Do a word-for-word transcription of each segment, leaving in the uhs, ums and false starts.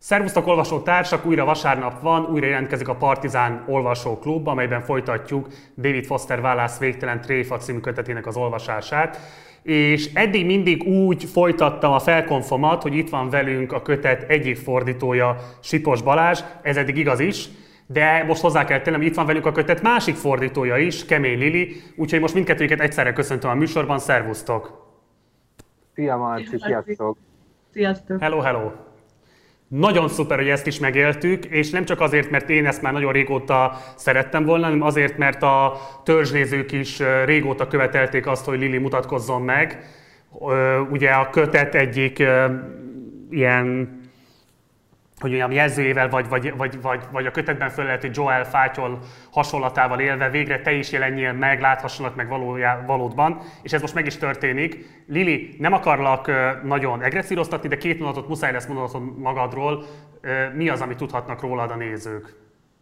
Szervusztok olvasótársak, újra vasárnap van, újra jelentkezik a Partizán Olvasóklub, amelyben folytatjuk David Foster Wallace Végtelen tréfa című kötetének az olvasását. És eddig mindig úgy folytattam a felkonfomat, hogy itt van velünk a kötet egyik fordítója, Sipos Balázs, ez eddig igaz is, de most hozzá kell tennem, itt van velünk a kötet másik fordítója is, Kemény Lili, úgyhogy most mindkettőjüket egyszerre köszöntöm a műsorban, szervusztok! Szia Marci, sziasztok! Sziasztok! Hello, hello! Nagyon szuper, hogy ezt is megéltük, és nem csak azért, mert én ezt már nagyon régóta szerettem volna, hanem azért, mert a törzsnézők is régóta követelték azt, hogy Lili mutatkozzon meg. Ugye a kötet egyik ilyen, hogy olyan jelzőjével, vagy, vagy, vagy, vagy, vagy a kötetben felelhető Joel Fátyol hasonlatával élve végre te is jelenjél meg, láthassanak meg valójá, valódban, és ez most meg is történik. Lili, nem akarlak nagyon egresszíroztatni, de két mondatot muszáj lesz mondatod magadról. Mi az, amit tudhatnak rólad a nézők?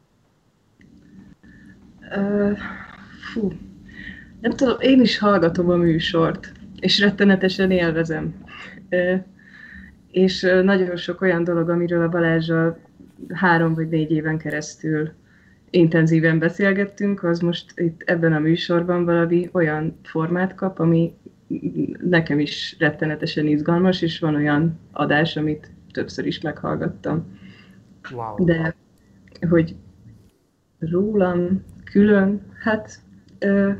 Uh, fú. Nem tudom, én is hallgatom a műsort, és rettenetesen élvezem. Uh, És nagyon sok olyan dolog, amiről a Balázsral három vagy négy éven keresztül intenzíven beszélgettünk, az most itt ebben a műsorban valami olyan formát kap, ami nekem is rettenetesen izgalmas, és van olyan adás, amit többször is meghallgattam. Wow. De hogy rólam külön, hát ö,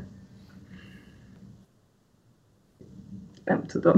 nem tudom.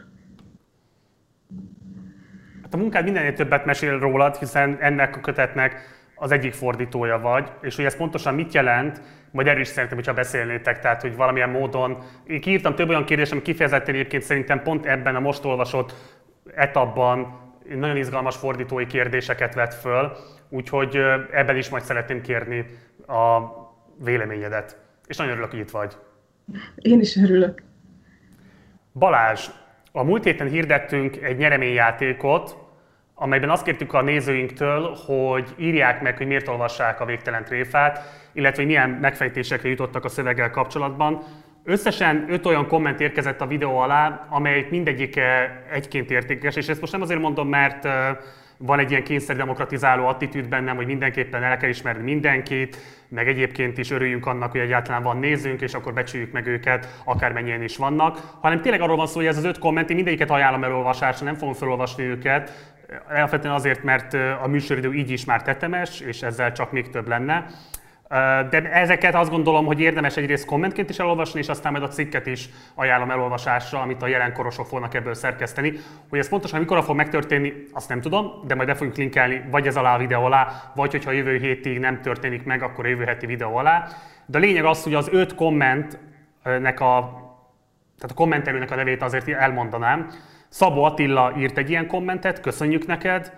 A munkád mindennél többet mesél rólad, hiszen ennek a kötetnek az egyik fordítója vagy, és hogy ez pontosan mit jelent, majd erről is szerintem, hogyha beszélnétek, tehát hogy valamilyen módon. Én kiírtam több olyan kérdést, ami kifejezetten egyébként szerintem pont ebben a most olvasott etapban nagyon izgalmas fordítói kérdéseket vett föl, úgyhogy ebben is majd szeretném kérni a véleményedet. És nagyon örülök, hogy itt vagy. Én is örülök. Balázs, a múlt héten hirdettünk egy nyereményjátékot, amelyben azt kértük a nézőinktől, hogy írják meg, hogy miért olvassák a Végtelen tréfát, illetve hogy milyen megfejtésekre jutottak a szöveggel kapcsolatban. Összesen öt olyan komment érkezett a videó alá, amelyik mindegyik egyként értékes, és ezt most nem azért mondom, mert van egy ilyen kényszerdemokratizáló attitűd bennem, hogy mindenképpen el kell ismerni mindenkit, meg egyébként is örüljünk annak, hogy egyáltalán van nézőnk, és akkor becsüljük meg őket, akármennyien is vannak, hanem tényleg arról van szó, hogy ez az öt komment, én mindegyiket ajánlom elolvasásra, nem fogom felolvasni őket, alapvetően azért, mert a műsoridő így is már tetemes, és ezzel csak még több lenne. De ezeket azt gondolom, hogy érdemes egyrészt kommentként is elolvasni, és aztán majd a cikket is ajánlom elolvasásra, amit a jelenkorosok fognak ebből szerkeszteni. Hogy ez pontosan mikor fog megtörténni, azt nem tudom, de majd be fogjuk linkelni vagy ez alá a videó alá, vagy hogyha jövő hétig nem történik meg, akkor a jövő heti videó alá. De a lényeg az, hogy az öt kommentnek a, tehát a kommentelőnek a nevét azért elmondanám. Szabó Attila írt egy ilyen kommentet, köszönjük neked.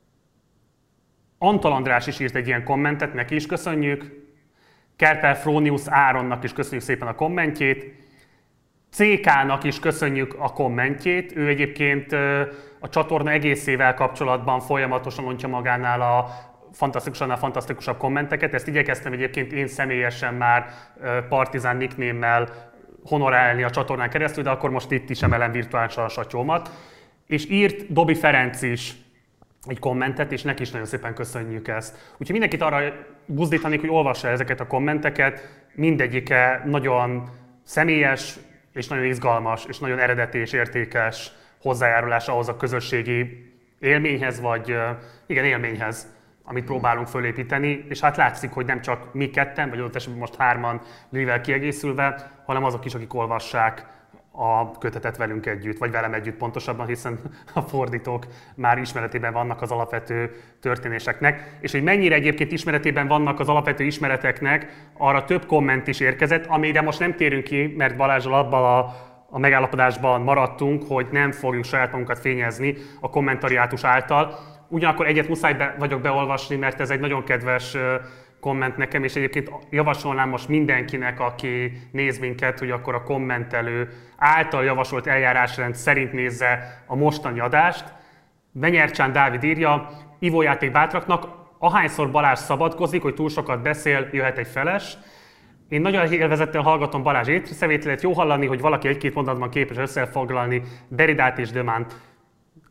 Antal András is írt egy ilyen kommentet, neki is köszönjük. Kerpel Frónius Áronnak is köszönjük szépen a kommentjét. cé ká-nak is köszönjük a kommentjét. Ő egyébként a csatorna egészével kapcsolatban folyamatosan ontja magánál a fantasztikusannál fantasztikusabb kommenteket. Ezt igyekeztem egyébként én személyesen már Partizán nicknémmel honorálni a csatornán keresztül, de akkor most itt is emelem virtuálisan a satyómat. És írt Dobi Ferenc is egy kommentet, és neki is nagyon szépen köszönjük ezt. Úgyhogy mindenkit arra buzdítanék, hogy olvassa ezeket a kommenteket, mindegyike nagyon személyes, és nagyon izgalmas, és nagyon eredeti és értékes hozzájárulás ahhoz a közösségi élményhez, vagy igen, élményhez, amit próbálunk fölépíteni, és hát látszik, hogy nem csak mi ketten, vagy adott esetben most hárman Lilivel kiegészülve, hanem azok is, akik olvassák a kötetet velünk együtt, vagy velem együtt pontosabban, hiszen a fordítók már ismeretében vannak az alapvető történéseknek. És hogy mennyire egyébként ismeretében vannak az alapvető ismereteknek, arra több komment is érkezett, amire most nem térünk ki, mert Balázsral abban a, a megállapodásban maradtunk, hogy nem fogjuk saját magunkat fényezni a kommentariátus által. Ugyanakkor egyet muszáj be, vagyok beolvasni, mert ez egy nagyon kedves komment nekem, és egyébként javasolnám most mindenkinek, aki néz minket, hogy akkor a kommentelő által javasolt eljárásrend szerint nézze a mostani adást. Benyercsán Dávid írja, ivójáték bátraknak, ahányszor Balázs szabadkozik, hogy túl sokat beszél, jöhet egy feles. Én nagyon élvezettel hallgatom Balázs észrevételét, jó hallani, hogy valaki egy-két mondatban képes összefoglalni Derridát és Demánt.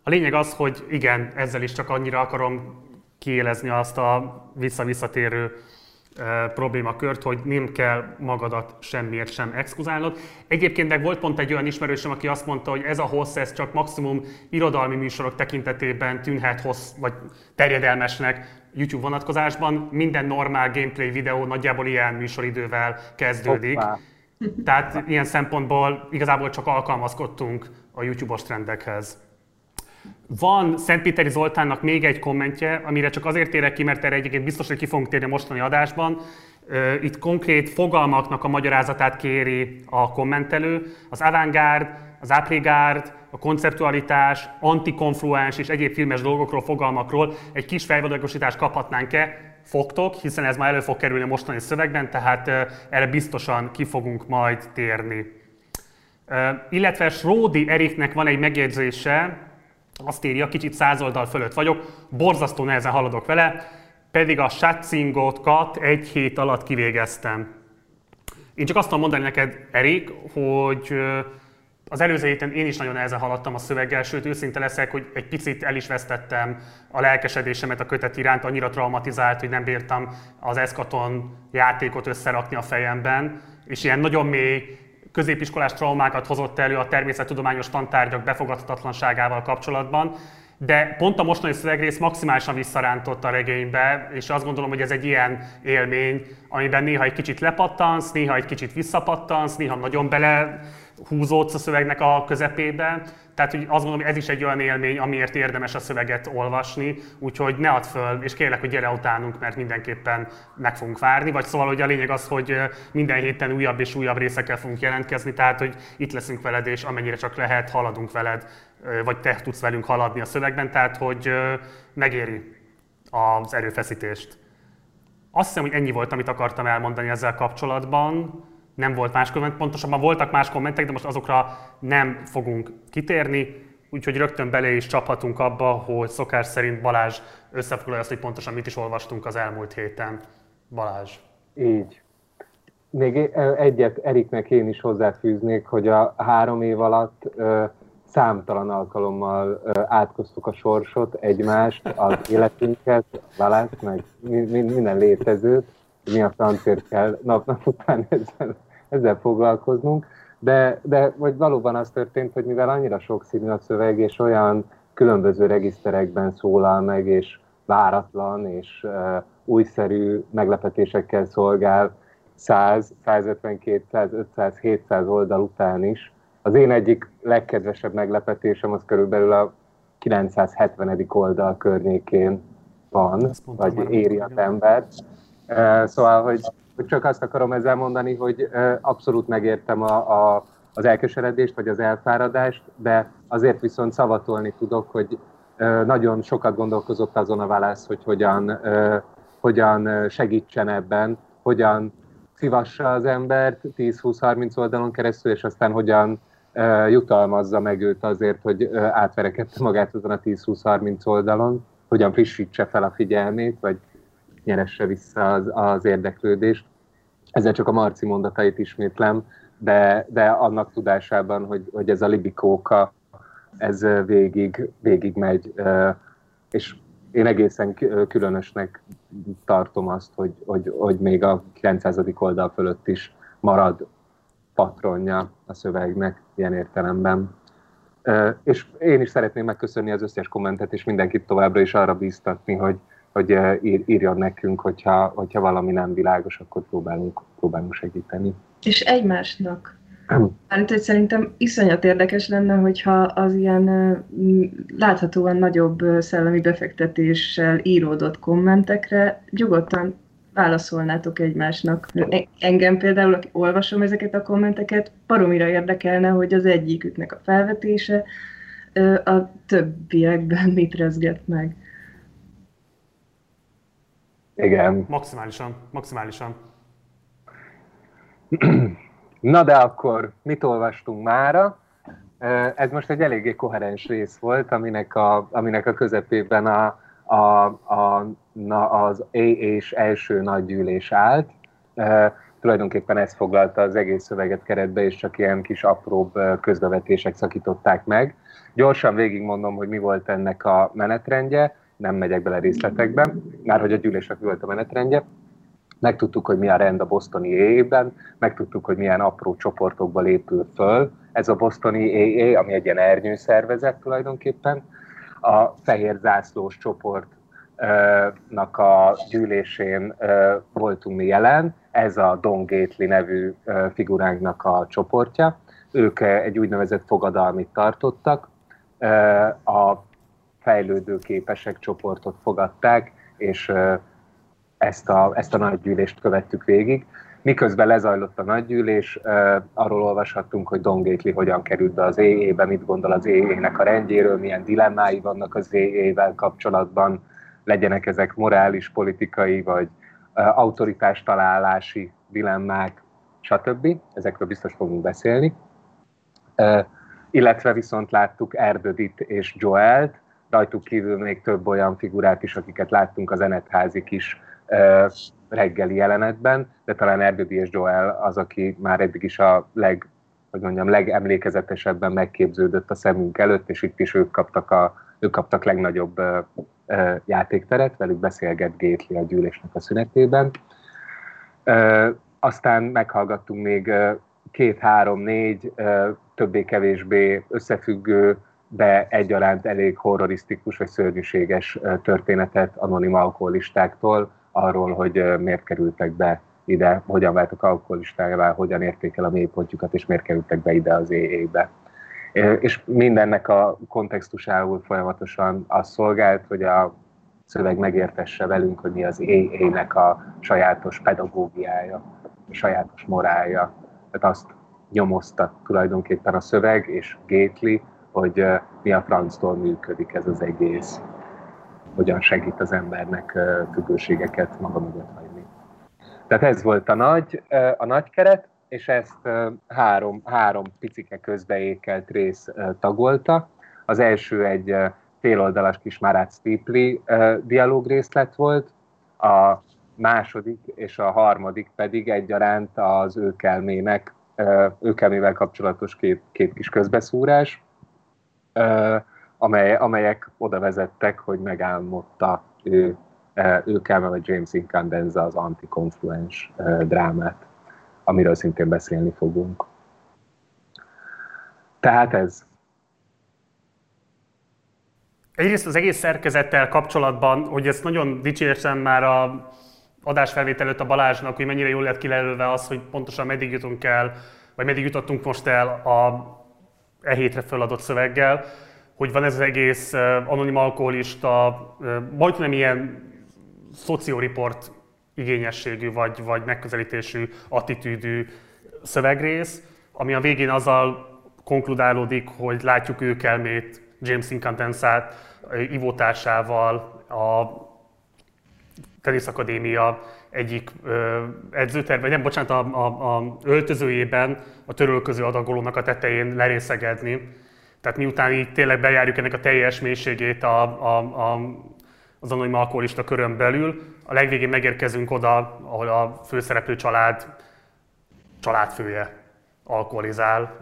A lényeg az, hogy igen, ezzel is csak annyira akarom kiélezni azt a vissza-visszatérő e, problémakört, hogy nem kell magadat semmiért sem exkluzálnod. Egyébként meg volt pont egy olyan ismerősöm, aki azt mondta, hogy ez a hossz, ez csak maximum irodalmi műsorok tekintetében tűnhet hossz, vagy terjedelmesnek YouTube vonatkozásban. Minden normál gameplay videó nagyjából ilyen műsoridővel kezdődik. Hoppá. Tehát ilyen szempontból igazából csak alkalmazkodtunk a YouTube-os trendekhez. Van Szentpéteri Zoltánnak még egy kommentje, amire csak azért térek ki, mert erre egyébként biztos, hogy ki fogunk térni a mostani adásban. Itt konkrét fogalmaknak a magyarázatát kéri a kommentelő. Az avantgárd, az aprégárd, a konceptualitás, antikonfluens és egyéb filmes dolgokról, fogalmakról egy kis felvilágosítást kaphatnánk-e? Fogtok, hiszen ez már elő fog kerülni a mostani szövegben, tehát erre biztosan ki fogunk majd térni. Illetve Sródi Eriknek van egy megjegyzése, azt írja, kicsit száz oldal fölött vagyok, borzasztó nehezen haladok vele, pedig a Shatzingot egy hét alatt kivégeztem. Én csak azt tudom mondani neked, Erik, hogy az előző héten én is nagyon nehezen haladtam a szöveggel, sőt őszinte leszek, hogy egy picit el is vesztettem a lelkesedésemet a kötet iránt, annyira traumatizált, hogy nem bírtam az Eschaton játékot összerakni a fejemben, és ilyen nagyon mély középiskolás traumákat hozott elő a természettudományos tantárgyak befogadhatatlanságával kapcsolatban, de pont a mostani szövegrész maximálisan visszarántott a regénybe, és azt gondolom, hogy ez egy ilyen élmény, amiben néha egy kicsit lepattansz, néha egy kicsit visszapattansz, néha nagyon belehúzódsz a szövegnek a közepébe. Tehát hogy azt gondolom, hogy ez is egy olyan élmény, amiért érdemes a szöveget olvasni, úgyhogy ne add föl, és kérlek, hogy gyere utánunk, mert mindenképpen meg fogunk várni. Vagy szóval, hogy a lényeg az, hogy minden héten újabb és újabb részekkel fogunk jelentkezni, tehát hogy itt leszünk veled, és amennyire csak lehet, haladunk veled, vagy te tudsz velünk haladni a szövegben, tehát hogy megéri az erőfeszítést. Azt hiszem, hogy ennyi volt, amit akartam elmondani ezzel kapcsolatban. Nem volt más komment, pontosabban voltak más kommentek, de most azokra nem fogunk kitérni, úgyhogy rögtön bele is csaphatunk abba, hogy szokás szerint Balázs összefoglalja azt, hogy pontosan mit is olvastunk az elmúlt héten. Balázs. Így. Még egyet Eriknek én is hozzáfűznék, hogy a három év alatt ö, számtalan alkalommal ö, átkoztuk a sorsot, egymást, az életünket, Balást, meg minden létezőt. Mi a francért kell nap-nap után ezzel, ezzel foglalkoznunk, de, de vagy valóban az történt, hogy mivel annyira sokszínű a szöveg, és olyan különböző regiszterekben szólal meg, és váratlan, és uh, újszerű meglepetésekkel szolgál száz, százötven, kétszáz, ötszáz, hétszáz oldal után is. Az én egyik legkedvesebb meglepetésem az körülbelül a kilencszázhetvenedik oldal környékén van, vagy éri az embert. Uh, szóval, hogy, hogy csak azt akarom ezzel mondani, hogy uh, abszolút megértem a, a, az elkeseredést, vagy az elfáradást, de azért viszont szavatolni tudok, hogy uh, nagyon sokat gondolkozott azon a Wallace, hogy hogyan, uh, hogyan segítsen ebben, hogyan szivassa az embert tíz-húsz-harminc oldalon keresztül, és aztán hogyan uh, jutalmazza meg őt azért, hogy uh, átverekedte magát azon a tíz-húsz-harminc oldalon, hogyan frissítse fel a figyelmét, vagy nyeresse vissza az, az érdeklődést. Ezzel csak a Marci mondatait ismétlem, de, de annak tudásában, hogy, hogy ez a libikóka, ez végig, végig megy, és én egészen különösnek tartom azt, hogy, hogy, hogy még a kilencszázadik oldal fölött is marad patronja a szövegnek ilyen értelemben. És én is szeretném megköszönni az összes kommentet, és mindenkit továbbra is arra bíztatni, hogy hogy ír, írjon nekünk, hogyha, hogyha valami nem világos, akkor próbálunk, próbálunk segíteni. És egymásnak. Hát, hogy szerintem iszonyat érdekes lenne, hogyha az ilyen láthatóan nagyobb szellemi befektetéssel íródott kommentekre nyugodtan válaszolnátok egymásnak. Engem például, aki olvasom ezeket a kommenteket, baromira érdekelne, hogy az egyiküknek a felvetése a többiekben mit rezget meg. Igen. Maximálisan, maximálisan. Na de akkor mit olvastunk mára? Ez most egy eléggé koherens rész volt, aminek a, aminek a közepében a, a, a, na, az é és első nagygyűlés állt. tulajdonképpen ez foglalta az egész szöveget keretbe, és csak ilyen kis apróbb közbevetések szakították meg. Gyorsan végigmondom, hogy mi volt ennek a menetrendje, nem megyek bele részletekben, már hogy a gyűlésnek mi volt a menetrendje. Megtudtuk, hogy mi a rend a bostoni á á-ben, megtudtuk, hogy milyen apró csoportokba épül föl ez a bostoni á á, ami egy ilyen ernyőszervezet tulajdonképpen. A fehér zászlós csoportnak a gyűlésén voltunk mi jelen, ez a Don Gately nevű figuránknak a csoportja. Ők egy úgynevezett fogadalmit tartottak, a fejlődő képesek csoportot fogadták, és ezt a, ezt a nagygyűlést követtük végig. Miközben lezajlott a nagygyűlés, arról olvashattunk, hogy Don Gately hogyan került be az á á-be, mit gondol az á á-nek a rendjéről, milyen dilemmái vannak az á á-vel kapcsolatban, legyenek ezek morális, politikai vagy autoritás találási dilemmák, stb. Ezekről biztos fogunk beszélni. Illetve viszont láttuk Erdödit és Joelt, rajtuk kívül még több olyan figurát is, akiket láttunk az Enetházi kis reggeli jelenetben, de talán Erdödi és Joel az, aki már eddig is a leg, hogy mondjam, legemlékezetesebben megképződött a szemünk előtt, és itt is ők kaptak, a, ők kaptak legnagyobb uh, uh, játékteret, velük beszélget Gately a gyűlésnek a szünetében. Uh, aztán meghallgattunk még uh, két, három, négy, uh, többé-kevésbé összefüggő, de egyaránt elég horrorisztikus vagy szörnyűséges uh, történetet anonim alkoholistáktól, arról, hogy miért kerültek be ide, hogyan váltak alkoholistává, hogyan érték el a mélypontjukat, és miért kerültek be ide az á á-be. És mindennek a kontextusául folyamatosan az szolgált, hogy a szöveg megértesse velünk, hogy mi az á á-nek a sajátos pedagógiája, a sajátos morálja. Tehát azt nyomozta tulajdonképpen a szöveg és Gately, hogy mi a franctól működik ez az egész. Hogyan segít az embernek függőségeket maga mögött hagyni. Tehát ez volt a nagy, a nagy keret, és ezt három, három picike közbeékelt rész tagolta. Az első egy féloldalas kis Marat Stipley dialógrészlet volt, a második és a harmadik pedig egyaránt az őkelmének, őkelmével kapcsolatos két, két kis közbeszúrás, amely, amelyek oda vezettek, hogy megálmodta ő, őkelme vagy James Incandenza az antikonfluens drámát, amiről szintén beszélni fogunk. Tehát ez. Egyrészt az egész szerkezettel kapcsolatban, hogy ezt nagyon dicsérsem már a adásfelvétel előtt a Balázsnak, hogy mennyire jól lett kilelőve az, hogy pontosan meddig jutunk el, vagy meddig jutottunk most el a e hétre föladott szöveggel, hogy van ez az egész anonim alkoholista, majdnem ilyen szocioreport igényességű, vagy, vagy megközelítésű, attitűdű szövegrész, ami a végén azzal konkludálódik, hogy látjuk őkelmét, James Incandenzát ivótársával, a Teniszakadémia egyik edzőterv, vagy nem, bocsánat, a, a, a öltözőjében a törölköző adagolónak a tetején lerészegedni. Tehát miután így tényleg bejárjuk ennek a teljes mélységét a, a, a, az anonim alkoholista körön belül, a legvégén megérkezünk oda, ahol a főszereplő család családfője alkoholizál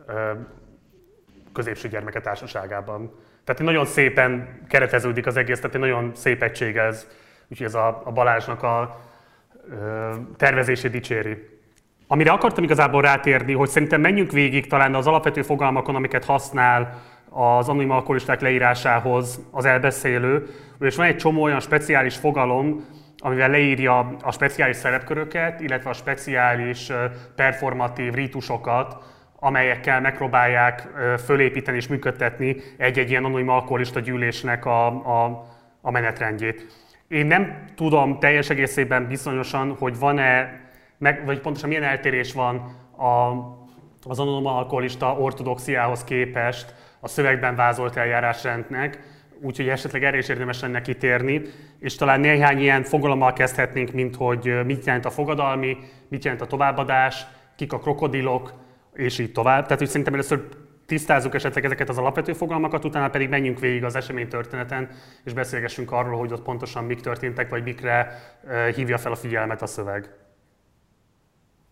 középső gyermeke társaságában. Tehát nagyon szépen kereteződik az egész, tehát egy nagyon szép egység ez, úgyhogy ez a, a Balázsnak a ö, tervezését dicséri. Amire akartam igazából rátérni, hogy szerintem menjünk végig talán az alapvető fogalmakon, amiket használ az anonim alkoholisták leírásához az elbeszélő, és van egy csomó olyan speciális fogalom, amivel leírja a speciális szerepköröket, illetve a speciális performatív rítusokat, amelyekkel megpróbálják fölépíteni és működtetni egy-egy ilyen anonim alkoholista gyűlésnek a, a, a menetrendjét. Én nem tudom teljes egészében bizonyosan, hogy van-e, vagy pontosan milyen eltérés van a, az anonim alkoholista ortodoxiához képest a szövegben vázolt eljárásrendnek, úgyhogy esetleg erre is érdemes lenne kitérni, és talán néhány ilyen fogalommal kezdhetnénk, mint hogy mit jelent a fogadalmi, mit jelent a továbbadás, kik a krokodilok, és így tovább. Tehát, hogy szerintem először tisztázzuk esetleg ezeket az alapvető fogalmakat, utána pedig menjünk végig az eseménytörténeten, és beszélgessünk arról, hogy ott pontosan mik történtek, vagy mikre hívja fel a figyelmet a szöveg.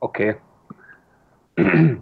Oké. Okay.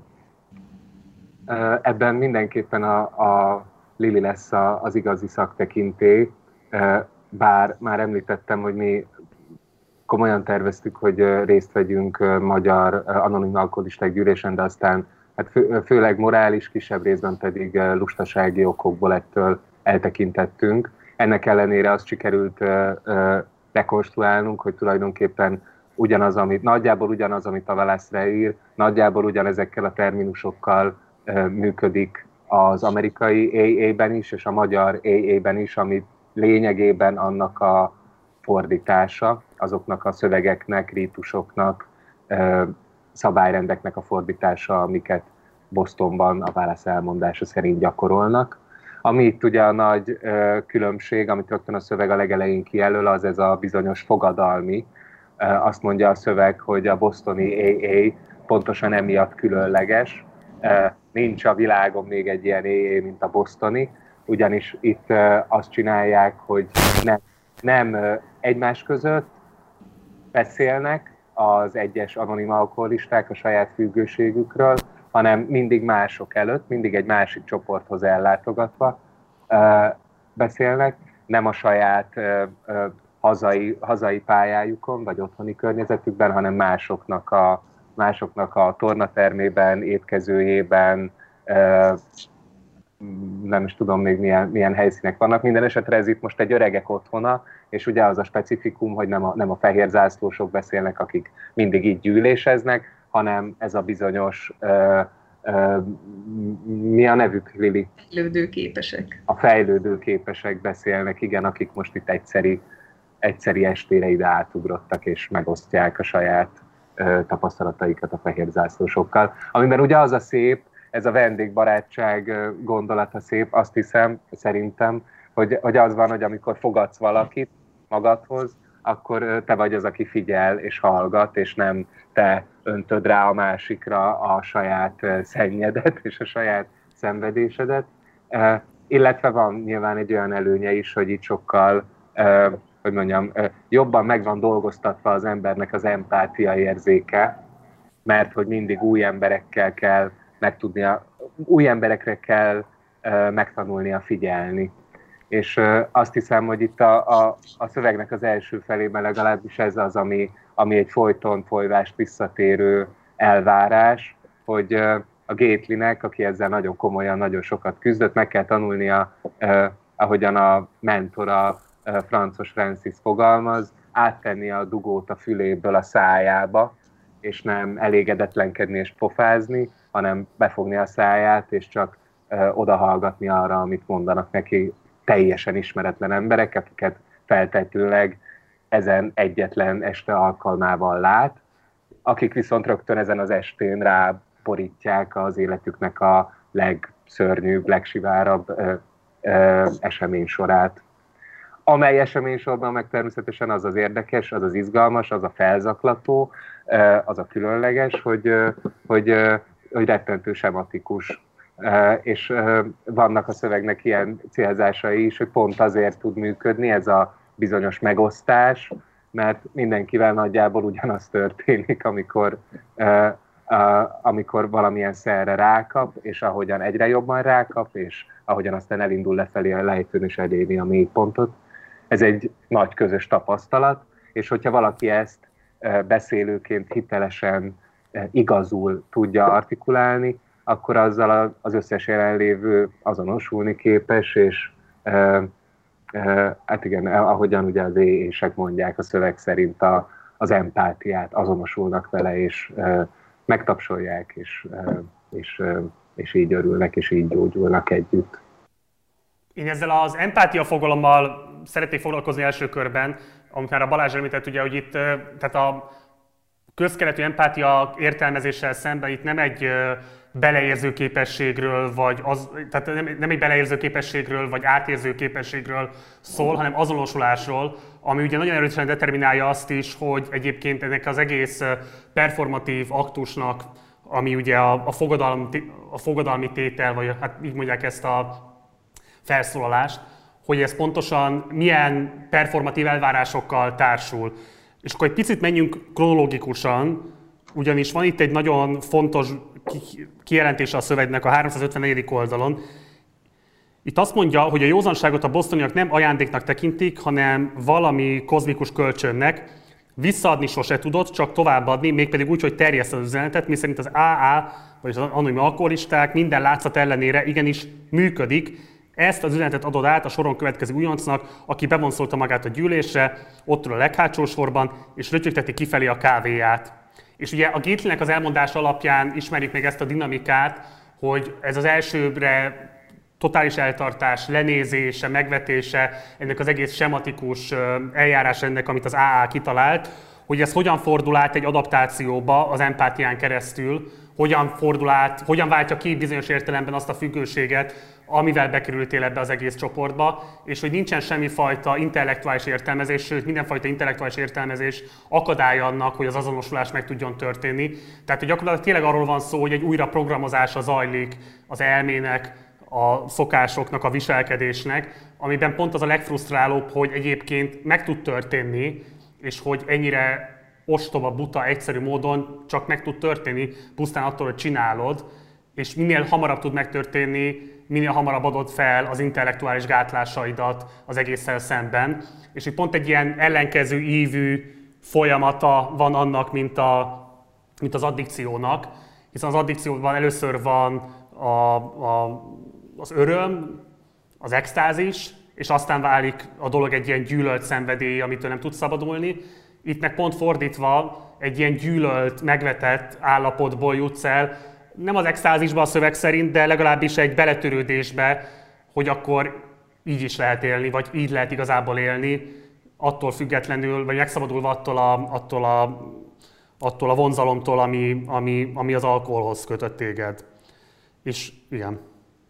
Ebben mindenképpen a, a Lili lesz a, az igazi szaktekintély, bár már említettem, hogy mi komolyan terveztük, hogy részt vegyünk magyar anonim alkoholisták gyűlésen, de aztán hát fő, főleg morális, kisebb részben pedig lustasági okokból ettől eltekintettünk. Ennek ellenére azt sikerült rekonstruálnunk, hogy tulajdonképpen ugyanaz, amit, nagyjából ugyanaz, amit a Wallace ír, nagyjából ugyanezekkel a terminusokkal működik az amerikai á á-ben is, és a magyar á á-ben is, ami lényegében annak a fordítása, azoknak a szövegeknek, rítusoknak, szabályrendeknek a fordítása, amiket Bostonban a Wallace elmondása szerint gyakorolnak. Ami itt ugye a nagy különbség, amit rögtön a szöveg a legelején kijelöl, az ez a bizonyos fogadalmi. Azt mondja a szöveg, hogy a bostoni á á pontosan emiatt különleges. Nincs a világon még egy ilyen á á, mint a bostoni, ugyanis itt azt csinálják, hogy nem, nem egymás között beszélnek az egyes anonim alkoholisták a saját függőségükről, hanem mindig mások előtt, mindig egy másik csoporthoz ellátogatva beszélnek, nem a saját hazai, hazai pályájukon, vagy otthoni környezetükben, hanem másoknak a, másoknak a tornatermében, étkezőjében, nem is tudom még milyen, milyen helyszínek vannak. Minden esetre ez itt most egy öregek otthona, és ugye az a specifikum, hogy nem a, nem a fehér zászlósok beszélnek, akik mindig így gyűléseznek, hanem ez a bizonyos, ö, ö, mi a nevük, Lili? Fejlődőképesek. A fejlődőképesek beszélnek, igen, akik most itt egyszeri, egyszeri estére ide átugrottak, és megosztják a saját ö, tapasztalataikat a fehér zászlósokkal. Amiben ugye az a szép, ez a vendégbarátság gondolata szép, azt hiszem, szerintem, hogy, hogy az van, hogy amikor fogadsz valakit magadhoz, akkor te vagy az, aki figyel és hallgat, és nem te öntöd rá a másikra a saját szennyedet és a saját szenvedésedet. Uh, illetve van nyilván egy olyan előnye is, hogy itt sokkal, uh, hogy mondjam, uh, jobban meg van dolgoztatva az embernek az empátia érzéke, mert hogy mindig új emberekkel kell megtudnia, új emberekre kell uh, megtanulnia figyelni. És uh, azt hiszem, hogy itt a, a, a szövegnek az első felében legalábbis ez az, ami, ami egy folyton folyvást visszatérő elvárás, hogy uh, a Gatelynek, aki ezzel nagyon komolyan, nagyon sokat küzdött, meg kell tanulnia, uh, ahogyan a mentora uh, Francos Francis fogalmaz, áttenni a dugót a füléből a szájába, és nem elégedetlenkedni és pofázni, hanem befogni a száját, és csak uh, odahallgatni arra, amit mondanak neki teljesen ismeretlen emberek, akiket feltetőleg ezen egyetlen este alkalmával lát, akik viszont rögtön ezen az estén ráborítják az életüknek a legszörnyűbb, legsivárabb ö, ö, eseménysorát. Amely eseménysorban meg természetesen az az érdekes, az az izgalmas, az a felzaklató, ö, az a különleges, hogy, ö, hogy, ö, hogy rettentő sematikus. Uh, és uh, vannak a szövegnek ilyen célzásai is, hogy pont azért tud működni ez a bizonyos megosztás, mert mindenkivel nagyjából ugyanaz történik, amikor, uh, uh, amikor valamilyen szerre rákap, és ahogyan egyre jobban rákap, és ahogyan aztán elindul lefelé a lejtőn és eléri a mélypontot. Ez egy nagy közös tapasztalat, és hogyha valaki ezt uh, beszélőként hitelesen, uh, igazul tudja artikulálni, akkor azzal az összes jelenlévő azonosulni képes, és e, e, hát igen, ahogyan ugye az éjsek mondják a szöveg szerint a, az empátiát, azonosulnak vele, és e, megtapsolják, és, e, és, e, és így örülnek, és így gyógyulnak együtt. Én ezzel az empátia fogalommal szeretnék foglalkozni első körben, amit már a Balázs említett, ugye, hogy itt tehát a közkeletű empátia értelmezéssel szemben itt nem egy beleérző képességről, vagy az, tehát nem, nem egy beleérző képességről, vagy átérző képességről szól, hanem azonosulásról, ami ugye nagyon erősen determinálja azt is, hogy egyébként ennek az egész performatív aktusnak, ami ugye a, a, fogadalmi, a fogadalmi tétel, vagy hát így mondják ezt a felszólalást, hogy ez pontosan milyen performatív elvárásokkal társul. És akkor egy picit menjünk kronológikusan, ugyanis van itt egy nagyon fontos kijelentése a szövegnek a háromszázötvennegyedik oldalon. Itt azt mondja, hogy a józanságot a bostoniak nem ajándéknak tekintik, hanem valami kozmikus kölcsönnek. Visszaadni sose tudod, csak továbbadni, mégpedig úgy, hogy terjeszted az üzenetet, miszerint az á á, vagy az anonim alkoholisták minden látszat ellenére igenis működik. Ezt az üzenetet adod át a soron következő újoncnak, aki bevonszolta magát a gyűlésre, ott ül a leghátsó sorban, és rötyögteti kifelé a kávéját. És ugye a Gatelynek az elmondása alapján ismerjük meg ezt a dinamikát, hogy ez az elsőbbre totális eltartás, lenézése, megvetése, ennek az egész sematikus eljárás ennek, amit az á á kitalált, hogy ez hogyan fordul át egy adaptációba az empátián keresztül, hogyan fordul át, hogyan váltja ki bizonyos értelemben azt a függőséget, amivel bekerültél ebbe az egész csoportba, és hogy nincsen semmifajta intellektuális értelmezés, sőt mindenfajta intellektuális értelmezés akadálya annak, hogy az azonosulás meg tudjon történni. Tehát, hogy gyakorlatilag tényleg arról van szó, hogy egy újraprogramozása zajlik az elmének, a szokásoknak, a viselkedésnek, amiben pont az a legfrusztrálóbb, hogy egyébként meg tud történni, és hogy ennyire ostoba, buta, egyszerű módon csak meg tud történni, pusztán attól, hogy csinálod, és minél hamarabb tud megtörténni, minél hamarabb adod fel az intellektuális gátlásaidat az egésszel szemben. És itt pont egy ilyen ellenkező ívű folyamata van annak, mint, a, mint az addikciónak, hiszen az addikcióban először van a, a, az öröm, az extázis, és aztán válik a dolog egy ilyen gyűlölt szenvedély, amitől nem tud szabadulni. Itt meg pont fordítva egy ilyen gyűlölt, megvetett állapotból jutsz el, nem az extázisba a szöveg szerint, de legalábbis egy beletörődésbe, hogy akkor így is lehet élni, vagy így lehet igazából élni, attól függetlenül, vagy megszabadulva attól a, attól a, attól a vonzalomtól, ami, ami, ami az alkoholhoz kötött téged. És igen.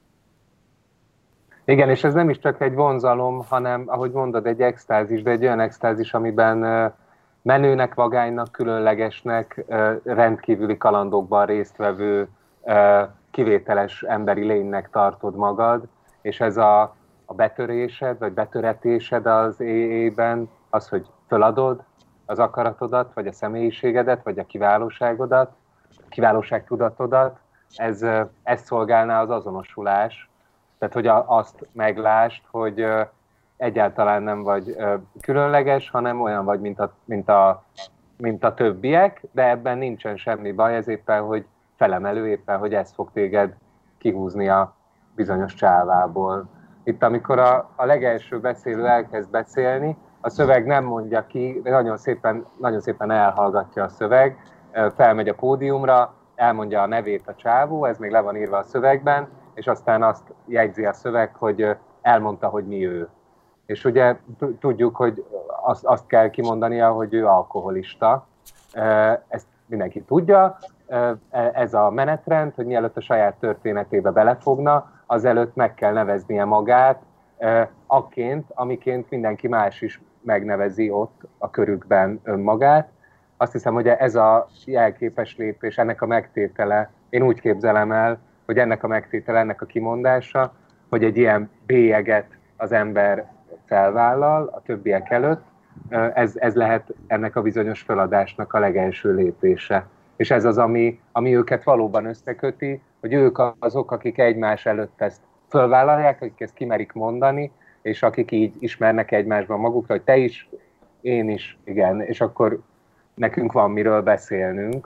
Igen, és ez nem is csak egy vonzalom, hanem, ahogy mondod, egy extázis, de egy olyan extázis, amiben menőnek, vagánynak, különlegesnek, rendkívüli kalandokban résztvevő, kivételes emberi lénynek tartod magad, és ez a, a betörésed, vagy betöretésed az éjében, az, hogy föladod az akaratodat, vagy a személyiségedet, vagy a kiválóságodat, a kiválóságtudatodat, ez, ez szolgálná az azonosulás. Tehát, hogy azt meglást, hogy egyáltalán nem vagy különleges, hanem olyan vagy, mint a, mint, a, mint a többiek, de ebben nincsen semmi baj, ez éppen, hogy felemelő, éppen, hogy ez fog téged kihúzni a bizonyos csávából. Itt, amikor a, a legelső beszélő elkezd beszélni, a szöveg nem mondja ki, de nagyon szépen, nagyon szépen elhallgatja a szöveg, felmegy a pódiumra, elmondja a nevét a csávó, ez még le van írva a szövegben, és aztán azt jegyzi a szöveg, hogy elmondta, hogy mi ő. És ugye tudjuk, hogy azt, azt kell kimondania, hogy ő alkoholista. Ezt mindenki tudja. Ez a menetrend, hogy mielőtt a saját történetébe belefogna, azelőtt meg kell neveznie magát akként, amiként mindenki más is megnevezi ott a körükben önmagát. Azt hiszem, hogy ez a jelképes lépés, ennek a megtétele, én úgy képzelem el, hogy ennek a megtétele, ennek a kimondása, hogy egy ilyen bélyeget az ember felvállal a többiek előtt, ez, ez lehet ennek a bizonyos feladásnak a legelső lépése. És ez az, ami, ami őket valóban összeköti, hogy ők azok, akik egymás előtt ezt fölvállalják, akik ezt kimerik mondani, és akik így ismernek egymásban magukra, hogy te is, én is, igen, és akkor nekünk van miről beszélnünk.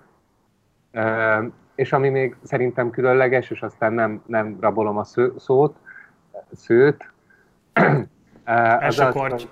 És ami még szerintem különleges, és aztán nem, nem rabolom a sző, szót, szőt, az az, hogy,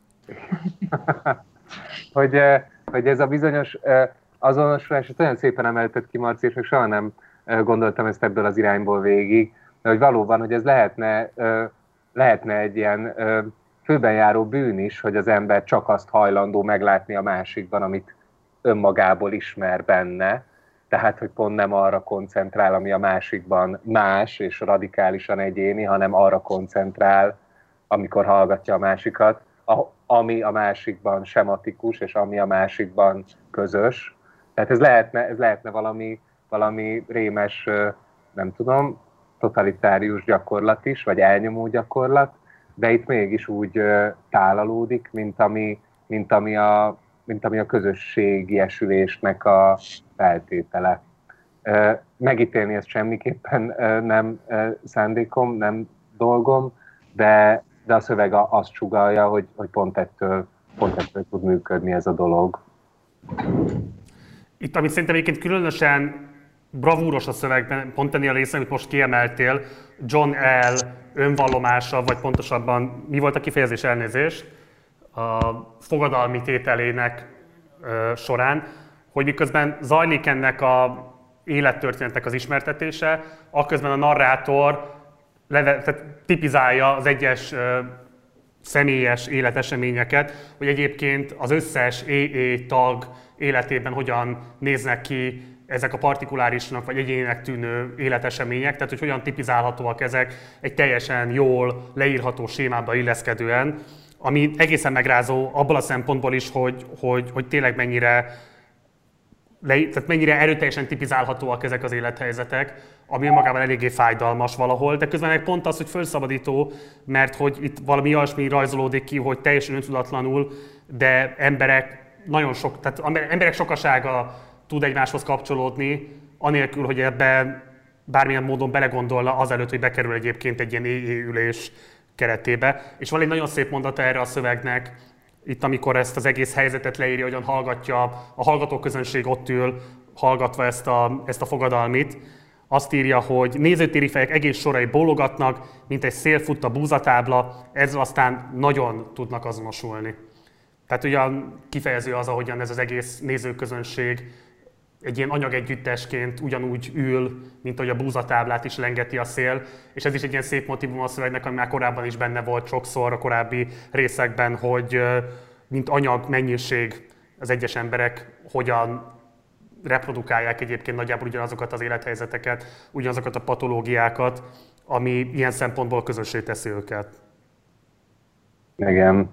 hogy, hogy ez a bizonyos azonosulás, olyan szépen emeltett ki, Marci, és még soha nem gondoltam ezt ebből az irányból végig, de hogy valóban, hogy ez lehetne, lehetne egy ilyen főben járó bűn is, hogy az ember csak azt hajlandó meglátni a másikban, amit önmagából ismer benne, tehát, hogy pont nem arra koncentrál, ami a másikban más és radikálisan egyéni, hanem arra koncentrál, amikor hallgatja a másikat, ami a másikban sematikus, és ami a másikban közös. Tehát ez lehetne, ez lehetne valami, valami rémes, nem tudom, totalitárius gyakorlat is, vagy elnyomó gyakorlat, de itt mégis úgy tálalódik, mint ami, mint ami a, mint ami a közösségiesülésnek a feltétele. Megítélni ezt semmiképpen nem szándékom, nem dolgom, de, de a szöveg azt sugallja, hogy, hogy pont, ettől, pont ettől tud működni ez a dolog. Itt, amit szerintem egyébként különösen bravúros a szövegben, pont ennél a részen, amit most kiemeltél, John L. önvallomása, vagy pontosabban mi volt a kifejezés, elnézést, a fogadalmi tételének ö, során, hogy miközben zajlik ennek a élettörténetnek az ismertetése, akközben a narrátor leve, tehát tipizálja az egyes ö, személyes életeseményeket, hogy egyébként az összes é é tag életében hogyan néznek ki ezek a partikulárisnak vagy egyéninek tűnő életesemények, tehát hogy hogyan tipizálhatóak ezek egy teljesen jól leírható sémába illeszkedően, ami egészen megrázó abból a szempontból is, hogy, hogy, hogy tényleg mennyire, le, tehát mennyire erőteljesen tipizálhatóak ezek az élethelyzetek, ami önmagában eléggé fájdalmas valahol, de közben meg pont az, hogy felszabadító, mert hogy itt valami olyasmi rajzolódik ki, hogy teljesen öntudatlanul, de emberek nagyon sok, tehát emberek sokasága tud egymáshoz kapcsolódni, anélkül, hogy ebbe bármilyen módon belegondolna azelőtt, hogy bekerül egyébként egy ilyen é é ülés keretébe. És van egy nagyon szép mondata erre a szövegnek, itt amikor ezt az egész helyzetet leírja, hogyan hallgatja, a hallgatóközönség ott ül, hallgatva ezt a, ezt a fogadalmit. Azt írja, hogy nézőtéri fejek egész sorai bólogatnak, mint egy szél fut a búzatábla, ezzel aztán nagyon tudnak azonosulni. Tehát ugyan kifejező az, ahogyan ez az egész nézőközönség egy ilyen anyagegyüttesként ugyanúgy ül, mint ahogy a búzatáblát is lengeti a szél, és ez is egy ilyen szép motívum a szövegnek, ami már korábban is benne volt sokszor a korábbi részekben, hogy mint anyag mennyiség az egyes emberek hogyan reprodukálják egyébként nagyjából ugyanazokat az élethelyzeteket, ugyanazokat a patológiákat, ami ilyen szempontból közössé teszi őket. Igen.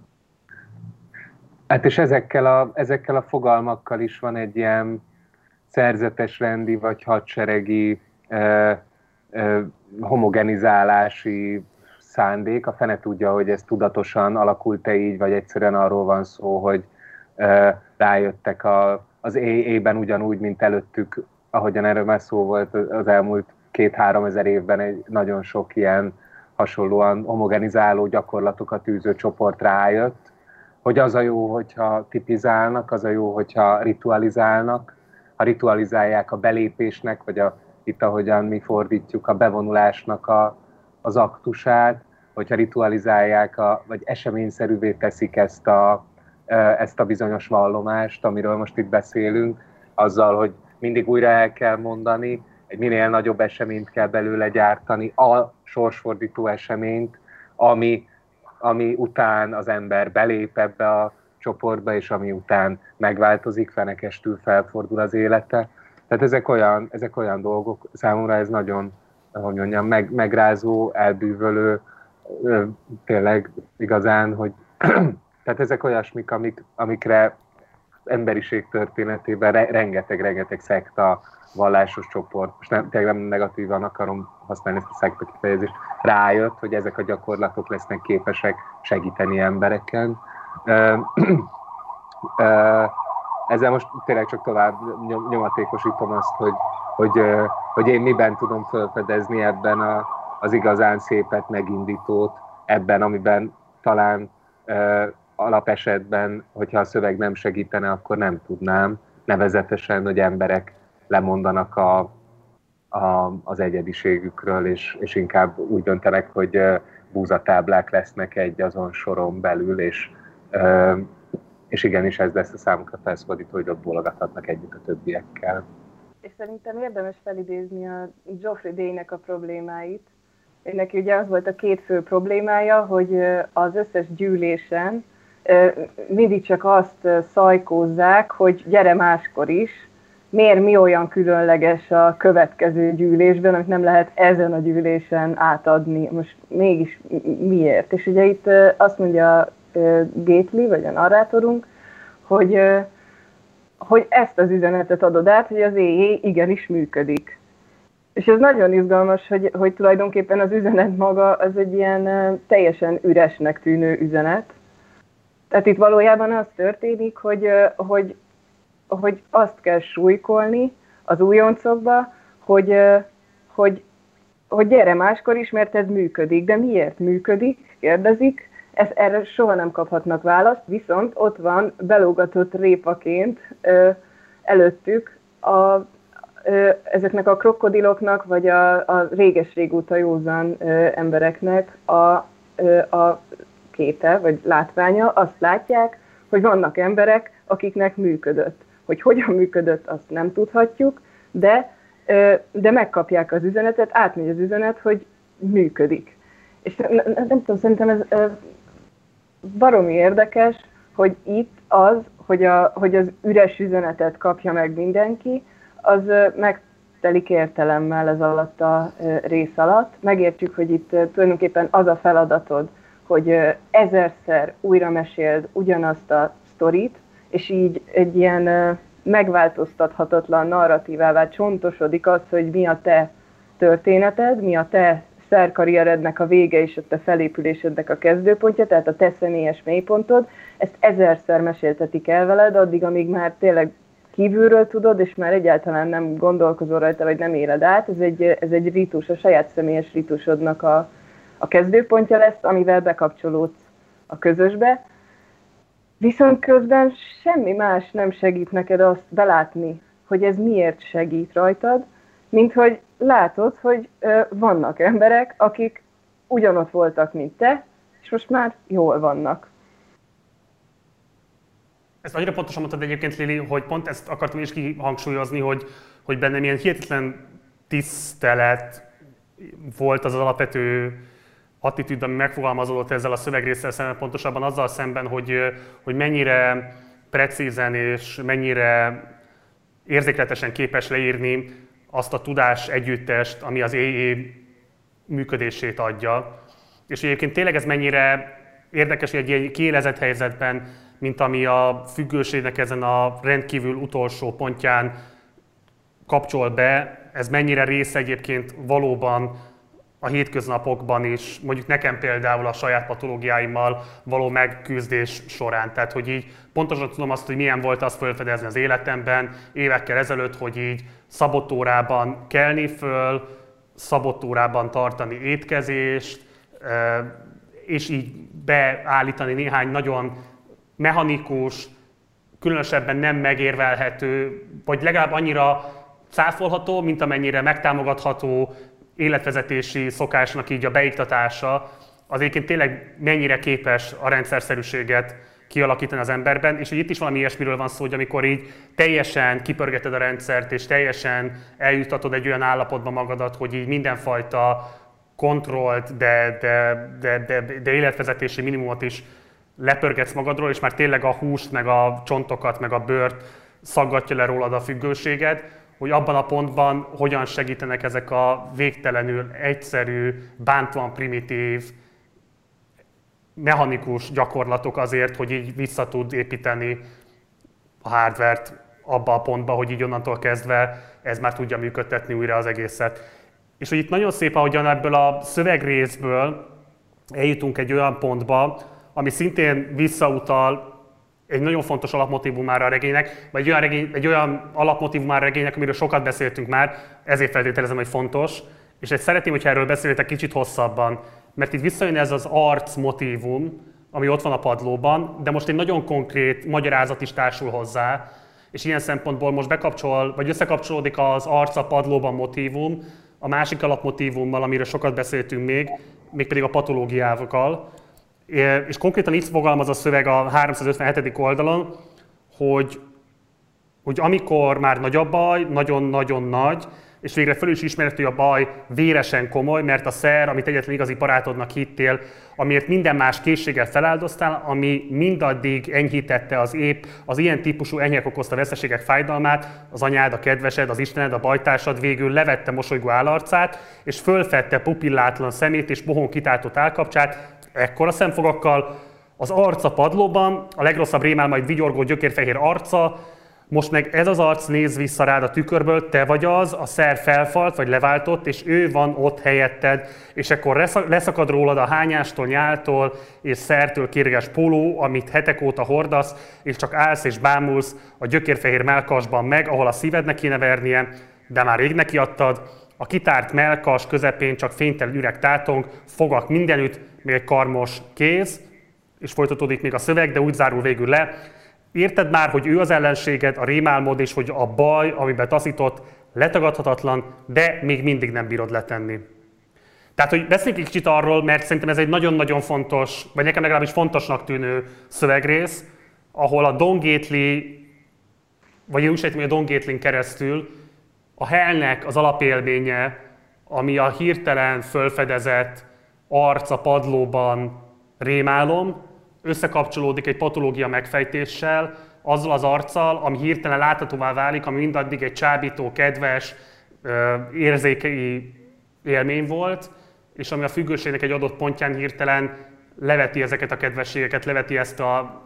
Hát és ezekkel a, ezekkel a fogalmakkal is van egy ilyen szerzetes rendi vagy hadseregi eh, eh, homogenizálási szándék. A fene tudja, hogy ez tudatosan alakult-e így, vagy egyszerűen arról van szó, hogy eh, rájöttek a, az é é-ben ugyanúgy, mint előttük, ahogyan erről már szó volt az elmúlt két-három ezer évben egy nagyon sok ilyen hasonlóan homogenizáló gyakorlatokat űző csoport rájött, hogy az a jó, hogyha tipizálnak, az a jó, hogyha ritualizálnak, ha ritualizálják a belépésnek, vagy a, itt ahogyan mi fordítjuk, a bevonulásnak a, az aktusát, hogyha ritualizálják, a, vagy eseményszerűvé teszik ezt a, ezt a bizonyos vallomást, amiről most itt beszélünk, azzal, hogy mindig újra el kell mondani, egy minél nagyobb eseményt kell belőle gyártani, a sorsfordító eseményt, ami, ami után az ember belép ebbe a csoportba, és ami után megváltozik, fenekestül felfordul az élete. Tehát ezek olyan, ezek olyan dolgok, számomra ez nagyon, hogy mondjam, meg, megrázó, elbűvölő, tényleg igazán, hogy tehát ezek olyasmik, amik, amikre emberiség történetében rengeteg-rengeteg szekta, vallásos csoport, most nem, tényleg nem negatívan akarom használni ezt a szekta kifejezést, rájött, hogy ezek a gyakorlatok lesznek képesek segíteni embereken. Ezzel most tényleg csak tovább nyomatékosítom azt, hogy, hogy, hogy én miben tudom felfedezni ebben a, az igazán szépet, megindítót, ebben, amiben talán alapesetben, hogyha a szöveg nem segítene, akkor nem tudnám, nevezetesen, hogy emberek lemondanak a, a, az egyediségükről, és, és inkább úgy döntenek, hogy búzatáblák lesznek egy azon soron belül, és, és igenis ez lesz a számukra felszabadító, hogy ott bólogathatnak együtt a többiekkel. És szerintem érdemes felidézni a Geoffrey Day-nek a problémáit. Neki ugye az volt a két fő problémája, hogy az összes gyűlésen mindig csak azt szajkózzák, hogy gyere máskor is, miért mi olyan különleges a következő gyűlésben, amit nem lehet ezen a gyűlésen átadni, most mégis miért? És ugye itt azt mondja Gately, vagy a narrátorunk, hogy, hogy ezt az üzenetet adod át, hogy az é é igenis működik. És ez nagyon izgalmas, hogy, hogy tulajdonképpen az üzenet maga az egy ilyen teljesen üresnek tűnő üzenet, Tehát itt valójában az történik, hogy, hogy, hogy azt kell súlykolni az újoncokba, hogy, hogy, hogy gyere máskor is, mert ez működik. De miért működik? Kérdezik. Ez, erre soha nem kaphatnak választ, viszont ott van belógatott répaként ö, előttük a, ö, ezeknek a krokodiloknak, vagy a, a réges-régóta józan ö, embereknek a, ö, a képe, vagy látványa. Azt látják, hogy vannak emberek, akiknek működött. Hogy hogyan működött, azt nem tudhatjuk, de, ö, de megkapják az üzenetet, átmegy az üzenet, hogy működik. És nem, nem tudom, szerintem ez... Ö, baromi érdekes, hogy itt az, hogy, a, hogy az üres üzenetet kapja meg mindenki, az megtelik értelemmel ez alatt a rész alatt. Megértjük, hogy itt tulajdonképpen az a feladatod, hogy ezerszer újra meséld ugyanazt a sztorit, és így egy ilyen megváltoztathatatlan narratívává csontosodik az, hogy mi a te történeted, mi a te szerkarrierednek a vége és a te felépülésednek a kezdőpontja, tehát a te személyes mélypontod. Ezt ezerszer meséltetik el veled, addig, amíg már tényleg kívülről tudod, és már egyáltalán nem gondolkozol rajta, vagy nem éled át. Ez egy, ez egy ritus, a saját személyes ritusodnak a, a kezdőpontja lesz, amivel bekapcsolódsz a közösbe. Viszont közben semmi más nem segít neked azt belátni, hogy ez miért segít rajtad, mint hogy látod, hogy ö, vannak emberek, akik ugyanott voltak, mint te, és most már jól vannak. Ezt annyira pontosan mondtad egyébként, Lili, hogy pont ezt akartam is kihangsúlyozni, hogy, hogy bennem ilyen hihetetlen tisztelet volt az, az alapvető attitűd, ami megfogalmazódott ezzel a szövegrésszel szemben, pontosabban azzal szemben, hogy, hogy mennyire precízen és mennyire érzékletesen képes leírni azt a tudás együttest, ami az á á működését adja. És egyébként tényleg ez mennyire érdekes, hogy egy ilyen kiélezett helyzetben, mint ami a függőségnek ezen a rendkívül utolsó pontján kapcsol be, ez mennyire része egyébként valóban a hétköznapokban is, mondjuk nekem például a saját patológiáimmal való megküzdés során. Tehát, hogy így pontosan tudom azt, hogy milyen volt azt felfedezni az életemben évekkel ezelőtt, hogy így szabott órában kelni föl, szabott órában tartani étkezést, és így beállítani néhány nagyon mechanikus, különösebben nem megérvelhető, vagy legalább annyira cáfolható, mint amennyire megtámogatható életvezetési szokásnak így a beiktatása, az egyébként tényleg mennyire képes a rendszerszerűséget kialakítani az emberben, és hogy itt is valami ilyesmiről van szó, hogy amikor így teljesen kipörgeted a rendszert, és teljesen eljuttatod egy olyan állapotba magadat, hogy így mindenfajta kontrollt, de, de, de, de, de életvezetési minimumot is lepörgetsz magadról, és már tényleg a húst, meg a csontokat, meg a bőrt szaggatja le rólad a függőséged, hogy abban a pontban hogyan segítenek ezek a végtelenül egyszerű, bántóan primitív, mechanikus gyakorlatok azért, hogy így vissza tud építeni a hardvert abba a pontba, hogy így onnantól kezdve ez már tudja működtetni újra az egészet. És hogy itt nagyon szép, ahogyan ebből a szövegrészből eljutunk egy olyan pontba, ami szintén visszautal egy nagyon fontos alapmotívumára a regénynek, vagy egy olyan, regény, egy olyan alapmotívumára a regénynek, amiről sokat beszéltünk már, ezért feltételezem, hogy fontos. És egy szeretném, hogyha erről beszéltek kicsit hosszabban, mert itt visszajön ez az arc motívum, ami ott van a padlóban, de most egy nagyon konkrét magyarázat is társul hozzá, és ilyen szempontból most bekapcsol, vagy összekapcsolódik az arc a padlóban motívum, a másik alapmotívummal, amiről sokat beszéltünk még, mégpedig a patológiával. És konkrétan itt fogalmaz a szöveg a háromszázötvenhetedik oldalon, hogy, hogy amikor már nagy a baj, nagyon-nagyon nagy, és végre föl is ismerhető, hogy a baj véresen komoly, mert a szer, amit egyetlen igazi barátodnak hittél, amiért minden más készséggel feláldoztál, ami mindaddig enyhítette az épp, az ilyen típusú enyhek okozta veszteségek fájdalmát, az anyád, a kedvesed, az Istened, a bajtársad végül levette mosolygó állarcát, és fölfedte pupillátlan szemét és bohón kitátott állkapcsát, ekkora szemfogakkal, az arca padlóban, a legrosszabb rémálmaid vigyorgó gyökérfehér arca, Most meg ez az arc néz vissza rád a tükörből, te vagy az, a szer felfalt, vagy leváltott, és ő van ott helyetted, és akkor leszakad rólad a hányástól, nyáltól és szertől kérges póló, amit hetek óta hordasz, és csak állsz és bámulsz a gyökérfehér mellkasban meg, ahol a szívednek kéne vernie, de már rég nekiadtad. A kitárt mellkas közepén csak fénytelen üreg tátong, fogak mindenütt, még egy karmos kéz, és folytatódik még a szöveg, de úgy zárul végül le. Érted már, hogy ő az ellenséged, a rémálmod, és hogy a baj, amiben taszított, letagadhatatlan, de még mindig nem bírod letenni. Tehát, hogy beszéljünk egy kicsit arról, mert szerintem ez egy nagyon-nagyon fontos, vagy nekem legalábbis fontosnak tűnő szövegrész, ahol a Don Gately, vagy én úgy sejtem, hogy a Don Gatlyn keresztül a Hellnek az alapélménye, ami a hirtelen fölfedezett arc a padlóban rémálom, összekapcsolódik egy patológia megfejtéssel, azzal az arccal, ami hirtelen láthatóvá válik, ami mindaddig egy csábító, kedves, érzékei élmény volt, és ami a függőségnek egy adott pontján hirtelen leveti ezeket a kedvességeket, leveti ezt a,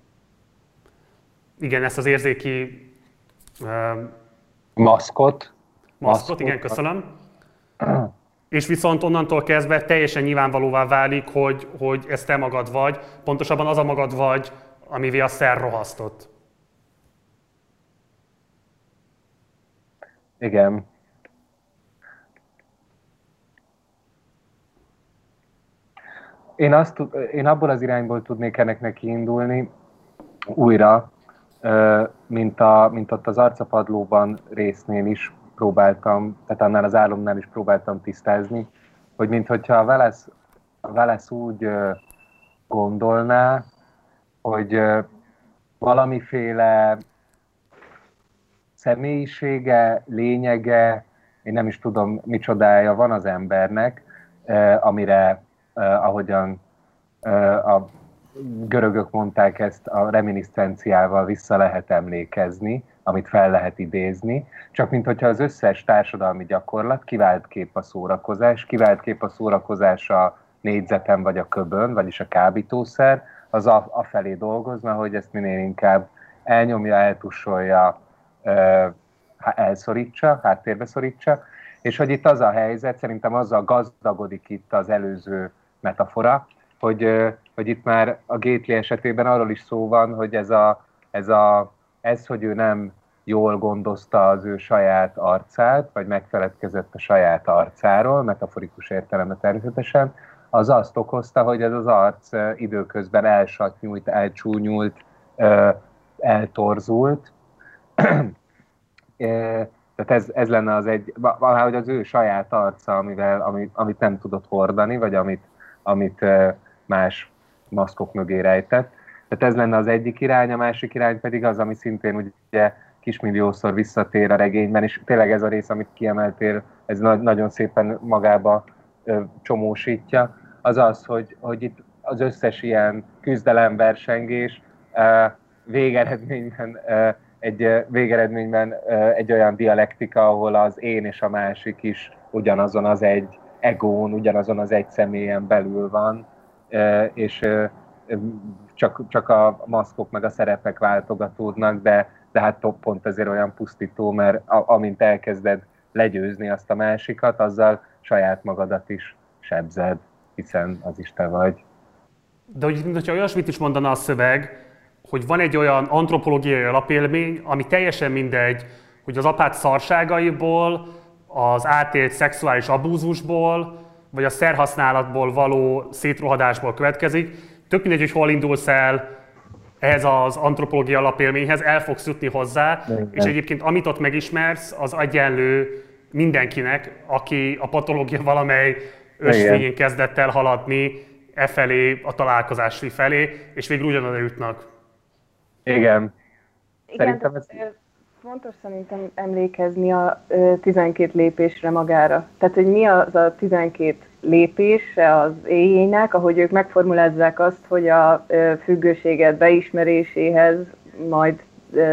igen, ezt az érzéki uh, maszkot. Maszkot, igen, köszönöm. És viszont onnantól kezdve teljesen nyilvánvalóvá válik, hogy, hogy ez te magad vagy, pontosabban az a magad vagy, amivé a szer rohasztott. Igen. Én, azt, én abból az irányból tudnék ennek neki indulni újra, mint, a, mint ott az arcapadlóban résznél is próbáltam, tehát annál az álomnál is próbáltam tisztázni, hogy minthogyha a Wallace, a Wallace úgy gondolná, hogy valamiféle személyisége, lényege, én nem is tudom micsodája van az embernek, amire, ahogyan a görögök mondták ezt, a reminiscenciával vissza lehet emlékezni, amit fel lehet idézni, csak minthogyha az összes társadalmi gyakorlat kivált kép a szórakozás, kivált kép a szórakozás a négyzeten vagy a köbön, vagyis a kábítószer, az a, a felé dolgozna, hogy ezt minél inkább elnyomja, eltussolja, elszorítsa, háttérbe szorítsa, és hogy itt az a helyzet, szerintem azzal gazdagodik itt az előző metafora, hogy, hogy itt már a Gately esetében arról is szó van, hogy ez, a, ez, a, ez, hogy ő nem jól gondozta az ő saját arcát, vagy megfeledkezett a saját arcáról, metaforikus értelemben természetesen, az azt okozta, hogy ez az arc időközben elsatnyult, elcsúnyult, eltorzult. Tehát ez, ez lenne az egy, valahogy az ő saját arca, amivel, amit, amit nem tudott hordani, vagy amit, amit más maszkok mögé rejtett. Tehát ez lenne az egyik irány, a másik irány pedig az, ami szintén ugye kismilliószor visszatér a regényben, és tényleg ez a rész, amit kiemeltél, ez nagyon szépen magába csomósítja, az az, hogy, hogy itt az összes ilyen küzdelemversengés végeredményben, egy, végeredményben egy olyan dialektika, ahol az én és a másik is ugyanazon az egy egón, ugyanazon az egy személyen belül van, és csak, csak a maszkok meg a szerepek váltogatódnak, de, de hát pont ezért olyan pusztító, mert amint elkezded legyőzni azt a másikat, azzal saját magadat is sebzed, hiszen az is te vagy. De hogy, mintha olyasmit is mondana a szöveg, hogy van egy olyan antropológiai alapélmény, ami teljesen mindegy, hogy az apád szarságaiból, az átélt szexuális abúzusból, vagy a szerhasználatból való szétrohadásból következik. Tök mindegy, hogy hol indulsz el ehhez az antropológiai alapélményhez, el fogsz jutni hozzá, de, és egyébként amit ott megismersz, az egyenlő mindenkinek, aki a patológia valamely ösvényén kezdett el haladni e felé, a találkozás felé, és végül ugyanoda jutnak. Igen. Igen, ez... fontos szerintem emlékezni a tizenkét lépésre magára. Tehát, hogy mi az a tizenkét lépés az éjjének, ahogy ők megformulázzák azt, hogy a függőséget beismeréséhez, majd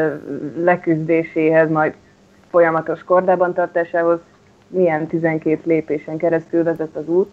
leküzdéséhez, majd folyamatos kordában tartásához milyen tizenkét lépésen keresztül vezet az út.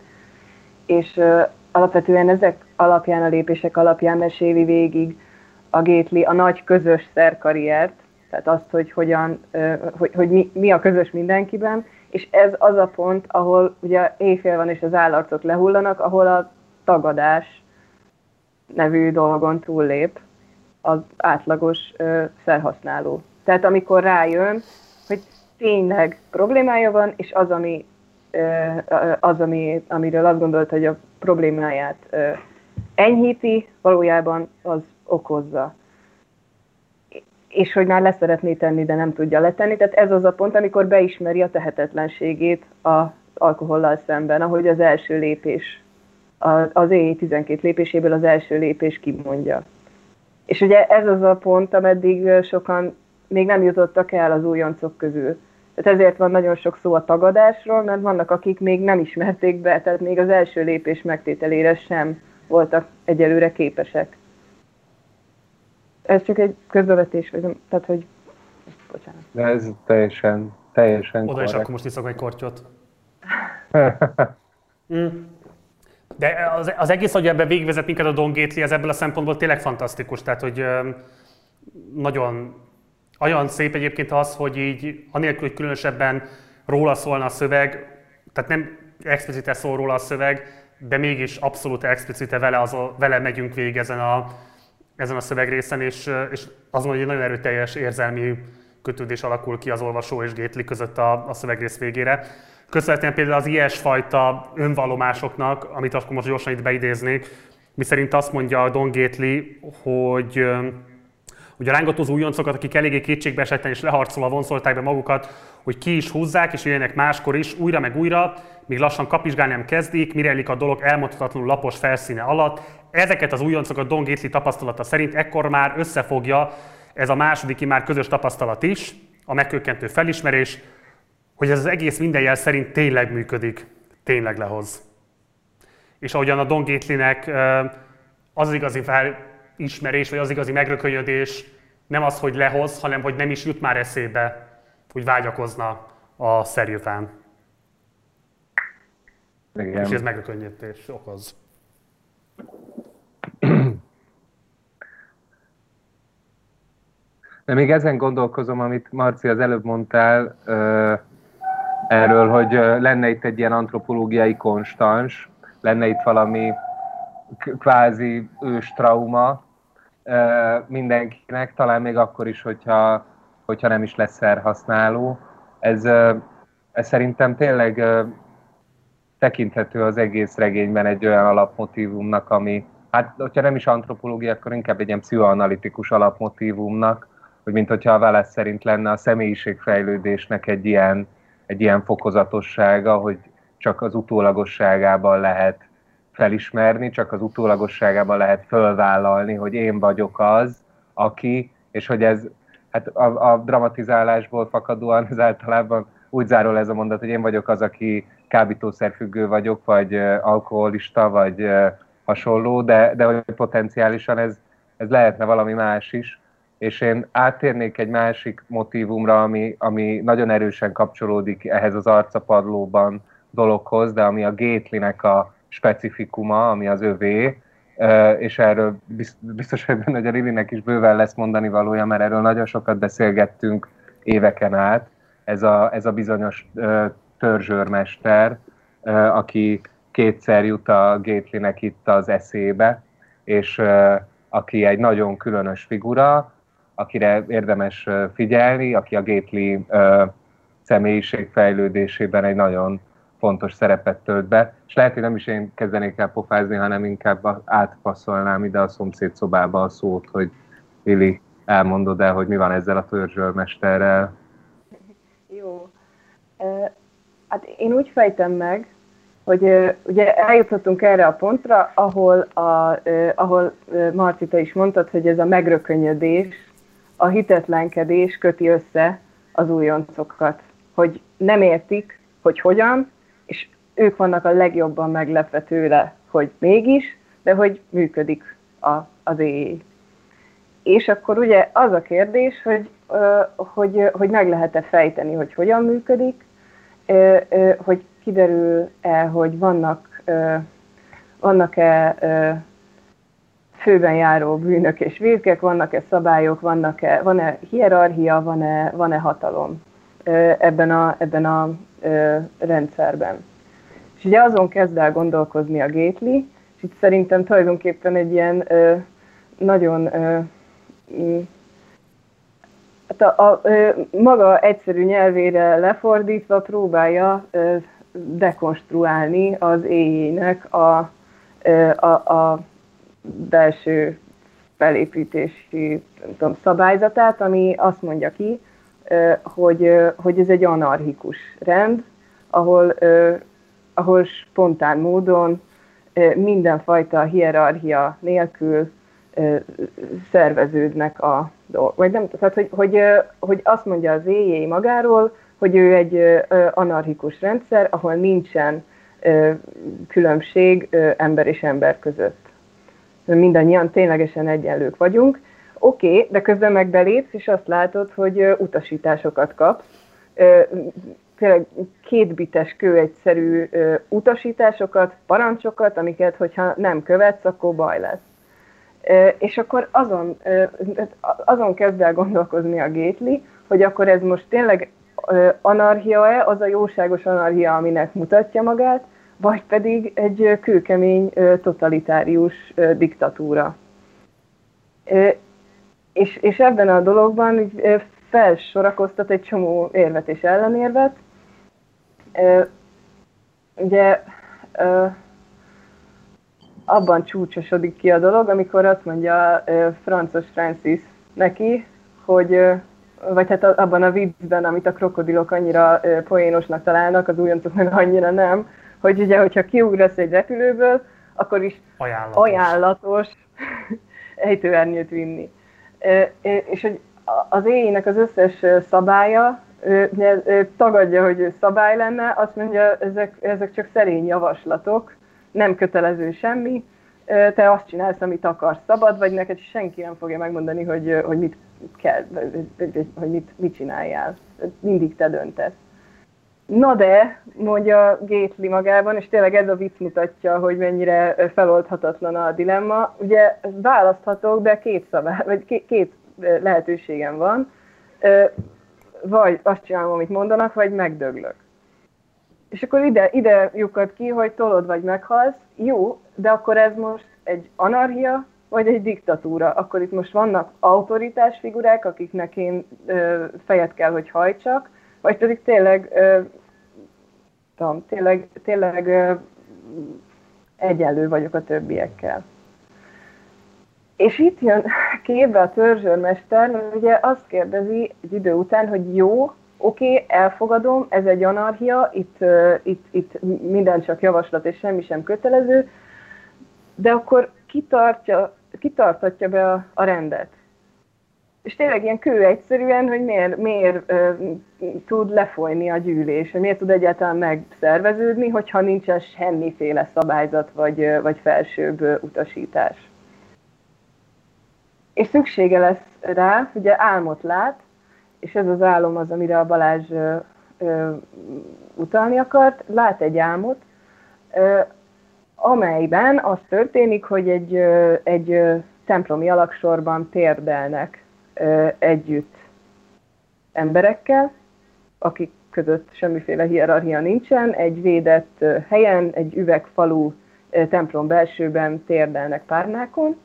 És alapvetően ezek alapján, a lépések alapján meséli végig a Gately a nagy közös szerkarriert, Tehát azt, hogy, hogyan, hogy, hogy mi, mi a közös mindenkiben, és ez az a pont, ahol ugye éjfél van és az állarcok lehullanak, ahol a tagadás nevű dolgon túllép az átlagos ö, felhasználó. Tehát amikor rájön, hogy tényleg problémája van, és az, ami, ö, az ami, amiről azt gondolta, hogy a problémáját ö, enyhíti, valójában az okozza. És hogy már leszeretné tenni, de nem tudja letenni. Tehát ez az a pont, amikor beismeri a tehetetlenségét az alkohollal szemben, ahogy az első lépés, az é é tizenkét lépéséből az első lépés kimondja. És ugye ez az a pont, ameddig sokan még nem jutottak el az újoncok közül. Tehát ezért van nagyon sok szó a tagadásról, mert vannak, akik még nem ismerték be, tehát még az első lépés megtételére sem voltak egyelőre képesek. Ez csak egy közbevetés, vagy nem, tehát hogy... Bocsánat. De ez teljesen, teljesen Oda is akkor most iszok egy kortyot. mm. De az, az egész, hogy ebben végigvezet minket a Don Gately, ez ebből a szempontból tényleg fantasztikus. Tehát, hogy nagyon olyan szép egyébként az, hogy így anélkül, hogy különösebben róla szólna a szöveg, tehát nem explicite szól róla a szöveg, de mégis abszolút explicite vele, az, vele megyünk végig ezen a, ezen a szövegrészen, és, és azon, hogy egy nagyon erőteljes érzelmi kötődés alakul ki az olvasó és Gately között a, a szövegrész végére. Köszönhetően például az ilyesfajta önvallomásoknak, amit akkor most gyorsan itt beidéznék, miszerint azt mondja Don Gately, hogy, hogy a rángatozó újoncokat, akik eléggé kétségbe esetten és leharcolva vonszolták be magukat, hogy ki is húzzák, és jöjjenek máskor is, újra meg újra, míg lassan kapizsgálni nem kezdik, mire elik a dolog elmondhatatlanul lapos felszíne alatt. Ezeket az újoncokat Don Gately tapasztalata szerint ekkor már összefogja ez a második, már közös tapasztalat is, a megkökkentő felismerés, hogy ez az egész minden jel szerint tényleg működik, tényleg lehoz. És ahogyan a Don Gatelynek az igazi felismerés, vagy az igazi megrökönyödés nem az, hogy lehoz, hanem hogy nem is jut már eszébe, hogy vágyakozna a szer után. Igen. És ez megrökönyödés okoz. De még ezen gondolkozom, amit Marci az előbb mondtál, erről, hogy lenne itt egy ilyen antropológiai konstans, lenne itt valami kvázi ős trauma mindenkinek, talán még akkor is, hogyha, hogyha nem is lesz szerhasználó. Ez, ez szerintem tényleg tekinthető az egész regényben egy olyan alapmotívumnak, ami, hát hogyha nem is antropológia, akkor inkább egy ilyen pszichoanalitikus alapmotívumnak, hogy mint hogyha a Wallace szerint lenne a személyiségfejlődésnek egy ilyen, egy ilyen fokozatossága, hogy csak az utólagosságában lehet felismerni, csak az utólagosságában lehet fölvállalni, hogy én vagyok az, aki, és hogy ez hát a, a dramatizálásból fakadóan ez általában úgy zárul ez a mondat, hogy én vagyok az, aki kábítószerfüggő vagyok, vagy alkoholista, vagy hasonló, de, de hogy potenciálisan ez, ez lehetne valami más is. És én áttérnék egy másik motívumra, ami, ami nagyon erősen kapcsolódik ehhez az arcapadlóban dologhoz, de ami a Gatelynek a specifikuma, ami az övé, és erről biztos, hogy benne, hogy a Lilinek is bőven lesz mondani valója, mert erről nagyon sokat beszélgettünk éveken át. Ez a, ez a bizonyos törzsőrmester, aki kétszer jut a Gatelynek itt az eszébe, és aki egy nagyon különös figura, akire érdemes figyelni, aki a Gately személyiségfejlődésében egy nagyon fontos szerepet tölt be, és lehet, hogy nem is én kezdenék el pofázni, hanem inkább átpasszolnám ide a szomszéd szobába a szót, hogy Lili, elmondod el, hogy mi van ezzel a törzsőrmesterrel. Jó. Hát én úgy fejtem meg, hogy ugye eljutottunk erre a pontra, ahol, a, ahol Marci, te is mondtad, hogy ez a megrökönyödés, a hitetlenkedés köti össze az újoncokat, hogy nem értik, hogy hogyan, és ők vannak a legjobban meglepve tőle, hogy mégis, de hogy működik a, az é é. És akkor ugye az a kérdés, hogy, hogy, hogy meg lehet-e fejteni, hogy hogyan működik, hogy kiderül-e, hogy vannak, vannak-e főben járó bűnök és vétkek, vannak-e szabályok, vannak-e, van-e hierarchia, van-e, van-e hatalom ebben a, ebben a rendszerben. És ugye azon kezd el gondolkozni a Gately, és itt szerintem tulajdonképpen egy ilyen nagyon hát a, a, a maga egyszerű nyelvére lefordítva próbálja dekonstruálni az éjjének a, a, a belső felépítési tudom, szabályzatát, ami azt mondja ki, hogy, hogy ez egy anarchikus rend, ahol, ahol spontán módon mindenfajta hierarchia nélkül szerveződnek a dolgok. Vagy nem, tehát, hogy, hogy, hogy azt mondja az éjjé magáról, hogy ő egy anarchikus rendszer, ahol nincsen különbség ember és ember között. Mindannyian ténylegesen egyenlők vagyunk. Oké, okay, de közben meg belépsz, és azt látod, hogy utasításokat kapsz. Tényleg kétbites kőegyszerű utasításokat, parancsokat, amiket, hogyha nem követsz, akkor baj lesz. És akkor azon, azon kezd el gondolkozni a Gately, hogy akkor ez most tényleg anarchia-e, az a jóságos anarchia, aminek mutatja magát, vagy pedig egy kőkemény, totalitárius diktatúra. És, és ebben a dologban felsorakoztat egy csomó érvet és ellenérvet. Ugye abban csúcsosodik ki a dolog, amikor azt mondja Francis Francis neki, hogy, vagy hát abban a viccben, amit a krokodilok annyira poénosnak találnak, az újoncok meg annyira nem, hogy ugye, hogyha kiugrasz egy repülőből, akkor is ajánlatos, ajánlatos ejtőernyőt vinni. És hogy az éjjének az összes szabálya, tagadja, hogy ő szabály lenne, azt mondja, ezek, ezek csak szerény javaslatok, nem kötelező semmi, te azt csinálsz, amit akarsz, szabad, vagy neked senki nem fogja megmondani, hogy, hogy mit kell, hogy mit, mit csináljál. Mindig te döntesz. Na de, mondja Gately magában, és tényleg ez a vicc mutatja, hogy mennyire feloldhatatlan a dilemma. Ugye választhatok, de két szabály, vagy két, két lehetőségem van. Vagy azt csinálom, amit mondanak, vagy megdöglök. És akkor ide, ide lyukad ki, hogy tolod vagy meghalsz. Jó, de akkor ez most egy anarchia, vagy egy diktatúra. Akkor itt most vannak autoritás figurák, akiknek én ö, fejet kell, hogy hajtsak, vagy pedig tényleg, ö, tudom, tényleg, tényleg ö, egyenlő vagyok a többiekkel. És itt jön képbe a törzsőrmester, mert ugye azt kérdezi egy idő után, hogy jó, oké, okay, elfogadom, ez egy anarchia, itt, uh, itt, itt minden csak javaslat és semmi sem kötelező, de akkor kitartja, kitartatja be a, a rendet. És tényleg ilyen kő egyszerűen, hogy miért, miért uh, tud lefolyni a gyűlés, hogy miért tud egyáltalán megszerveződni, hogyha nincsen semmiféle szabályzat vagy, uh, vagy felsőbb uh, utasítás. És szüksége lesz rá, ugye álmot lát, és ez az álom az, amire a Balázs ö, ö, utalni akart, lát egy álmot, ö, amelyben az történik, hogy egy, ö, egy ö, templomi alagsorban térdelnek ö, együtt emberekkel, akik között semmiféle hierarchia nincsen, egy védett ö, helyen, egy üvegfalú ö, templom belsőben térdelnek párnákon,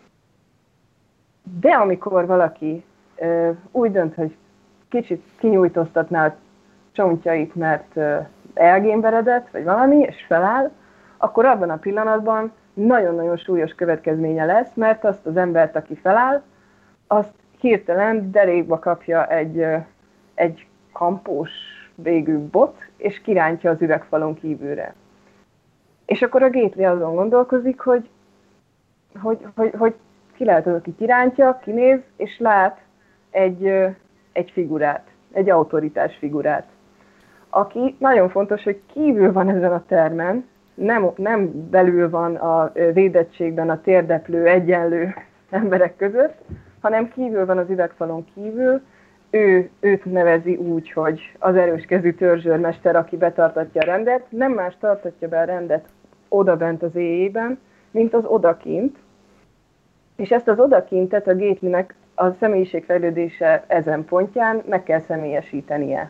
de amikor valaki ö, úgy dönt, hogy kicsit kinyújtóztatná a csontjait, mert ö, elgémberedett, vagy valami, és feláll, akkor abban a pillanatban nagyon-nagyon súlyos következménye lesz, mert azt az embert, aki feláll, azt hirtelen derékba kapja egy, ö, egy kampós végű bot, és kirántja az üvegfalon kívülre. És akkor a Gately azon gondolkozik, hogy, hogy, hogy, hogy ki lehet az, aki kirántja, kinéz, és lát egy, egy figurát, egy autoritás figurát, aki nagyon fontos, hogy kívül van ezen a termen, nem, nem belül van a védettségben a térdeplő, egyenlő emberek között, hanem kívül van az üvegfalon kívül, ő, őt nevezi úgy, hogy az erőskezű törzsőrmester, aki betartatja a rendet, nem más tartatja be a rendet odabent az éjjében, mint az odakint, És ezt az odakintet a Gatelynek a személyiségfejlődése ezen pontján meg kell személyesítenie.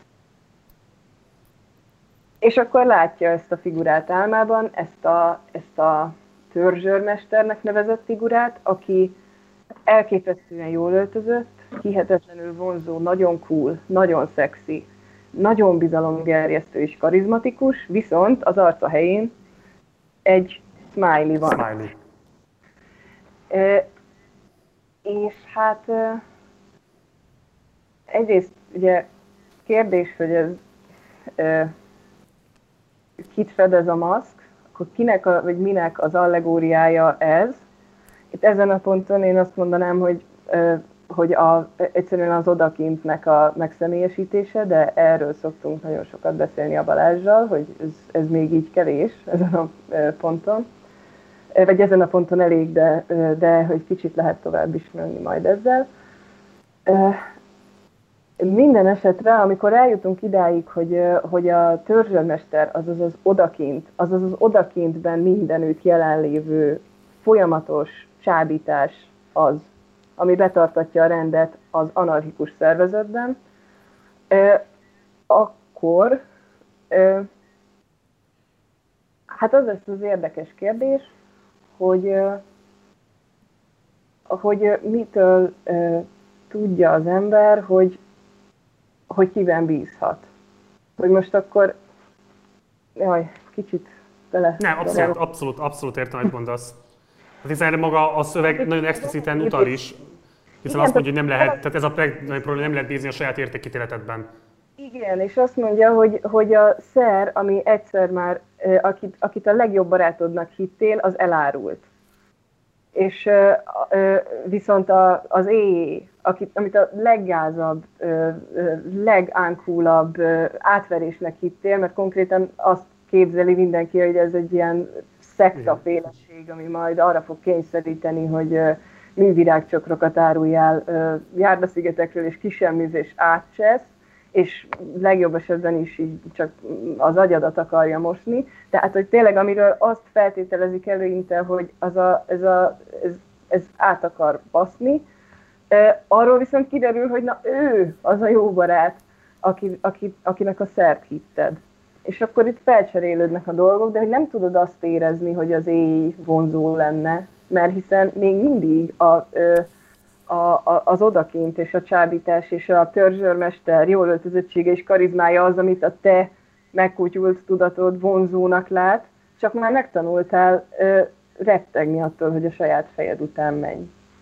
És akkor látja ezt a figurát álmában, ezt a, ezt a törzsőrmesternek nevezett figurát, aki elképesztően jól öltözött, hihetetlenül vonzó, nagyon cool, nagyon szexi, nagyon bizalomgerjesztő és karizmatikus, viszont az arca helyén egy smiley van. Smiley. E, és hát e, egyrészt ugye kérdés, hogy ez e, kit fedez a maszk, akkor kinek a, vagy minek az allegóriája ez. Itt ezen a ponton én azt mondanám, hogy, e, hogy a, egyszerűen az odakintnek a megszemélyesítése, de erről szoktunk nagyon sokat beszélni a Balázssal, hogy ez, ez még így kevés ezen a ponton. Vagy ezen a ponton elég, de, de hogy kicsit lehet tovább is menni majd ezzel. Minden esetre, amikor eljutunk idáig, hogy, hogy a törzsőrmester, azaz az odakint, azaz az odakintben mindenütt jelenlévő folyamatos csábítás az, ami betartatja a rendet az anarchikus szervezetben, akkor hát az lesz az érdekes kérdés, hogy, hogy mitől tudja az ember, hogy, hogy kiben bízhat. Hogy most akkor, jaj, kicsit bele... Nem, abszolút, abszolút, abszolút értem, hogy mondasz. Hát hiszen erre maga a szöveg nagyon expliciten utal is, hiszen azt mondja, hogy nem lehet, tehát ez a legnagyobb probléma, nem lehet bízni a saját értékítéletedben. Igen, és azt mondja, hogy, hogy a szer, ami egyszer már, akit, akit a legjobb barátodnak hittél, az elárult. És viszont a, az éjjé, akit, amit a leggázabb, legánkúlabb átverésnek hittél, mert konkrétan azt képzeli mindenki, hogy ez egy ilyen szektaféleség, ami majd arra fog kényszeríteni, hogy művirágcsokrokat áruljál Járdaszigetekről, és kisemműzés átcsesz, és legjobb esetben is így csak az agyadat akarja mosni. Tehát, hogy tényleg, amiről azt feltételezik előinte, hogy az a, ez, a, ez, ez át akar baszni, arról viszont kiderül, hogy na ő az a jó barát, aki, aki, akinek a szert hitted. És akkor itt felcserélődnek a dolgok, de hogy nem tudod azt érezni, hogy az éj vonzó lenne, mert hiszen még mindig a... A, a, az odakint és a csábítás és a törzsőrmester jól öltözöttsége és karizmája az, amit a te megkutyult tudatod vonzónak lát, csak már megtanultál ö, rettegni attól, hogy a saját fejed után menj.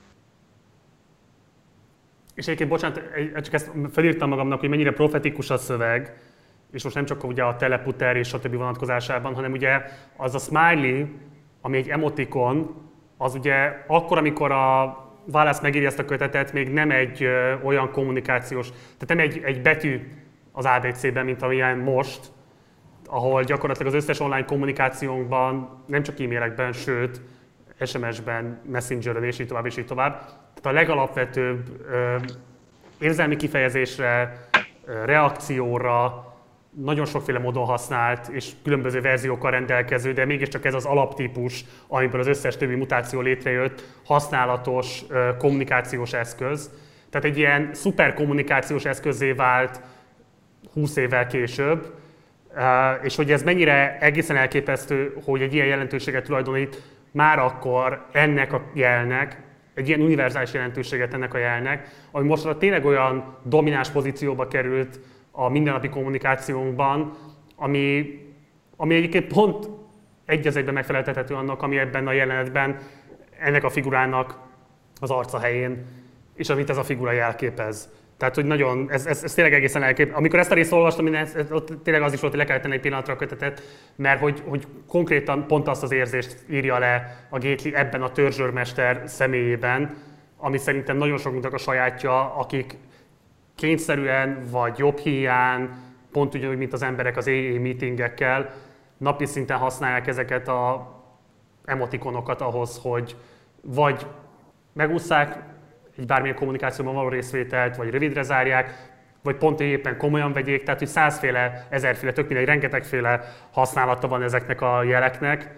És egyébként, bocsánat, csak ezt felírtam magamnak, hogy mennyire profetikus a szöveg, és most nem csak ugye a teleputer és a többi vonatkozásában, hanem ugye az a smiley, ami egy emotikon, az ugye akkor, amikor a Wallace megírja ezt a kötetet, még nem egy ö, olyan kommunikációs, tehát nem egy, egy betű az á bé cében, mint amilyen most, ahol gyakorlatilag az összes online kommunikációnkban, nem csak e-mailekben, sőt, es em es-ben, Messengeren és így tovább, és így tovább. Tehát a legalapvetőbb ö, érzelmi kifejezésre, ö, reakcióra, nagyon sokféle módon használt és különböző verziókkal rendelkező, de mégiscsak ez az alaptípus, amiből az összes többi mutáció létrejött, használatos kommunikációs eszköz. Tehát egy ilyen szuper kommunikációs eszközzé vált húsz évvel később, és hogy ez mennyire egészen elképesztő, hogy egy ilyen jelentőséget tulajdonít már akkor ennek a jelnek, egy ilyen univerzális jelentőséget ennek a jelnek, ami most tényleg olyan domináns pozícióba került a mindennapi kommunikációnkban, ami, ami egyébként pont egy az egyben megfeleltethető annak, ami ebben a jelenetben ennek a figurának az arca helyén, és amit ez a figura jelképez. Tehát, hogy nagyon, ez, ez, ez tényleg egészen elkép. Amikor ezt a részt olvastam, ez, ez, ott tényleg az is volt, hogy le kellett tenni egy pillanatra a kötetet, mert hogy, hogy konkrétan pont azt az érzést írja le a Gately ebben a törzsőrmester személyében, ami szerintem nagyon sokunknak a sajátja, akik kényszerűen vagy jobb hiány, pont ugyanúgy, mint az emberek az á á meetingekkel, napi szinten használják ezeket a emotikonokat ahhoz, hogy vagy megússzák egy bármilyen kommunikációban való részvételt, vagy rövidre zárják, vagy pont éppen komolyan vegyék, tehát hogy százféle, ezerféle, tök mindegy, rengetegféle használata van ezeknek a jeleknek,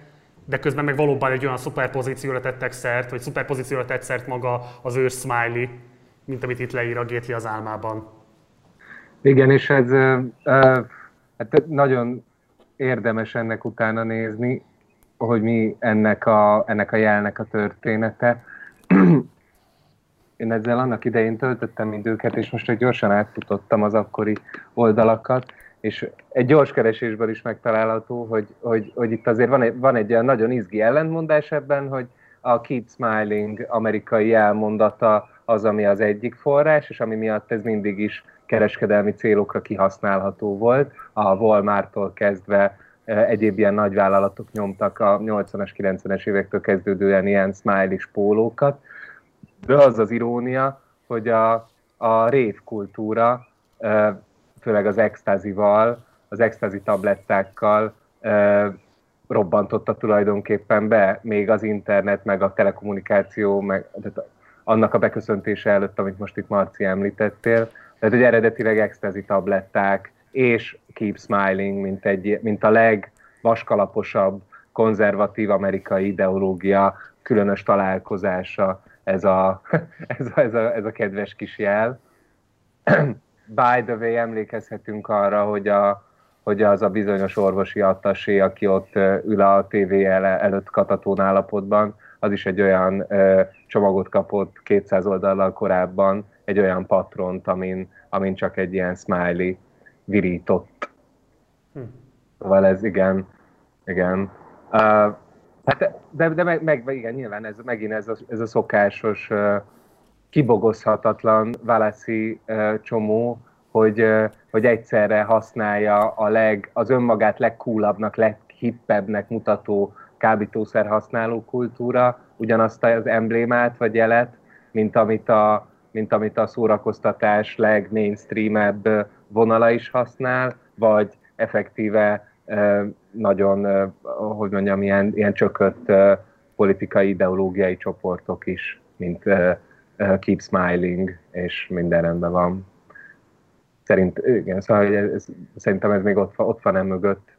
de közben meg valóban egy olyan szuperpozícióra tettek szert, vagy szuperpozícióra tett szert maga az ős Smiley, mint amit itt leír a Gately az álmában. Igen, és ez uh, uh, hát nagyon érdemes ennek utána nézni, hogy mi ennek a, ennek a jelnek a története. Én ezzel annak idején töltöttem időket, és most egy gyorsan átfutottam az akkori oldalakat, és egy gyors keresésből is megtalálható, hogy, hogy, hogy itt azért van egy, van egy olyan nagyon izgi ellentmondás ebben, hogy a Keep Smiling amerikai jelmondata az, ami az egyik forrás, és ami miatt ez mindig is kereskedelmi célokra kihasználható volt. A Walmarttól kezdve egyéb ilyen nagyvállalatok nyomtak a nyolcvanas, kilencvenes évektől kezdődően ilyen smiley-s pólókat. De az az irónia, hogy a, a rave kultúra, főleg az extázival, az extázi tablettákkal robbantotta tulajdonképpen be, még az internet, meg a telekommunikáció, meg annak a beköszöntése előtt, amit most itt Marci említettél. Tehát, hogy eredetileg extázi tabletták és Keep Smiling, mint, egy, mint a legvaskalaposabb, konzervatív amerikai ideológia különös találkozása ez a, ez a, ez a, ez a kedves kis jel. By the way, emlékezhetünk arra, hogy, a, hogy az a bizonyos orvosi attasé, aki ott ül a tévé előtt katatón állapotban, az is egy olyan ö, csomagot kapott kétszáz oldallal korábban, egy olyan patront, amin, amin csak egy ilyen smiley virított. Hm. Szóval ez igen, igen. Uh, hát, de de meg, meg igen, nyilván ez, megint ez a, ez a szokásos, uh, kibogozhatatlan válaszi uh, csomó, hogy, uh, hogy egyszerre használja a leg, az önmagát legcoolabbnak, leghippebbnek mutató kábítószer használó kultúra ugyanazt az emblémát vagy jelet, mint amit a, mint amit a szórakoztatás legmainstreamebb vonala is használ, vagy effektíve nagyon, hogy mondjam, ilyen, ilyen csökött politikai, ideológiai csoportok is, mint Keep Smiling, és minden rendben van. Szerint, igen, szóval ez, szerintem ez még ott, ott van mögött.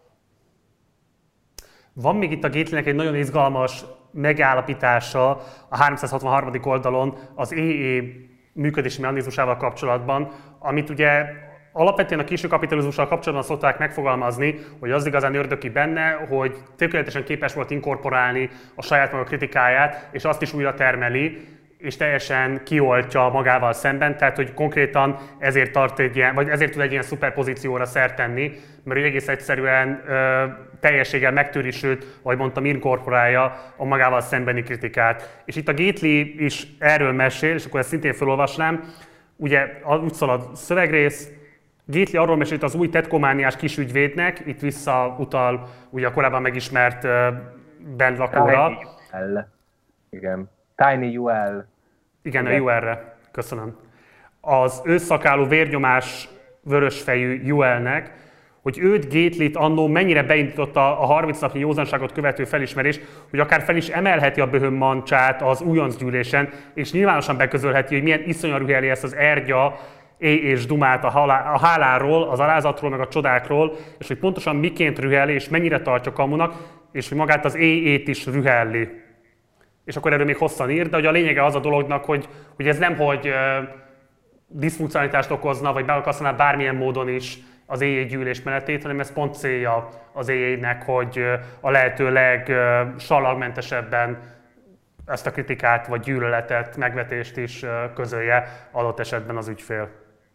Van még itt a Gatelynek egy nagyon izgalmas megállapítása a háromszázhatvanharmadik oldalon az é é működési mechanizmusával kapcsolatban, amit ugye alapvetően a késő kapitalizmussal kapcsolatban szokták megfogalmazni, hogy az igazán ördöki benne, hogy tökéletesen képes volt inkorporálni a saját maga kritikáját, és azt is újra termeli, és teljesen kioltja magával szemben, tehát hogy konkrétan ezért tart egy ilyen, vagy ezért tud egy ilyen szuperpozícióra szert tenni, mert hogy egész egyszerűen ö, teljességgel megtöri, sőt, ahogy mondtam, inkorporálja a magával szembeni kritikát. És itt a Gately is erről mesél, és akkor ezt szintén felolvasnám. Ugye úgy szól a szövegrész, Gately arról mesélt az új tetkomániás kisügyvédnek, itt visszautal ugye a korábban megismert uh, bennlakóra. Tiny Igen. Tiny u el. Igen, Igen, a u el-re. Köszönöm. Az ősszakálló vérnyomás vörösfejű u el-nek, hogy őt, Gatelyt annó mennyire beindította a harminc napnyi józanságot követő felismerés, hogy akár fel is emelheti a böhöm mancsát az újoncgyűlésen, és nyilvánosan beközölheti, hogy milyen iszonyan rüheli ezt az ergya, é és dumát a, halá, a háláról, az alázatról, meg a csodákról, és hogy pontosan miként rüheli, és mennyire tartja kamunak, és hogy magát az é ét is rühelli. És akkor erről még hosszan ír, de hogy a lényege az a dolognak, hogy, hogy ez nem, hogy uh, diszfunkcionalitást okozna, vagy beakasztaná bármilyen módon is az é é gyűlés menetét, hanem ez pont célja az é ének, hogy uh, a lehető legsalagmentesebben ezt a kritikát, vagy gyűlöletet, megvetést is uh, közölje adott esetben az ügyfél.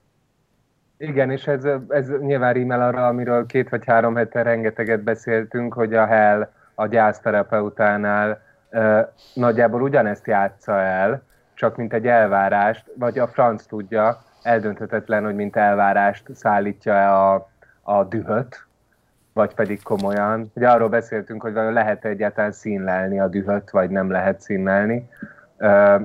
Igen, és ez, ez nyilván rímel arra, amiről két vagy három hete rengeteget beszéltünk, hogy a Hell a gyászterapeutánál uh, nagyjából ugyanezt játsza el, csak mint egy elvárást, vagy a franc tudja, eldönthetetlen, hogy mint elvárást szállítja-e a, a dühöt, vagy pedig komolyan. Ugye arról beszéltünk, hogy vajon lehet egyáltalán színlelni a dühöt, vagy nem lehet színlelni. Uh,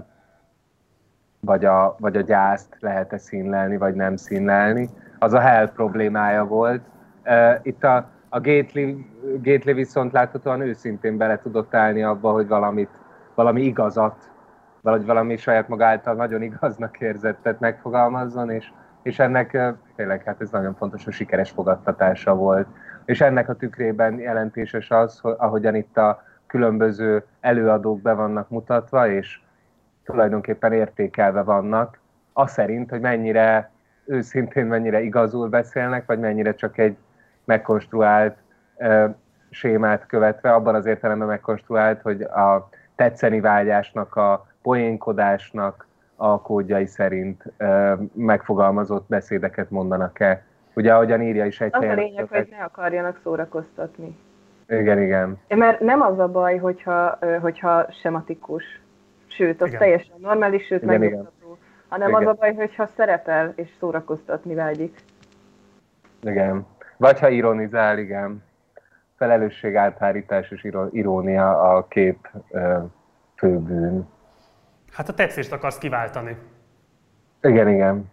vagy a, vagy a gyászt lehet-e színlelni, vagy nem színlelni. Az a Hell problémája volt. Uh, itt a, a Gately, Gately viszont láthatóan őszintén bele tudott állni abba, hogy valamit, valami igazat, valahogy valami saját maga által nagyon igaznak érzettet megfogalmazzon, és, és ennek uh, tényleg hát ez nagyon fontos, hogy sikeres fogadtatása volt. És ennek a tükrében jelentéses az, hogy ahogyan itt a különböző előadók be vannak mutatva, és tulajdonképpen értékelve vannak, az szerint, hogy mennyire őszintén, mennyire igazul beszélnek, vagy mennyire csak egy megkonstruált uh, sémát követve, abban az értelemben megkonstruált, hogy a tetszeni vágyásnak, a poénkodásnak a kódjai szerint uh, megfogalmazott beszédeket mondanak-e. Ugye, ahogyan írja is egy az a lényeg, hogy ne akarjanak szórakoztatni. Igen, igen. Mert nem az a baj, hogyha, hogyha sematikus. Sőt, az igen. teljesen normális, sőt megnyugtató. Hanem igen. az a baj, hogyha szerepel és szórakoztatni vágyik. Igen. Vagy ha ironizál, igen. Felelősség, áthárítás és irónia a kép főbűn. Hát a tetszést akarsz kiváltani. Igen, igen.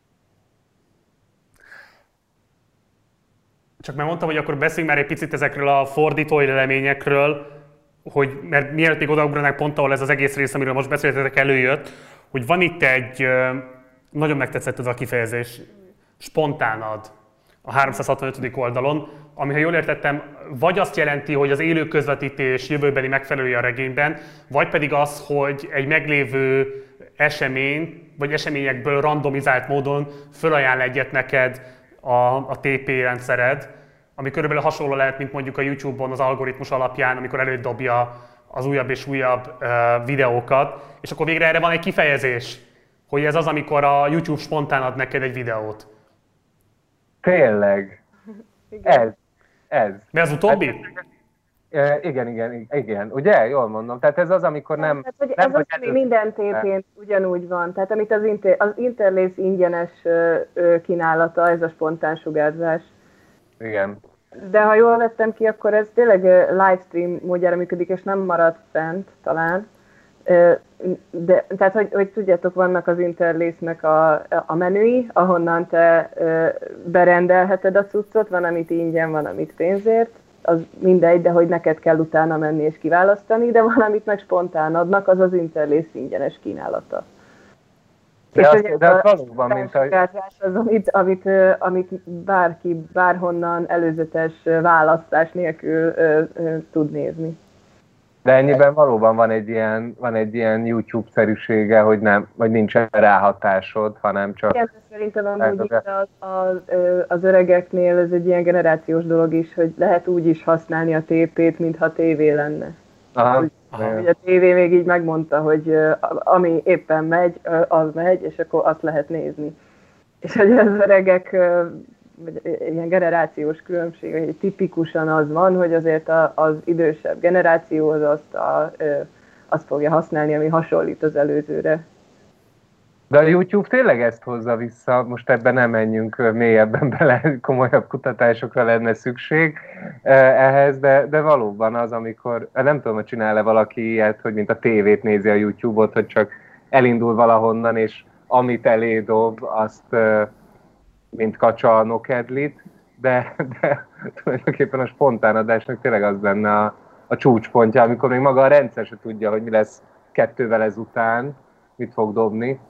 Csak már mondtam, hogy akkor beszéljünk már egy picit ezekről a fordítói leleményekről, hogy, mert mielőtt még odaugranánk pont, ahol ez az egész rész, amiről most beszéltetek, előjött, hogy van itt egy, nagyon megtetszett ez a kifejezés, spontánad a háromszázhatvanötödik oldalon, ami, ha jól értettem, vagy azt jelenti, hogy az élő közvetítés jövőbeli megfelelője a regényben, vagy pedig az, hogy egy meglévő esemény, vagy eseményekből randomizált módon fölajánl egyet neked a, a té pé rendszered, ami körülbelül hasonló lehet, mint mondjuk a YouTube-on az algoritmus alapján, amikor elődobja az újabb és újabb uh, videókat, és akkor végre erre van egy kifejezés, hogy ez az, amikor a YouTube spontán ad neked egy videót. Tényleg. Ez. Ez. Mi az utóbbi? Hát, e, igen, igen, igen. Ugye? Jól mondom. Tehát ez az, amikor nem... Hát, hogy nem ez az, ami minden té pén ugyanúgy van. Tehát amit az, inter, az Interlace ingyenes ö, kínálata, ez a spontán sugárzás. Igen. De ha jól vettem ki, akkor ez tényleg livestream módjára működik, és nem maradt fent talán. De, tehát, hogy, hogy tudjátok, vannak az Interlace-nek a, a menüi, ahonnan te berendelheted a cuccot, van, amit ingyen, van, amit pénzért, az mindegy, de hogy neked kell utána menni és kiválasztani, de van, amit meg spontán adnak, az az Interlace ingyenes kínálata. De és az, de az valóban, mint a... az, amit, amit, amit bárki, bárhonnan előzetes választás nélkül ö, ö, tud nézni. De ennyiben valóban van egy ilyen, van egy ilyen YouTube-szerűsége, hogy, nem, hogy nincsen ráhatásod, hanem csak... Igen, szerintem amúgy itt az, az, az öregeknél ez egy ilyen generációs dolog is, hogy lehet úgy is használni a té pét, mintha tévé lenne. Aha. Hogy a tévé még így megmondta, hogy ami éppen megy, az megy, és akkor azt lehet nézni. És hogy az öregek, vagy ilyen generációs különbség, hogy tipikusan az van, hogy azért az idősebb generáció az azt, a, azt fogja használni, ami hasonlít az előzőre. De a YouTube tényleg ezt hozza vissza, most ebben nem menjünk mélyebben bele, komolyabb kutatásokra lenne szükség ehhez, de, de valóban az, amikor, nem tudom, hogy csinál-e valaki ilyet, hogy mint a tévét nézi a YouTube-ot, hogy csak elindul valahonnan, és amit elédob, azt mint kacsa a nokedlit, de, de tulajdonképpen a spontán adásnak tényleg az lenne a, a csúcspontja, amikor még maga a rendszer se tudja, hogy mi lesz kettővel ezután, mit fog dobni.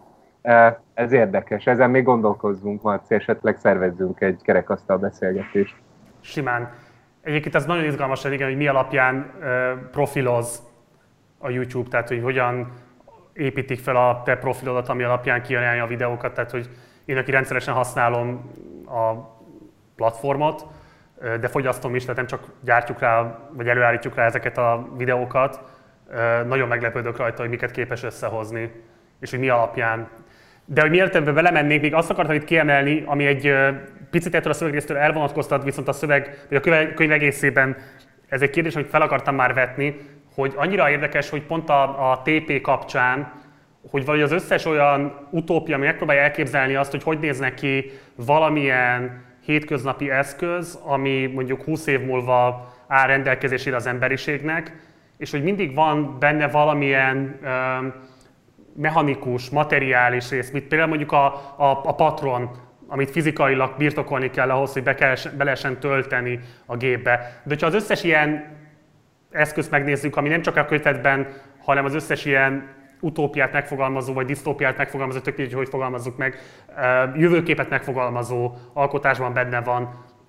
Ez érdekes, ezen még gondolkozzunk, Marci, esetleg szervezzünk egy kerekasztal beszélgetést. Simán. Egyébként ez nagyon izgalmas, igen, hogy mi alapján profiloz a YouTube, tehát hogy hogyan építik fel a te profilodat, ami alapján kiajánlja a videókat, tehát hogy én, aki rendszeresen használom a platformot, de fogyasztom is, tehát nem csak gyártjuk rá, vagy előállítjuk rá ezeket a videókat, nagyon meglepődök rajta, hogy miket képes összehozni, és hogy mi alapján. De hogy mielőtt ebbe belemennék, még azt akartam itt kiemelni, ami egy picit ettől a szövegrésztől elvonatkoztat, viszont a szöveg, vagy a könyv egészében ez egy kérdés, amit fel akartam már vetni, hogy annyira érdekes, hogy pont a, a té pé kapcsán, hogy vagy az összes olyan utópia, ami megpróbálja elképzelni azt, hogy hogy néznek ki valamilyen hétköznapi eszköz, ami mondjuk húsz év múlva áll rendelkezésére az emberiségnek, és hogy mindig van benne valamilyen um, mechanikus, materiális rész, mint például mondjuk a, a, a patron, amit fizikailag birtokolni kell ahhoz, hogy be, kell, be lehessen tölteni a gépbe. De ha az összes ilyen eszközt megnézzük, ami nem csak a kötetben, hanem az összes ilyen utópiát megfogalmazó, vagy disztópiát megfogalmazó, tök mindegy, hogy fogalmazzuk meg, jövőképet megfogalmazó alkotásban benne van,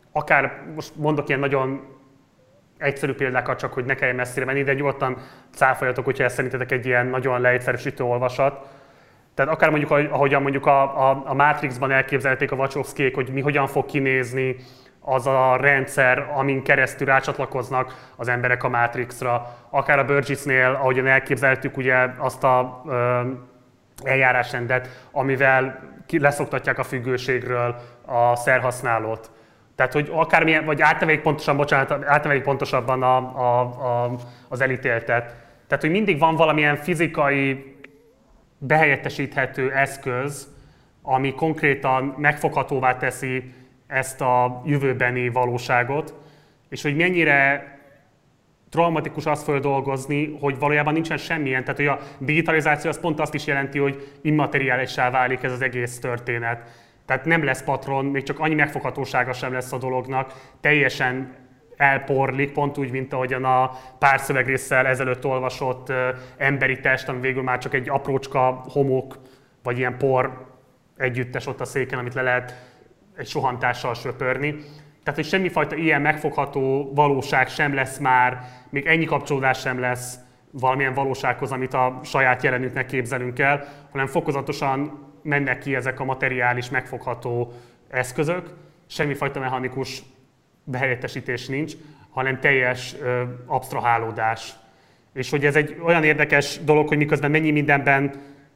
akár most mondok ilyen nagyon egyszerű példákat csak, hogy ne kelljen messzire menni, de nyugodtan cáfoljatok, hogyha ez szerintetek egy ilyen nagyon leegyszerűsítő olvasat. Tehát akár mondjuk, ahogyan mondjuk a, a, a Matrixban elképzelték a Wachowskiék, hogy mi hogyan fog kinézni az a rendszer, amin keresztül rácsatlakoznak az emberek a Matrixra. Akár a Burgessnél, ahogyan elképzeltük ugye azt a ö, eljárásrendet, amivel leszoktatják a függőségről a szerhasználót. Tehát, hogy akármilyen, vagy átneveljük pontosan, bocsánat, átneveljük pontosabban a, a, a, az elítéltet. Tehát, hogy mindig van valamilyen fizikai, behelyettesíthető eszköz, ami konkrétan megfoghatóvá teszi ezt a jövőbeni valóságot, és hogy mennyire traumatikus azt földolgozni, hogy valójában nincsen semmilyen, tehát hogy a digitalizáció az pont azt is jelenti, hogy immateriálissá válik ez az egész történet. Tehát nem lesz patron, még csak annyi megfoghatósága sem lesz a dolognak, teljesen elporlik, pont úgy, mint ahogyan a pár szövegrésszel ezelőtt olvasott uh, emberi test, ami végül már csak egy aprócska homok, vagy ilyen por együttes ott a széken, amit le lehet egy sohantással söpörni. Tehát, hogy semmifajta ilyen megfogható valóság sem lesz már, még ennyi kapcsolódás sem lesz valamilyen valósághoz, amit a saját jelenünknek képzelünk el, hanem fokozatosan mennek ki ezek a materiális, megfogható eszközök, semmifajta mechanikus behelyettesítés nincs, hanem teljes ö, absztrahálódás. És hogy ez egy olyan érdekes dolog, hogy miközben mennyi mindenben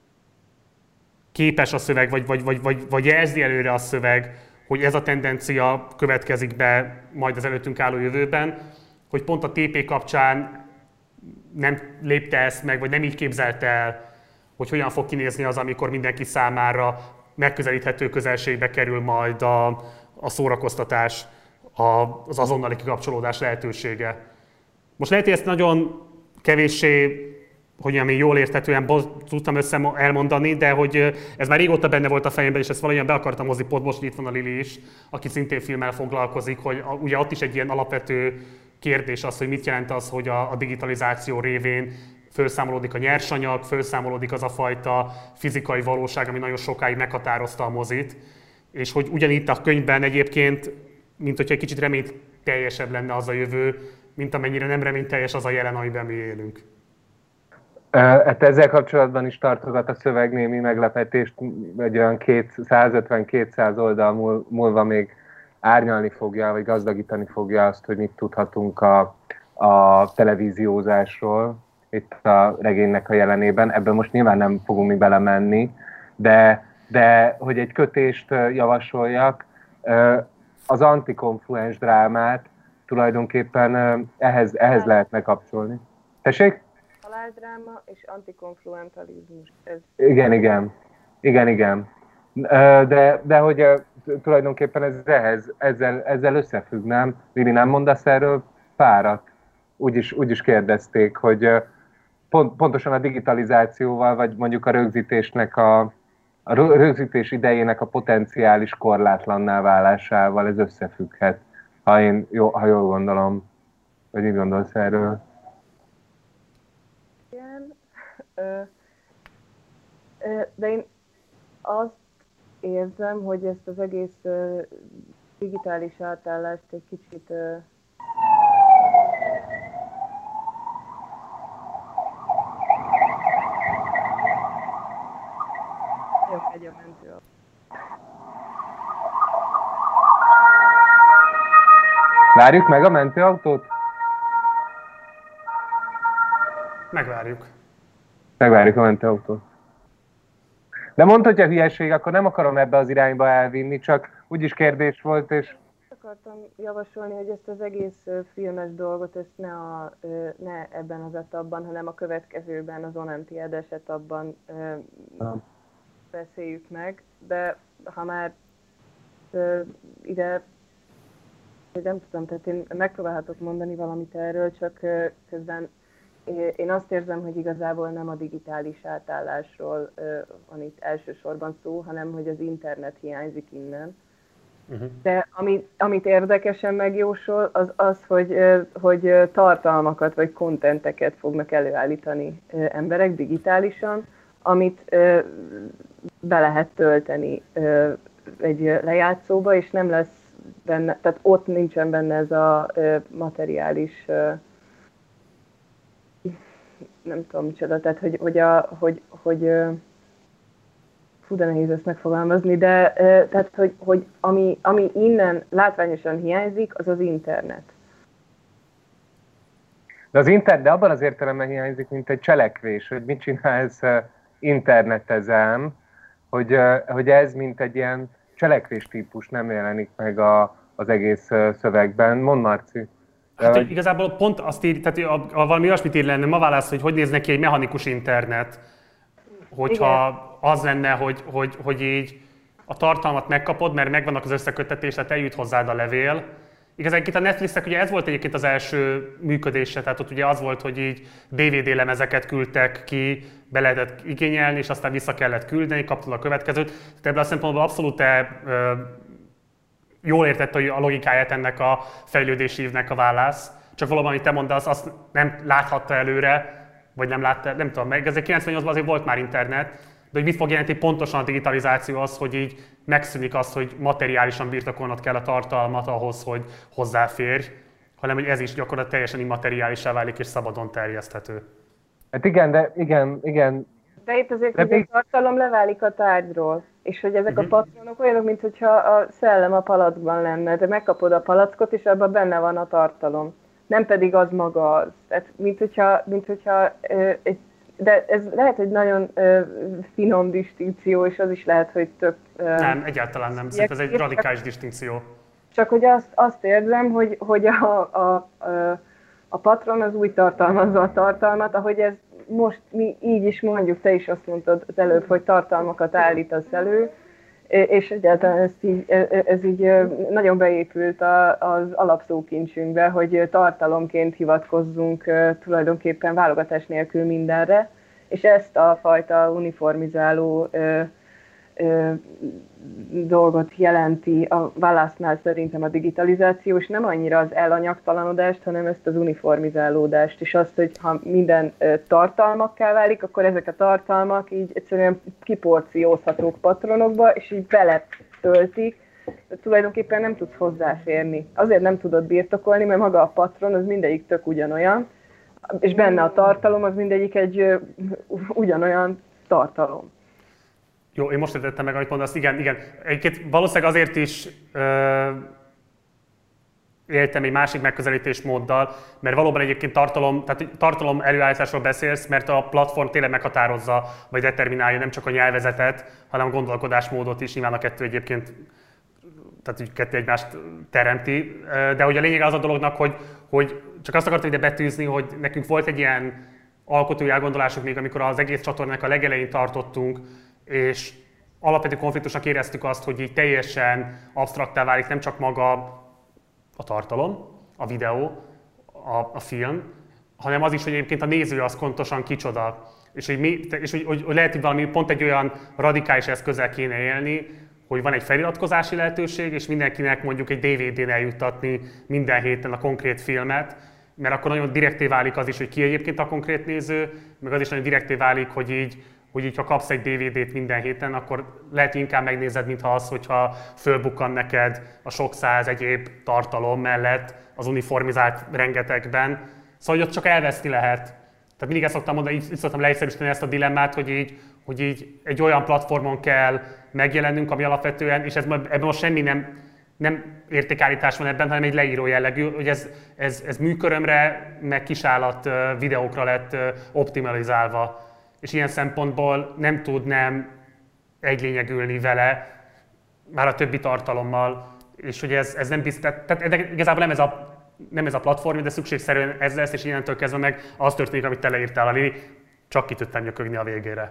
képes a szöveg, vagy, vagy, vagy, vagy, vagy jelzi előre a szöveg, hogy ez a tendencia következik be majd az előttünk álló jövőben, hogy pont a té pé kapcsán nem lépte ezt meg, vagy nem így képzelte el, hogy hogyan fog kinézni az, amikor mindenki számára megközelíthető közelségbe kerül majd a, a szórakoztatás, a, az azonnali kikapcsolódás lehetősége. Most lehet, hogy ezt nagyon kevéssé, hogy ami jól érthetően tudtam össze elmondani, de hogy ez már régóta benne volt a fejemben, és ezt valahogyan be akartam hozni, pont most itt van a Lili is, aki szintén filmmel foglalkozik, hogy ugye ott is egy ilyen alapvető kérdés az, hogy mit jelent az, hogy a, a digitalizáció révén felszámolódik a nyersanyag, felszámolódik az a fajta fizikai valóság, ami nagyon sokáig meghatározta a mozit, és hogy ugyanitt a könyvben egyébként, mint hogyha egy kicsit reményteljesebb lenne az a jövő, mint amennyire nem reményteljes az a jelen, amiben mi élünk. Hát ezzel kapcsolatban is tartogat a szöveg némi meglepetést, egy olyan százötven-kétszáz oldal múlva még árnyalni fogja, vagy gazdagítani fogja azt, hogy mit tudhatunk a, a televíziózásról itt a regénynek a jelenében. Ebben most nyilván nem fogunk mi belemenni, de, de hogy egy kötést javasoljak, az antikonfluens drámát tulajdonképpen ehhez, ehhez lehetne kapcsolni. Tessék? Haláldráma és antikonfluentalizmus. Ez... Igen, igen. Igen, igen. De, de hogy tulajdonképpen ez ehhez, ezzel, ezzel összefügg, nem? Lili, nem mondasz erről párat? Úgy is, úgy is kérdezték, hogy pont, pontosan a digitalizációval, vagy mondjuk a rögzítésnek a, a rögzítés idejének a potenciális korlátlanná válásával ez összefügghet, ha én jó, ha jól gondolom. Vagy mit gondolsz erről? Igen, de én azt érzem, hogy ezt az egész digitális átállást egy kicsit egy a mentő. Várjuk meg a mentőautót? Megvárjuk. Megvárjuk a mentőautót. De mondd, hogy a hülyeség, akkor nem akarom ebbe az irányba elvinni, csak úgyis kérdés volt, és... Akartam javasolni, hogy ezt az egész filmes dolgot, ezt ne, a, ne ebben az etapban, hanem a következőben, az Olympiádes etapban beszéljük meg, de ha már ide, nem tudom, tehát én megpróbálhatok mondani valamit erről, csak közben én azt érzem, hogy igazából nem a digitális átállásról van itt elsősorban szó, hanem hogy az internet hiányzik innen. Uh-huh. De amit, amit érdekesen megjósol, az az, hogy, hogy tartalmakat vagy kontenteket fognak előállítani emberek digitálisan, amit be lehet tölteni egy lejátszóba, és nem lesz benne, tehát ott nincsen benne ez a materiális, nem tudom micsoda, tehát hogy, hogy, a, hogy, hogy fú, de nehéz ezt megfogalmazni, de tehát, hogy, hogy ami, ami innen látványosan hiányzik, az az internet. De az internet, de abban az értelemben hiányzik, mint egy cselekvés, hogy mit csinálsz, internetezem, hogy, hogy ez mint egy ilyen cselekvés típus nem jelenik meg a, az egész szövegben. Mondd, Marci. Hát hogy... igazából pont azt ír, tehát a, a valami olyasmit ír lenne, ma válasz, hogy hogy néz neki egy mechanikus internet, hogyha igen. Az lenne, hogy, hogy, hogy így a tartalmat megkapod, mert megvannak az összeköttetés, tehát eljut hozzád a levél. Igazából a Netflixnek ugye ez volt egyébként az első működése, tehát ott ugye az volt, hogy így dé vé dé lemezeket küldtek ki, be lehetett igényelni, és aztán vissza kellett küldeni, kaptad a következőt. Tehát ebből a szempontból abszolút te, ö, jól értett a logikáját ennek a fejlődési ívnek a válasz. Csak valóban, amit te mondasz, azt nem láthatta előre, vagy nem látta, nem tudom meg. Ezért kilencvennyolcban azért volt már internet, de hogy mit fog jelenteni pontosan a digitalizáció az, hogy így megszűnik az, hogy materiálisan birtokolnod kell a tartalmat ahhoz, hogy hozzáférj, hanem hogy ez is gyakorlatilag teljesen immateriálisá válik és szabadon terjeszthető. Hát igen, de igen, igen. De itt azért, hogy még... a tartalom leválik a tárgyról, és hogy ezek uh-huh. a patronok olyanok, mintha a szellem a palackban lenne, de megkapod a palackot, és abban benne van a tartalom. Nem pedig az maga az. Tehát, mint hogyha, mint hogyha ö, egy de ez lehet, hogy nagyon ö, finom distinkció, és az is lehet, hogy több... Ö, nem, egyáltalán nem. Szerintem ez egy radikális distinkció. Csak hogy azt, azt érzem, hogy, hogy a, a, a, a patron az úgy tartalmazza a tartalmat, ahogy ez most mi így is mondjuk, te is azt mondtad az előbb, hogy tartalmakat állítasz elő, és egyáltalán ez így, ez így nagyon beépült az alapszókincsünkbe, hogy tartalomként hivatkozzunk tulajdonképpen válogatás nélkül mindenre, és ezt a fajta uniformizáló ö, ö, dolgot jelenti a válasznál szerintem a digitalizáció, és nem annyira az elanyagtalanodást, hanem ezt az uniformizálódást, és azt, hogy ha minden ö, tartalmakká válik, akkor ezek a tartalmak így egyszerűen kiporciózhatók patronokba, és így beletöltik, de tulajdonképpen nem tudsz hozzáférni. Azért nem tudod birtokolni, mert maga a patron az mindegyik tök ugyanolyan, és benne a tartalom az mindegyik egy ö, ugyanolyan tartalom. Jó, én most értettem meg, amit mondasz. Igen, igen. Egyébként valószínűleg azért is ö, éltem egy másik megközelítésmóddal, mert valóban egyébként tartalom, tehát tartalom előállításról beszélsz, mert a platform tényleg meghatározza, vagy determinálja nem csak a nyelvezetet, hanem a gondolkodásmódot is. Nyilván a kettő egyébként, tehát így kettő egymást teremti. De hogy a lényeg az a dolognak, hogy, hogy csak azt akartam ide betűzni, hogy nekünk volt egy ilyen alkotói elgondolásunk még, amikor az egész csatornának a legelején tartottunk, és alapvető konfliktusnak éreztük azt, hogy így teljesen absztraktá válik nem csak maga a tartalom, a videó, a, a film, hanem az is, hogy egyébként a néző az pontosan kicsoda. És, hogy, mi, és hogy, hogy, hogy lehet, hogy valami pont egy olyan radikális eszközzel kéne élni, hogy van egy feliratkozási lehetőség, és mindenkinek mondjuk egy dé vé dén eljuttatni minden héten a konkrét filmet, mert akkor nagyon direkté válik az is, hogy ki egyébként a konkrét néző, meg az is nagyon direkté válik, hogy így hogy így, ha kapsz egy dé vé dét minden héten, akkor lehet inkább megnézed, mintha az, hogyha fölbukkan neked a sok száz egyéb tartalom mellett az uniformizált rengetegben. Szóval, hogy ott csak elveszni lehet. Tehát mindig ezt szoktam mondani, így szoktam leegyszerűsíteni ezt a dilemmát, hogy így, hogy így egy olyan platformon kell megjelennünk, ami alapvetően, és ez, ebben most semmi nem, nem értékállítás van ebben, hanem egy leíró jellegű, hogy ez, ez, ez műkörömre, meg kisállat videókra lett optimalizálva. És ilyen szempontból nem tud nem egylényegülni vele, már a többi tartalommal, és hogy ez, ez nem biztos, tehát igazából nem ez, a, nem ez a platform, de szükségszerűen ez lesz, és innentől kezdve meg az történik, amit te leírtál, Lili, csak ki tudtam nyökögni a végére.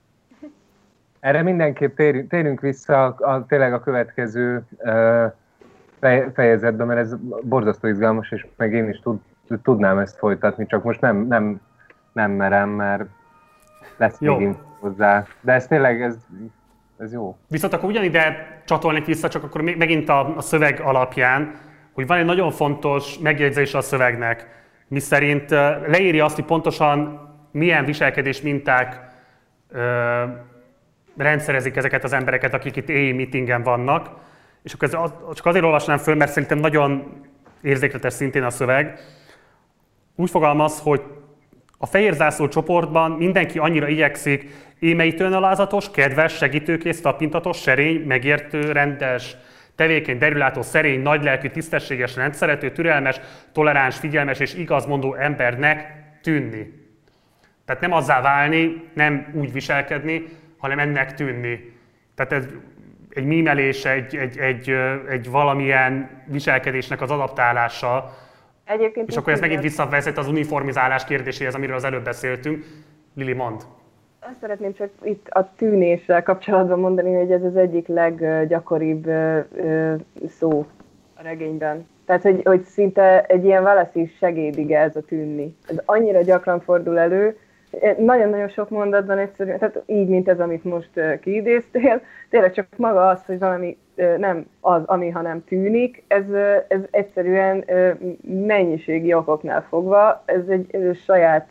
Erre mindenképp térjünk, térjünk vissza a, a, tényleg a következő uh, fejezetben, mert ez borzasztó izgalmas, és meg én is tud, tudnám ezt folytatni, csak most nem, nem, nem merem, mert lesz jó. Még hozzá. De ez tényleg, ez, ez jó. Viszont akkor ugyanide csatolnék vissza, csak akkor megint a, a szöveg alapján, hogy van egy nagyon fontos megjegyzés a szövegnek, miszerint leírja azt, hogy pontosan milyen viselkedés minták ö, rendszerezik ezeket az embereket, akik itt éjjel meetingen vannak, és akkor ez csak azért olvasnám föl, mert szerintem nagyon érzékletes szintén a szöveg. Úgy fogalmaz, hogy a fehér zászló csoportban mindenki annyira igyekszik, émeitően alázatos, kedves, segítőkész, tapintatos, serény, megértő, rendes, tevékeny, derülátó, szerény, nagylelkű, tisztességes, rendszerető, türelmes, toleráns, figyelmes és igazmondó embernek tűnni. Tehát nem azzá válni, nem úgy viselkedni, hanem ennek tűnni. Tehát ez egy mímelés, egy, egy, egy, egy valamilyen viselkedésnek az adaptálása. Egyébként és akkor ez megint visszavezet az uniformizálás kérdéséhez, amiről az előbb beszéltünk. Lili, mondd. Azt szeretném csak itt a tűnéssel kapcsolatban mondani, hogy ez az egyik leggyakoribb szó a regényben. Tehát, hogy, hogy szinte egy ilyen válaszi segédig ez a tűnni. Ez annyira gyakran fordul elő, nagyon-nagyon sok mondatban egyszerűen, tehát így, mint ez, amit most kiidéztél, tényleg csak maga az, hogy valami nem az, ami, hanem tűnik, ez, ez egyszerűen mennyiségi okoknál fogva, ez egy ez saját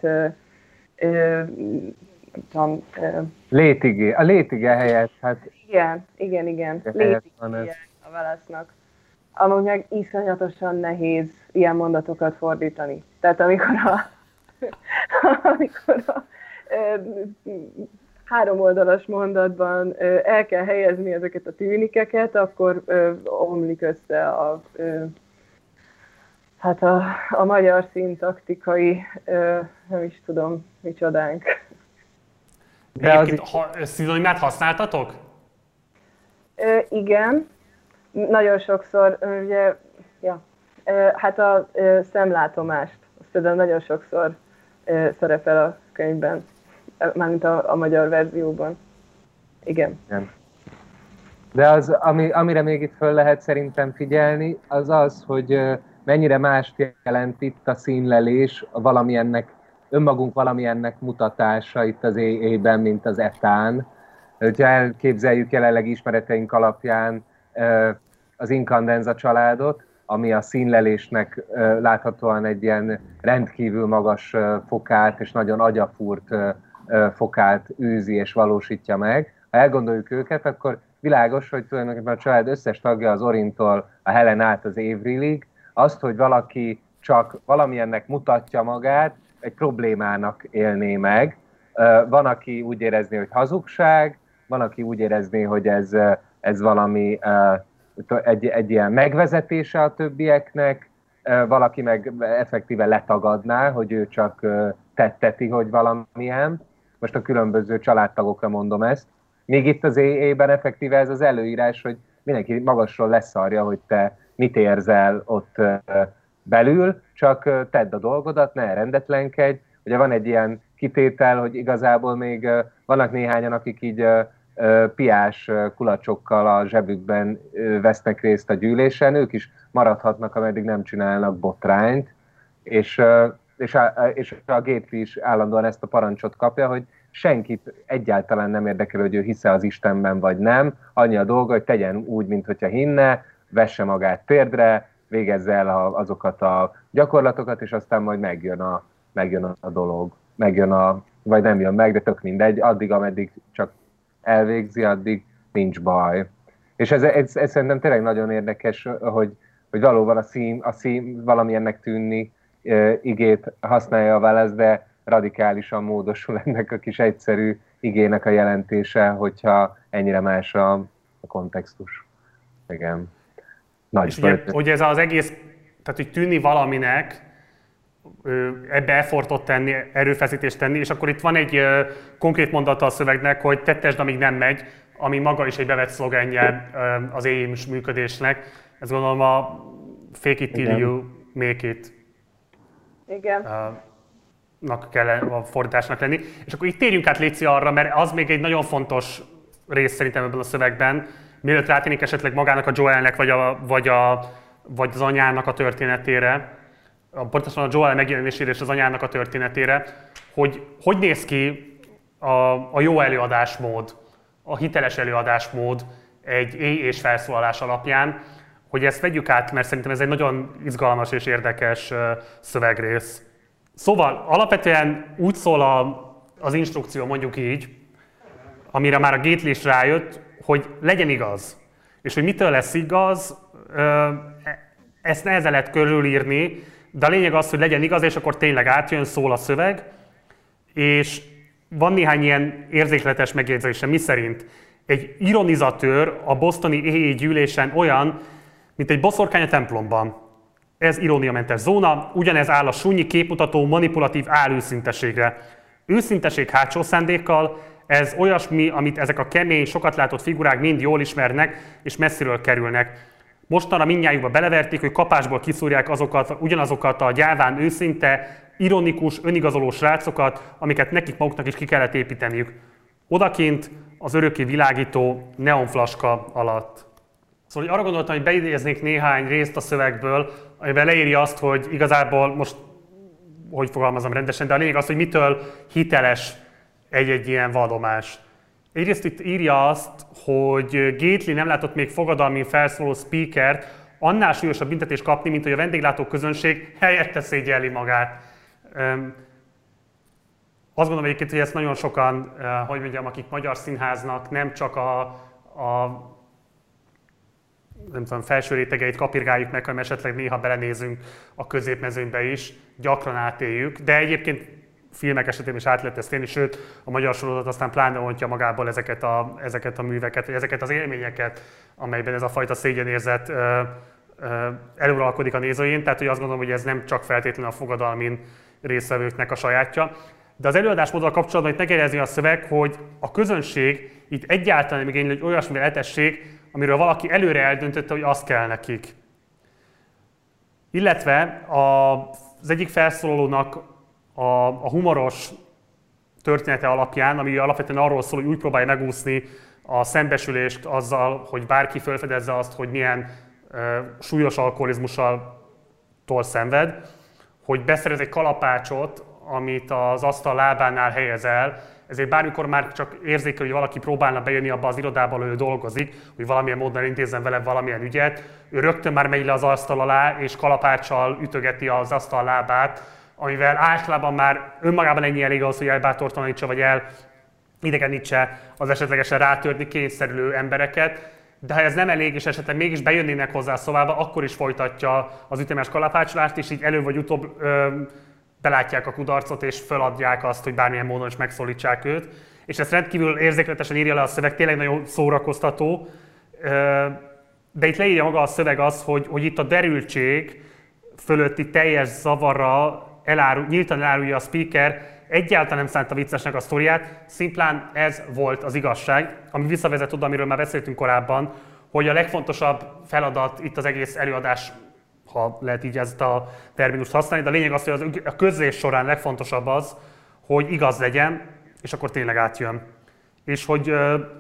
tudom, létigé, a létige helyett, hát... Igen, igen, igen, létige a válasznak. Amúgy meg iszonyatosan nehéz ilyen mondatokat fordítani. Tehát amikor a, amikor a három oldalas mondatban el kell helyezni ezeket a tűnikeket, akkor omlik össze a, hát a, a magyar színtaktikai, nem is tudom, micsodánk. De az ha, szinonimát használtatok? Igen. Nagyon sokszor, ugye, ja, hát a szemlátomást, azt tudom, nagyon sokszor szerepel a könyvben, mármint a, a magyar verzióban. Igen. Igen. De az, ami, amire még itt föl lehet szerintem figyelni, az az, hogy mennyire mást jelent itt a színlelés, valamilyennek, önmagunk valamilyennek mutatása itt az éjében, mint az etán. Ha elképzeljük jelenlegi ismereteink alapján az Incandenza családot, ami a színlelésnek láthatóan egy ilyen rendkívül magas fokát és nagyon agyafúrt fokát űzi és valósítja meg. Ha elgondoljuk őket, akkor világos, hogy tulajdonképpen a család összes tagja az Orintól a Helen át az Averylig, azt, hogy valaki csak valamilyennek mutatja magát, egy problémának élné meg. Van, aki úgy érezné, hogy hazugság, van, aki úgy érezné, hogy ez, ez valami egy, egy ilyen megvezetése a többieknek, valaki meg effektíve letagadná, hogy ő csak tetteti, hogy valamilyen. Most a különböző családtagokra mondom ezt. Még itt az éjében effektíve ez az előírás, hogy mindenki magasról leszarja, hogy te mit érzel ott belül, csak tedd a dolgodat, ne rendetlenkedj. Ugye van egy ilyen kitétel, hogy igazából még vannak néhányan, akik így piás kulacsokkal a zsebükben vesznek részt a gyűlésen, ők is maradhatnak, ameddig nem csinálnak botrányt, és, és, a, és a Gately is állandóan ezt a parancsot kapja, hogy senkit egyáltalán nem érdekel, hogy ő hisze az Istenben vagy nem, annyi a dolga, hogy tegyen úgy, mintha hinne, vesse magát térdre, végezze el azokat a gyakorlatokat, és aztán majd megjön a, megjön a dolog, megjön a, vagy nem jön meg, de tök mindegy, addig, ameddig csak elvégzi, addig nincs baj. És ez, ez, ez szerintem tényleg nagyon érdekes, hogy, hogy valóban a szín, a szín valamilyennek tűnni e, igét használja a válasz, de radikálisan módosul ennek a kis egyszerű igének a jelentése, hogyha ennyire más a, a kontextus. Igen. Nagy és ugye, hogy ez az egész, tehát hogy tűnni valaminek, ebbe effortot tenni, erőfeszítést tenni, és akkor itt van egy konkrét mondata a szövegnek, hogy tettesd, amíg nem megy, ami maga is egy bevett szlogenje az éjjés működésnek. Ez gondolom a fake it till you make it. Igen. Nak kell a fordításnak lenni. És akkor itt térjünk át, Léci, arra, mert az még egy nagyon fontos rész szerintem ebben a szövegben, mielőtt rátérnénk esetleg magának a Joelnek, vagy, a, vagy, a, vagy az anyának a történetére, pontosan a Joel megjelenésére és az anyának a történetére, hogy hogy néz ki a, a jó előadásmód, a hiteles előadásmód egy éj és felszólalás alapján, hogy ezt vegyük át, mert szerintem ez egy nagyon izgalmas és érdekes szövegrész. Szóval alapvetően úgy szól a, az instrukció, mondjuk így, amire már a Gately is rájött, hogy legyen igaz. És hogy mitől lesz igaz, ezt nehezen lehet körülírni, de a lényeg az, hogy legyen igaz, és akkor tényleg átjön, szól a szöveg, és van néhány ilyen érzékletes megjegyzése, miszerint egy ironizatőr a bostoni éjjel gyűlésen olyan, mint egy boszorkány a templomban. Ez iróniamentes zóna, ugyanez áll a súnyi képmutató manipulatív álőszinteségre. Őszinteség hátsó szándékkal, ez olyasmi, amit ezek a kemény, sokat látott figurák mind jól ismernek, és messziről kerülnek. Mostanra mindnyájukba beleverték, hogy kapásból kiszúrják azokat, ugyanazokat a gyáván őszinte, ironikus, önigazoló srácokat, amiket nekik maguknak is ki kellett építeniük. Odakint az örökké világító neonflaska alatt. Szóval arra gondoltam, hogy beidéznék néhány részt a szövegből, amiben leírja azt, hogy igazából most, hogy fogalmazom rendesen, de a lényeg az, hogy mitől hiteles egy-egy ilyen vadomás. Egyrészt itt írja azt, hogy Gately nem látott még fogadalmi felszóló speakert annál súlyosabb büntetést kapni, mint hogy a vendéglátó közönség helyette szégyelli magát. Azt gondolom egyébként, hogy ezt nagyon sokan, hogy mondjam, akik magyar színháznak nem csak a, a nem tudom, felső rétegeit kapirgáljuk meg, hanem esetleg néha belenézünk a középmezőnybe is, gyakran átéljük, de egyébként filmek esetében is át lehet ezt élni, sőt a magyar sorozat aztán pláne ontja magából ezeket a, ezeket a műveket, vagy ezeket az élményeket, amelyben ez a fajta szégyenérzet ö, ö, előralkodik a nézőjén, tehát hogy azt gondolom, hogy ez nem csak feltétlenül a fogadalmin résztvevőknek a sajátja. De az előadásmóddal kapcsolatban itt megjegyezni a szöveg, hogy a közönség itt egyáltalán nem igényli, hogy olyasmire etessék, amiről valaki előre eldöntötte, hogy az kell nekik. Illetve a, az egyik felszólalónak a, a humoros története alapján, ami alapvetően arról szól, hogy úgy próbálja megúszni a szembesülést azzal, hogy bárki felfedezze azt, hogy milyen uh, súlyos alkoholizmussal szenved, hogy beszerez egy kalapácsot, amit az asztal lábánál helyez el, ezért bármikor már csak érzékel, hogy valaki próbálna bejönni abba az irodába, ahol ő dolgozik, hogy valamilyen módon intézzen vele valamilyen ügyet, ő rögtön már megy le az asztal alá, és kalapáccsal ütögeti az asztal lábát, amivel általában már önmagában ennyi elég az, hogy elbátortalanítsa, vagy elidegenítse az esetlegesen rátörni kényszerülő embereket. De ha ez nem elég, és esetleg mégis bejönnének hozzá a szobába, akkor is folytatja az ütemes kalapácsolást, és így előbb vagy utóbb ö, belátják a kudarcot, és feladják azt, hogy bármilyen módon is megszólítsák őt. És ezt rendkívül érzékletesen írja le a szöveg, tényleg nagyon szórakoztató. De itt leírja maga a szöveg az, hogy, hogy itt a derültség fölötti teljes zavarra elárul, nyíltan elárulja a speaker, egyáltalán nem szánta viccesnek a sztoriát, szimplán ez volt az igazság, ami visszavezet oda, amiről már beszéltünk korábban, hogy a legfontosabb feladat itt az egész előadás, ha lehet így ezt a terminust használni, de a lényeg az, hogy az, a közlés során legfontosabb az, hogy igaz legyen, és akkor tényleg átjön. És hogy,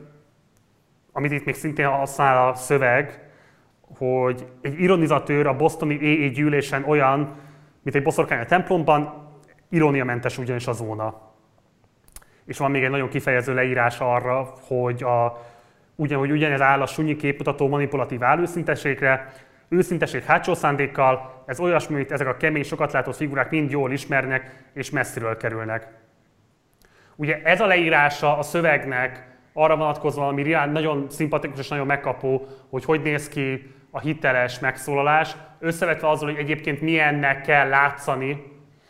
amit itt még szintén használ a szöveg, hogy egy ironizatőr a bostoni éjjel gyűlésen olyan, mint egy boszorkány a templomban, iróniamentes ugyanis a zóna. És van még egy nagyon kifejező leírás arra, hogy a, ugyanúgy ugyanez áll a súnyi képmutató manipulatív álőszinteségre, őszinteség hátsó szándékkal, ez olyasmi, mint ezek a kemény, sokat látott figurák mind jól ismernek és messziről kerülnek. Ugye ez a leírása a szövegnek arra vonatkozóan, ami nagyon szimpatikus és nagyon megkapó, hogy hogy néz ki a hiteles megszólalás, összevetve azzal, hogy egyébként milyennek kell látszani,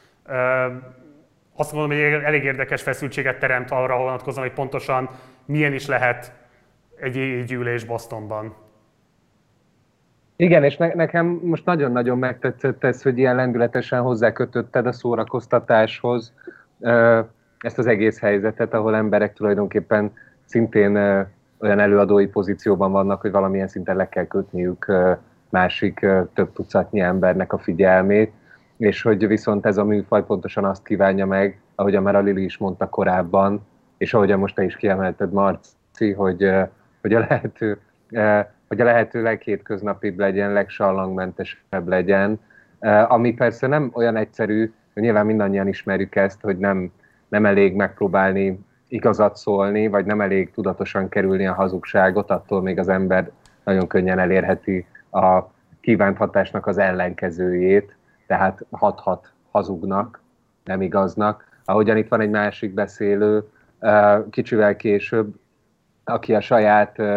azt mondom, hogy elég érdekes feszültséget teremt arra vonatkozóan, hogy pontosan milyen is lehet egy gyűlés Bostonban. Igen, és ne, nekem most nagyon-nagyon megtetszett ez, hogy ilyen lendületesen hozzákötötted a szórakoztatáshoz ezt az egész helyzetet, ahol emberek tulajdonképpen szintén olyan előadói pozícióban vannak, hogy valamilyen szinten le kell kötniük másik több tucatnyi embernek a figyelmét, és hogy viszont ez a műfaj pontosan azt kívánja meg, ahogyan már a Lili is mondta korábban, és ahogyan most te is kiemelted, Marci, hogy, hogy a lehető hogy a lehető leghétköznapibb legyen, legsallangmentesebb legyen, ami persze nem olyan egyszerű, hogy nyilván mindannyian ismerjük ezt, hogy nem, nem elég megpróbálni igazat szólni, vagy nem elég tudatosan kerülni a hazugságot, attól még az ember nagyon könnyen elérheti a kívánt hatásnak az ellenkezőjét, tehát hathat hazugnak, nem igaznak. Ahogyan itt van egy másik beszélő, kicsivel később, aki a saját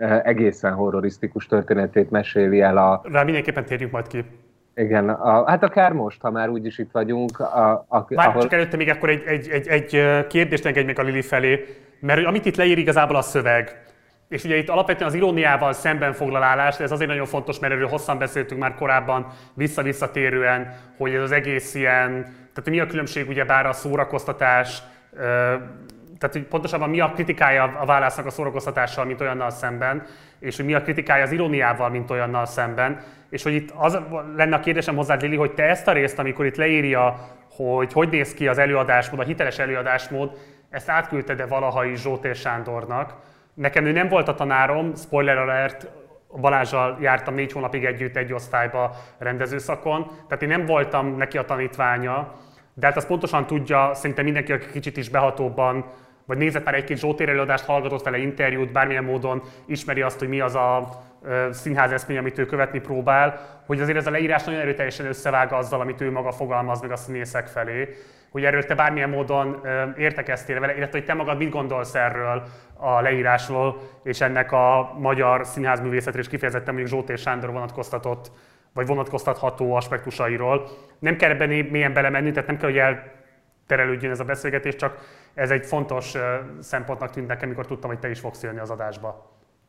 egészen horrorisztikus történetét meséli el a... Rá mindenképpen térjünk majd ki. Igen, a, hát akár most, ha már úgyis itt vagyunk. A, a, Várj, ahol... csak előtte még akkor egy, egy, egy, egy kérdést engedj meg a Lili felé, mert amit itt leír igazából a szöveg. És ugye itt alapvetően az iróniával szemben foglal állást, ez azért nagyon fontos, mert erről hosszan beszéltünk már korábban, vissza-visszatérően, hogy ez az egész ilyen, tehát mi a különbség ugyebár a szórakoztatás, tehát hogy pontosabban mi a kritikája a válasznak a szórakoztatással, mint olyannal szemben, és hogy mi a kritikája az iróniával, mint olyannal szemben. És hogy itt az lenne a kérdésem hozzád, Lili, hogy te ezt a részt, amikor itt leírja, hogy hogy néz ki az előadásmód, a hiteles előadásmód, ezt átküldted-e valaha is Zsótér Sándornak? Nekem ő nem volt a tanárom, spoiler alert, Balázsral jártam négy hónapig együtt egy osztályba rendezőszakon, tehát én nem voltam neki a tanítványa, de hát azt pontosan tudja, szerintem mindenki, aki kicsit is behatóbban, vagy nézett már egy-két Zsótér előadást, hallgatott vele interjút, bármilyen módon ismeri azt, hogy mi az a színház eszmény, amit ő követni próbál, hogy azért ez a leírás nagyon erőteljesen összevág azzal, amit ő maga fogalmaz meg a színészek felé, hogy erről te bármilyen módon értekeztél vele, illetve hogy te magad mit gondolsz erről a leírásról, és ennek a magyar színházművészetre és kifejezetten mondjuk Zsótér Sándor vonatkoztatott, vagy vonatkoztatható aspektusairól. Nem kell ebben mélyen belemenni, tehát nem kell, hogy elterelődjön ez a beszélgetés, csak ez egy fontos szempontnak tűnt nekem, amikor tudtam, hogy te is fogsz jönni az adásba.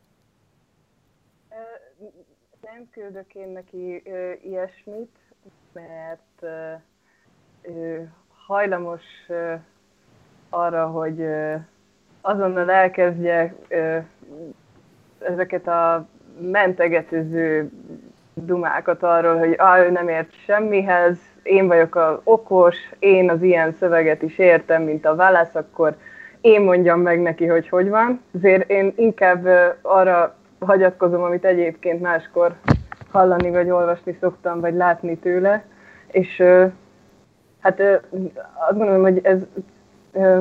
Nem küldök én neki ö, ilyesmit, mert ö, ö, hajlamos ö, arra, hogy ö, azonnal elkezdje ö, ezeket a mentegetőző dumákat arról, hogy ah, ő nem ért semmihez, én vagyok az okos, én az ilyen szöveget is értem, mint a válasz, akkor én mondjam meg neki, hogy hogy van. Azért én inkább ö, arra hagyatkozom, amit egyébként máskor hallani vagy olvasni szoktam, vagy látni tőle, és ö, hát ö, azt gondolom, hogy ez ö,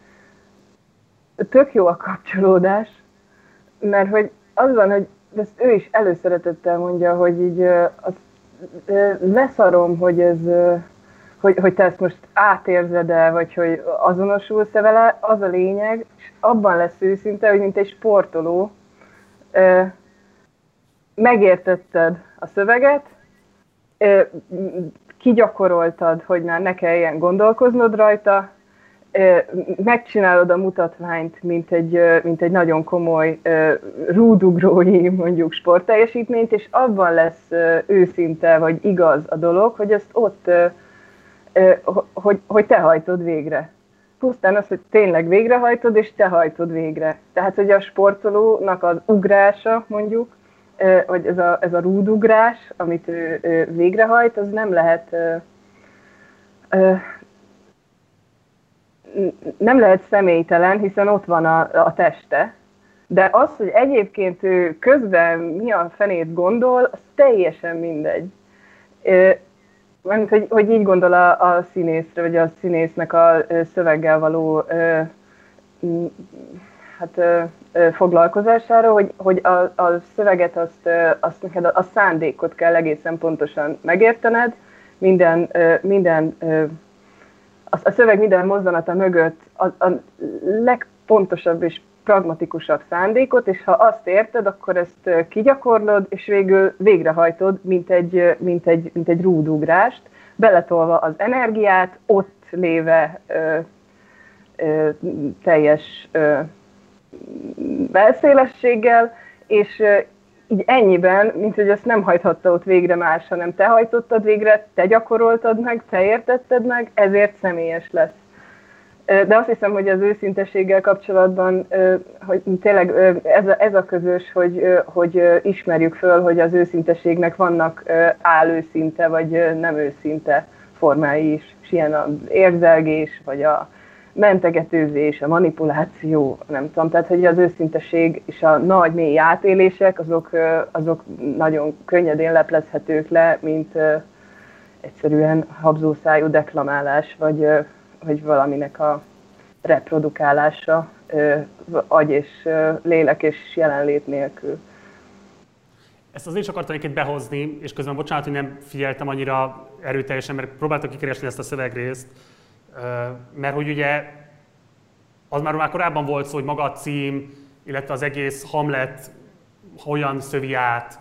tök jó a kapcsolódás, mert hogy az van, hogy ezt ő is előszeretettel mondja, hogy így ö, az, ö, leszarom, hogy ez, ö, hogy, hogy te ezt most átérzed el, vagy hogy azonosulsz-e vele, az a lényeg, és abban lesz őszinte, hogy mint egy sportoló, ö, megértetted a szöveget, kigyakoroltad, hogy már ne kelljen gondolkoznod rajta, megcsinálod a mutatványt, mint egy, mint egy nagyon komoly rúdugrói mondjuk sportteljesítményt, és abban lesz őszinte vagy igaz a dolog, hogy ezt ott, hogy, hogy te hajtod végre. Pusztán az, hogy tényleg végrehajtod, és te hajtod végre. Tehát, hogy a sportolónak az ugrása mondjuk, vagy ez a, ez a rúdugrás, amit ő, ő végrehajt, az nem lehet ö, ö, nem lehet személytelen, hiszen ott van a, a teste, de az, hogy egyébként ő közben mi a fenét gondol, az teljesen mindegy. Ö, hogy, hogy így gondol a, a színészre, vagy a színésznek a szöveggel való ö, hát, ö, ö, foglalkozására, hogy, hogy a, a szöveget, azt, ö, azt neked a, a szándékot kell egészen pontosan megértened, minden, ö, minden ö, a, a szöveg minden mozzanata mögött a, a legpontosabb és pragmatikusabb szándékot, és ha azt érted, akkor ezt kigyakorlod, és végül végrehajtod, mint egy, mint egy, mint egy rúdugrást, beletolva az energiát, ott léve ö, ö, teljes ö, belszélességgel, és ö, így ennyiben, mint hogy ezt nem hajthatta ott végre más, hanem te hajtottad végre, te gyakoroltad meg, te értetted meg, ezért személyes lesz. De azt hiszem, hogy az őszintességgel kapcsolatban, hogy tényleg ez a, ez a közös, hogy, hogy ismerjük föl, hogy az őszintességnek vannak álőszinte vagy nem őszinte formái is. És ilyen az érzelgés, vagy a mentegetőzés, a manipuláció, nem tudom. Tehát, hogy az őszintesség és a nagy, mély átélések, azok, azok nagyon könnyedén leplezhetők le, mint egyszerűen habzószájú deklamálás, vagy vagy valaminek a reprodukálása agy és lélek és jelenlét nélkül. Ezt azért is akartam egyébként behozni, és közben bocsánat, hogy nem figyeltem annyira erőteljesen, mert próbáltam kikeresni ezt a szövegrészt, mert hogy ugye az már, már korábban volt szó, hogy maga a cím, illetve az egész Hamlet hogyan szövi át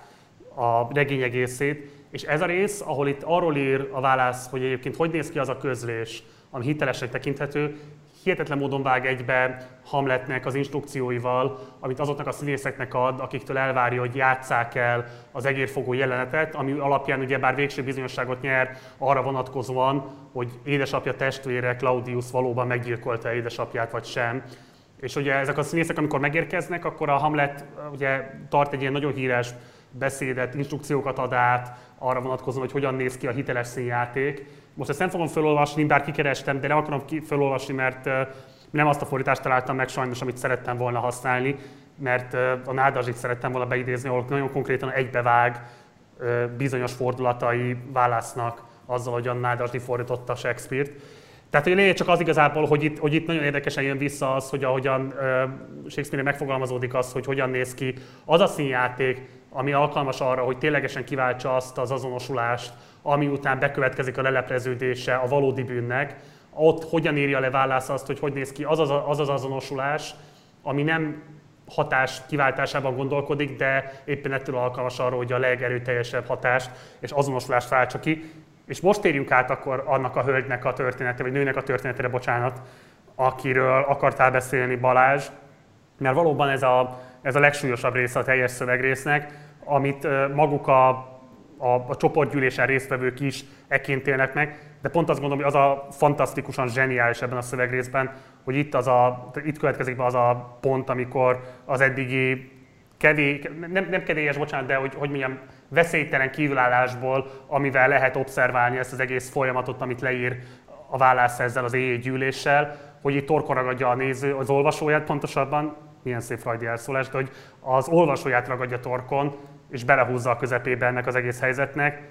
a regény egészét. És ez a rész, ahol itt arról ír a válasz, hogy egyébként hogy néz ki az a közlés, ami hitelesnek tekinthető, hihetetlen módon vág egybe Hamletnek az instrukcióival, amit azoknak a színészeknek ad, akiktől elvárja, hogy játsszák el az egérfogó jelenetet, ami alapján ugyebár végső bizonyosságot nyer arra vonatkozóan, hogy édesapja testvére Claudius valóban meggyilkolta édesapját vagy sem. És ugye ezek a színészek, amikor megérkeznek, akkor a Hamlet ugye tart egy ilyen nagyon híres beszédet, instrukciókat ad át arra vonatkozóan, hogy hogyan néz ki a hiteles színjáték. Most ezt nem fogom felolvasni, bár kikerestem, de nem akarom felolvasni, mert nem azt a fordítást találtam meg sajnos, amit szerettem volna használni, mert a Nádasdyit szerettem volna beidézni, ahol nagyon konkrétan egybevág bizonyos fordulatai Wallace-nak azzal, hogy a Nádasdy fordította Shakespeare-t. Tehát a lényeg csak az igazából, hogy itt, hogy itt nagyon érdekesen jön vissza az, hogy ahogyan Shakespeare megfogalmazódik az, hogy hogyan néz ki az a színjáték, ami alkalmas arra, hogy ténylegesen kiváltsa azt az azonosulást, ami után bekövetkezik a lelepleződése a valódi bűnnek. Ott hogyan írja le Wallace azt, hogy hogy néz ki az az, az az azonosulás, ami nem hatás kiváltásában gondolkodik, de éppen ettől alkalmas arra, hogy a legerőteljesebb hatást és azonosulást váltsa ki. És most térjünk át akkor annak a hölgynek a története, vagy nőnek a történetére, bocsánat, akiről akartál beszélni, Balázs, mert valóban ez a, ez a legsúlyosabb része a teljes szövegrésznek, amit maguk a, a, a csoportgyűlésen résztvevők is ekként élnek meg, de pont azt gondolom, hogy az a fantasztikusan zseniális ebben a szövegrészben, hogy itt, az a, itt következik be az a pont, amikor az eddigi kevés, nem, nem kedélyes, bocsánat, de hogy, hogy mondjam, veszélytelen kívülállásból, amivel lehet obszerválni ezt az egész folyamatot, amit leír a Wallace ezzel az éjjel gyűléssel, hogy itt torkon ragadja a néző, az olvasóját pontosabban, milyen szép frajdi elszólás, de hogy az olvasóját ragadja torkon, és belehúzza a közepébe ennek az egész helyzetnek.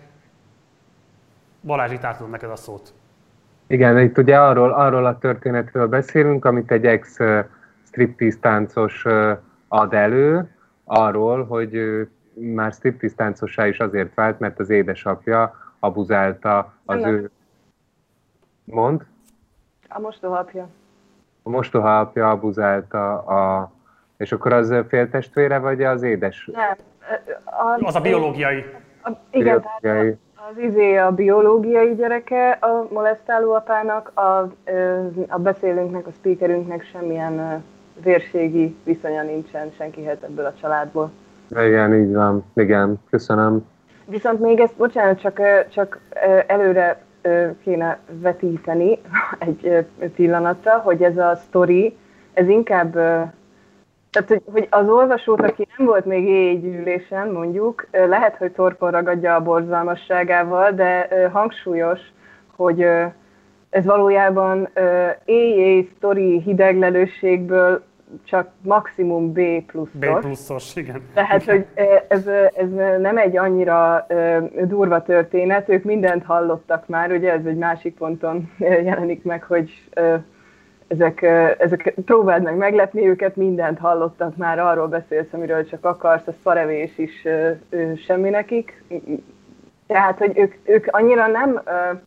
Balázs, itt átadom neked a szót. Igen, itt ugye arról, arról a történetről beszélünk, amit egy ex-striptease táncos ad elő, arról, hogy már striptease táncossá is azért vált, mert az édesapja abuzálta az nem. ő... Mond? A mostohaapja. A mostohaapja abuzálta a... És akkor az féltestvére, vagy az édes? Nem. A, az a biológiai. A, igen, biológiai. Az izé a biológiai gyereke a molesztáló apának, a, a beszélőnknek, a speakerünknek semmilyen vérségi viszonya nincsen senkihez ebből a családból. Igen, így van. Igen, köszönöm. Viszont még ezt, bocsánat, csak, csak előre kéne vetíteni egy pillanatra, hogy ez a sztori, ez inkább, tehát hogy, hogy az olvasót, aki nem volt még éjgyűlésen, mondjuk, lehet, hogy torkon ragadja a borzalmasságával, de hangsúlyos, hogy ez valójában éjjel sztori hideglelőségből csak maximum B pluszos. B pluszos, igen. Tehát, hogy ez, ez nem egy annyira durva történet, ők mindent hallottak már, ugye ez egy másik ponton jelenik meg, hogy ezek, ezek próbáld meg meglepni őket, mindent hallottak már, arról beszélsz, amiről csak akarsz, a szarevés is semmi nekik. Tehát, hogy ők, ők annyira nem...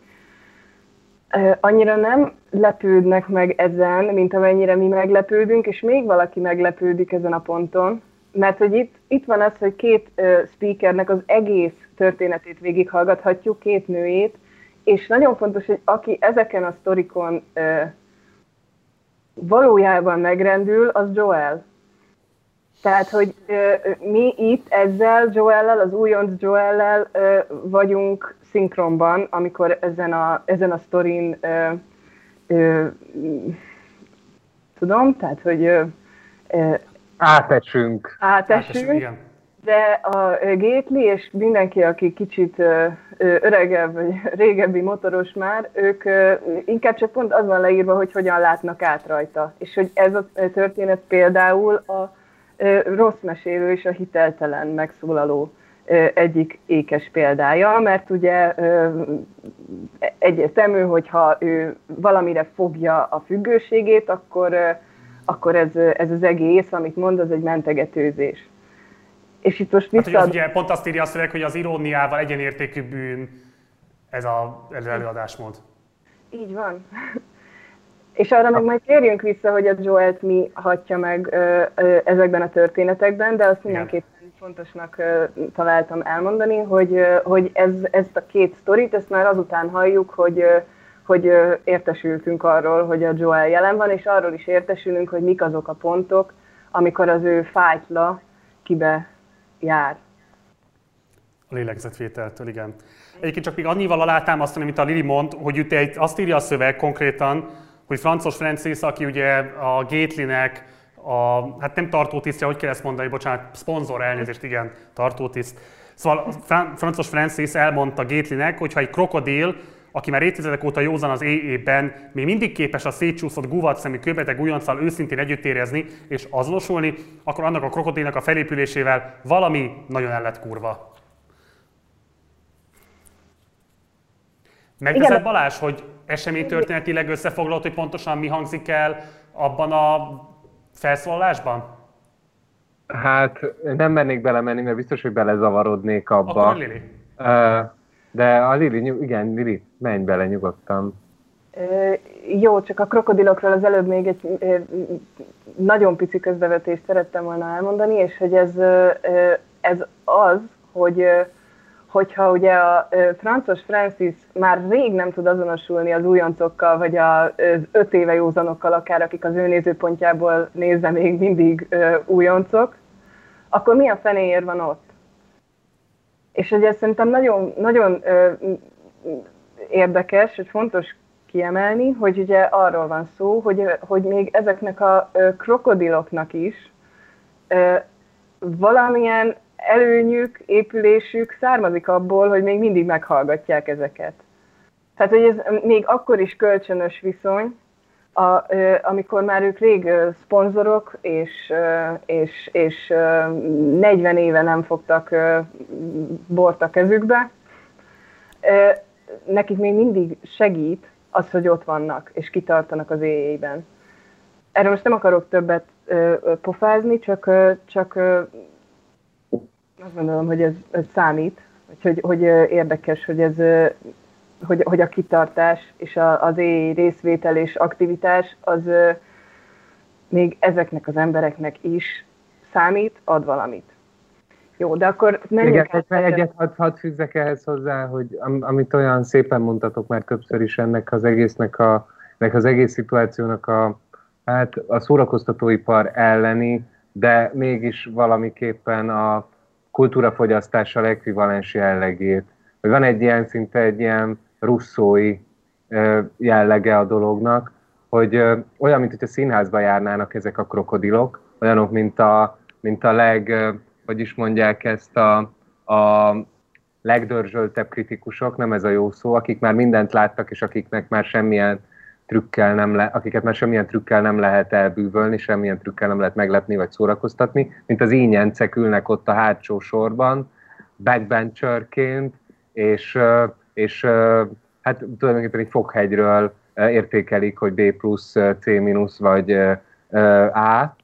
annyira nem lepődnek meg ezen, mint amennyire mi meglepődünk, és még valaki meglepődik ezen a ponton, mert hogy itt, itt van az, hogy két uh, speakernek az egész történetét végighallgathatjuk, két nőjét, és nagyon fontos, hogy aki ezeken a sztorikon uh, valójában megrendül, az Joel. Tehát, hogy uh, mi itt ezzel Joellel, az újonc Joellel uh, vagyunk szinkronban, amikor ezen a, ezen a sztorin uh, uh, tudom, tehát, hogy uh, uh, átesünk. Átesünk, de a Gately és mindenki, aki kicsit uh, öregebb, vagy régebbi motoros már, ők uh, inkább csak pont az van leírva, hogy hogyan látnak át rajta. És hogy ez a történet például a rossz mesélő és a hiteltelen megszólaló egyik ékes példája, mert ugye egyértelmű, hogyha ő valamire fogja a függőségét, akkor, akkor ez, ez az egész, amit mond, az egy mentegetőzés. És itt most vissza... Hát, ugye, pont azt írja a szöveg, hogy az iróniával egyenértékű bűn ez, a, ez az előadásmód. Így van. És arra meg majd térjünk vissza, hogy a Joelt mi hatja meg ö, ö, ezekben a történetekben, de azt mindenképpen fontosnak ö, találtam elmondani, hogy, ö, hogy ez, ezt a két sztorit, ezt már azután halljuk, hogy, ö, hogy ö, értesültünk arról, hogy a Joel jelen van, és arról is értesülünk, hogy mik azok a pontok, amikor az ő fájtla kibe jár. A lélegzetvételtől, igen. Egyébként csak még annyival alátámasztani, mint a Lili mond, hogy itt egy, azt írja a szöveg konkrétan, hogy Francis Francis, aki ugye a Gatelynek a, hát nem tartótisztje, hogy kell ezt mondani, bocsánat, szponzor, elnézést, igen, tartótiszt. Szóval Francis Francis elmondta Gatelynek, hogy ha egy krokodil, aki már évtizedek óta józan az éjében, még mindig képes a szétcsúszott guvatszemű kőbeteg újonccal őszintén együtt érezni és azonosulni, akkor annak a krokodilnak a felépülésével valami nagyon el lett kurva. Megteszed, Balázs, hogy eseménytörténetileg összefoglalod, hogy pontosan mi hangzik el abban a felszólalásban? Hát nem mennék belemenni, mert biztos, hogy belezavarodnék abba. Akkor a Lili. De a Lili, igen, Lili, menj bele nyugodtan. Jó, csak a krokodilokról az előbb még egy nagyon pici közbevetést szerettem volna elmondani, és hogy ez, ez az, hogy hogyha ugye a Francis Francis már rég nem tud azonosulni az újoncokkal, vagy az öt éve józanokkal akár, akik az ő nézőpontjából nézve még mindig újoncok, akkor mi a fenéért van ott? És hogy ez szerintem nagyon, nagyon érdekes, hogy fontos kiemelni, hogy ugye arról van szó, hogy, hogy még ezeknek a krokodiloknak is valamilyen előnyük, épülésük származik abból, hogy még mindig meghallgatják ezeket. Tehát, hogy ez még akkor is kölcsönös viszony, a, amikor már ők rég szponzorok, és, és, és negyven éve nem fogtak bort a kezükbe, nekik még mindig segít az, hogy ott vannak, és kitartanak az éjjében. Erről most nem akarok többet pofázni, csak, csak azt gondolom, hogy ez, ez számít, hogy, hogy érdekes, hogy, ez, hogy, hogy a kitartás és a, az éj részvétel és aktivitás az még ezeknek az embereknek is számít, ad valamit. Jó, de akkor menjünk át. Egyet, egyet hadd had fűzzek ehhez hozzá, hogy am, amit olyan szépen mondtatok már többször is ennek az egésznek a, ennek az egész szituációnak a, hát a szórakoztatóipar elleni, de mégis valamiképpen a kultúrafogyasztással ekvivalens jellegét. Hogy van egy ilyen szinte egy ilyen russzói jellege a dolognak, hogy olyan, mint hogy a színházba járnának ezek a krokodilok, olyanok, mint a, mint a leg, hogy is mondják ezt, a, a legdörzsöltebb kritikusok, nem ez a jó szó, akik már mindent láttak, és akiknek már semmilyen trükkel nem le, akiket már semmilyen trükkel nem lehet elbűvölni, semmilyen trükkel nem lehet meglepni vagy szórakoztatni, mint az ínyencek ülnek ott a hátsó sorban, backbencherként, és, és hát tulajdonképpen egy foghegyről értékelik, hogy B plusz, C mínusz vagy A,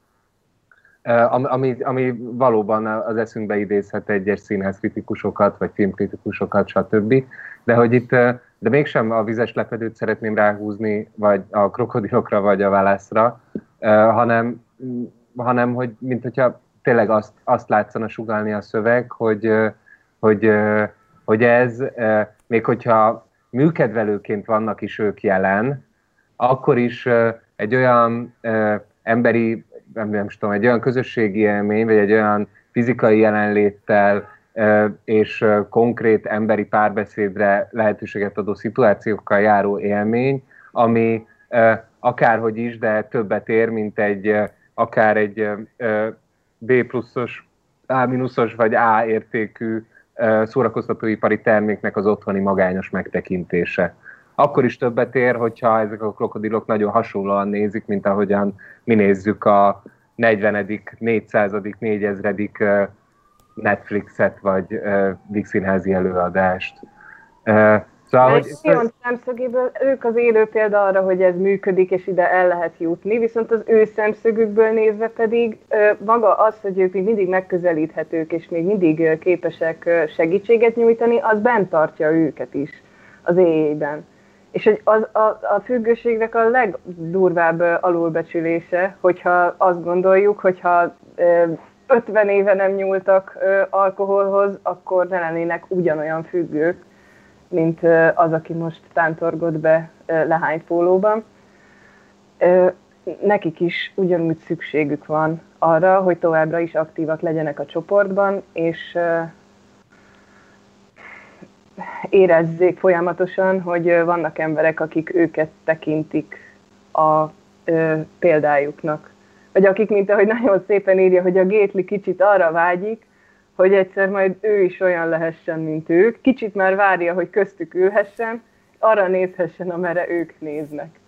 ami, ami valóban az eszünkbe idézhet egyes színházkritikusokat, vagy filmkritikusokat, stb. De hogy itt, de mégsem a vizes lepedőt szeretném ráhúzni, vagy a krokodilokra, vagy a válaszra, hanem, hanem hogy mint hogyha tényleg azt, azt látszana sugallni a szöveg, hogy, hogy, hogy ez, még hogyha műkedvelőként vannak is ők jelen, akkor is egy olyan emberi, nem, nem tudom, egy olyan közösségi élmény, vagy egy olyan fizikai jelenléttel és konkrét emberi párbeszédre lehetőséget adó szituációkkal járó élmény, ami akárhogy is, de többet ér, mint egy akár egy B pluszos, A mínuszos vagy A értékű szórakoztatóipari terméknek az otthoni magányos megtekintése. Akkor is többet ér, hogyha ezek a krokodilok nagyon hasonlóan nézik, mint ahogyan mi nézzük a negyvenedik, négyszázadik, négyezredik Netflixet, vagy vígszínházi előadást. Szóval, hogy Sion szemszögéből ők az élő példa arra, hogy ez működik, és ide el lehet jutni, viszont az ő szemszögükből nézve pedig maga az, hogy ők még mindig megközelíthetők, és még mindig képesek segítséget nyújtani, az bent tartja őket is az éjjében. És az, a, a függőségnek a legdurvább alulbecsülése, hogyha azt gondoljuk, hogyha ötven éve nem nyúltak alkoholhoz, akkor ne lennének ugyanolyan függők, mint az, aki most tántorgott be lehánypólóban. Nekik is ugyanúgy szükségük van arra, hogy továbbra is aktívak legyenek a csoportban, és érezzék folyamatosan, hogy vannak emberek, akik őket tekintik a példájuknak. Vagy akik, mint ahogy nagyon szépen írja, hogy a Gately kicsit arra vágyik, hogy egyszer majd ő is olyan lehessen, mint ők. Kicsit már várja, hogy köztük ülhessen, arra nézhessen, amerre ők néznek.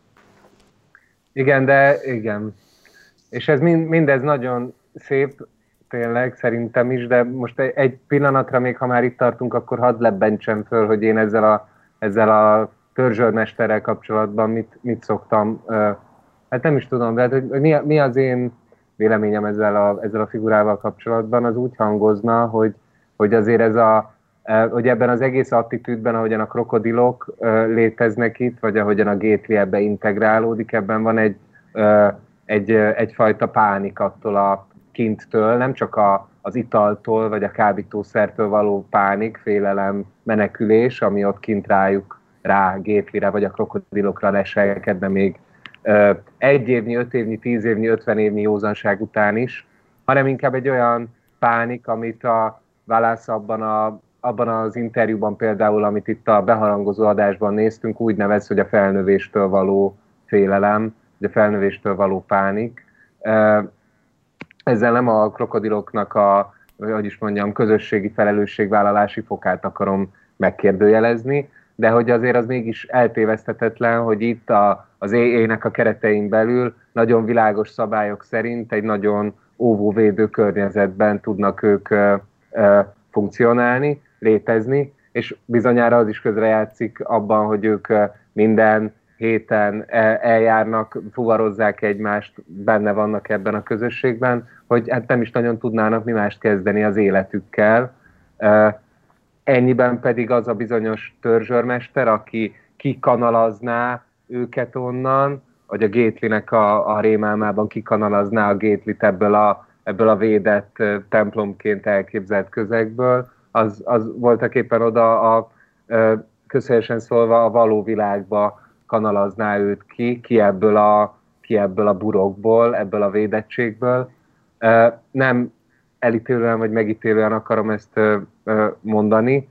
Igen, de igen. És ez mind, mindez nagyon szép, tényleg, szerintem is, de most egy pillanatra, még ha már itt tartunk, akkor hadd lebbentsem föl, hogy én ezzel a, ezzel a törzsőrmesterrel kapcsolatban mit, mit szoktam, hát nem is tudom, de hogy mi, mi az én véleményem ezzel a, ezzel a figurával kapcsolatban, az úgy hangozna, hogy, hogy azért ez a, hogy ebben az egész attitűdben, ahogyan a krokodilok léteznek itt, vagy ahogyan a Gately ebbe integrálódik, ebben van egy, egy, egyfajta pánik attól a kinttől, nem csak a, az italtól, vagy a kábítószertől való pánik, félelem, menekülés, ami ott kint rájuk, rá Gatelyre, vagy a krokodilokra leselkedne még egy évnyi, öt évnyi, tíz évnyi, ötven évnyi józanság után is, hanem inkább egy olyan pánik, amit a Wallace abban, a, abban az interjúban például, amit itt a beharangozó adásban néztünk, úgy nevez, hogy a felnövéstől való félelem, vagy a felnövéstől való pánik. Ezzel nem a krokodiloknak a, hogy is mondjam, közösségi felelősségvállalási fokát akarom megkérdőjelezni, de hogy azért az mégis eltéveszthetetlen, hogy itt a, az á á-nek a keretein belül nagyon világos szabályok szerint egy nagyon óvóvédő környezetben tudnak ők ö, ö, funkcionálni, létezni, és bizonyára az is közrejátszik abban, hogy ők minden héten eljárnak, fuvarozzák egymást, benne vannak ebben a közösségben, hogy hát nem is nagyon tudnának mi mást kezdeni az életükkel. Ennyiben pedig az a bizonyos törzsőrmester, aki kikanalazná őket onnan, vagy a Gatelynek a, a rémálmában kikanalazná a Gatelyt ebből a, ebből a védett templomként elképzelt közegből, az, az voltak éppen oda a, közhelyesen szólva a való világba kanalazná őt ki, ki ebből a, ki ebből a burokból, ebből a védettségből. Nem elítélően vagy megítélően akarom ezt mondani,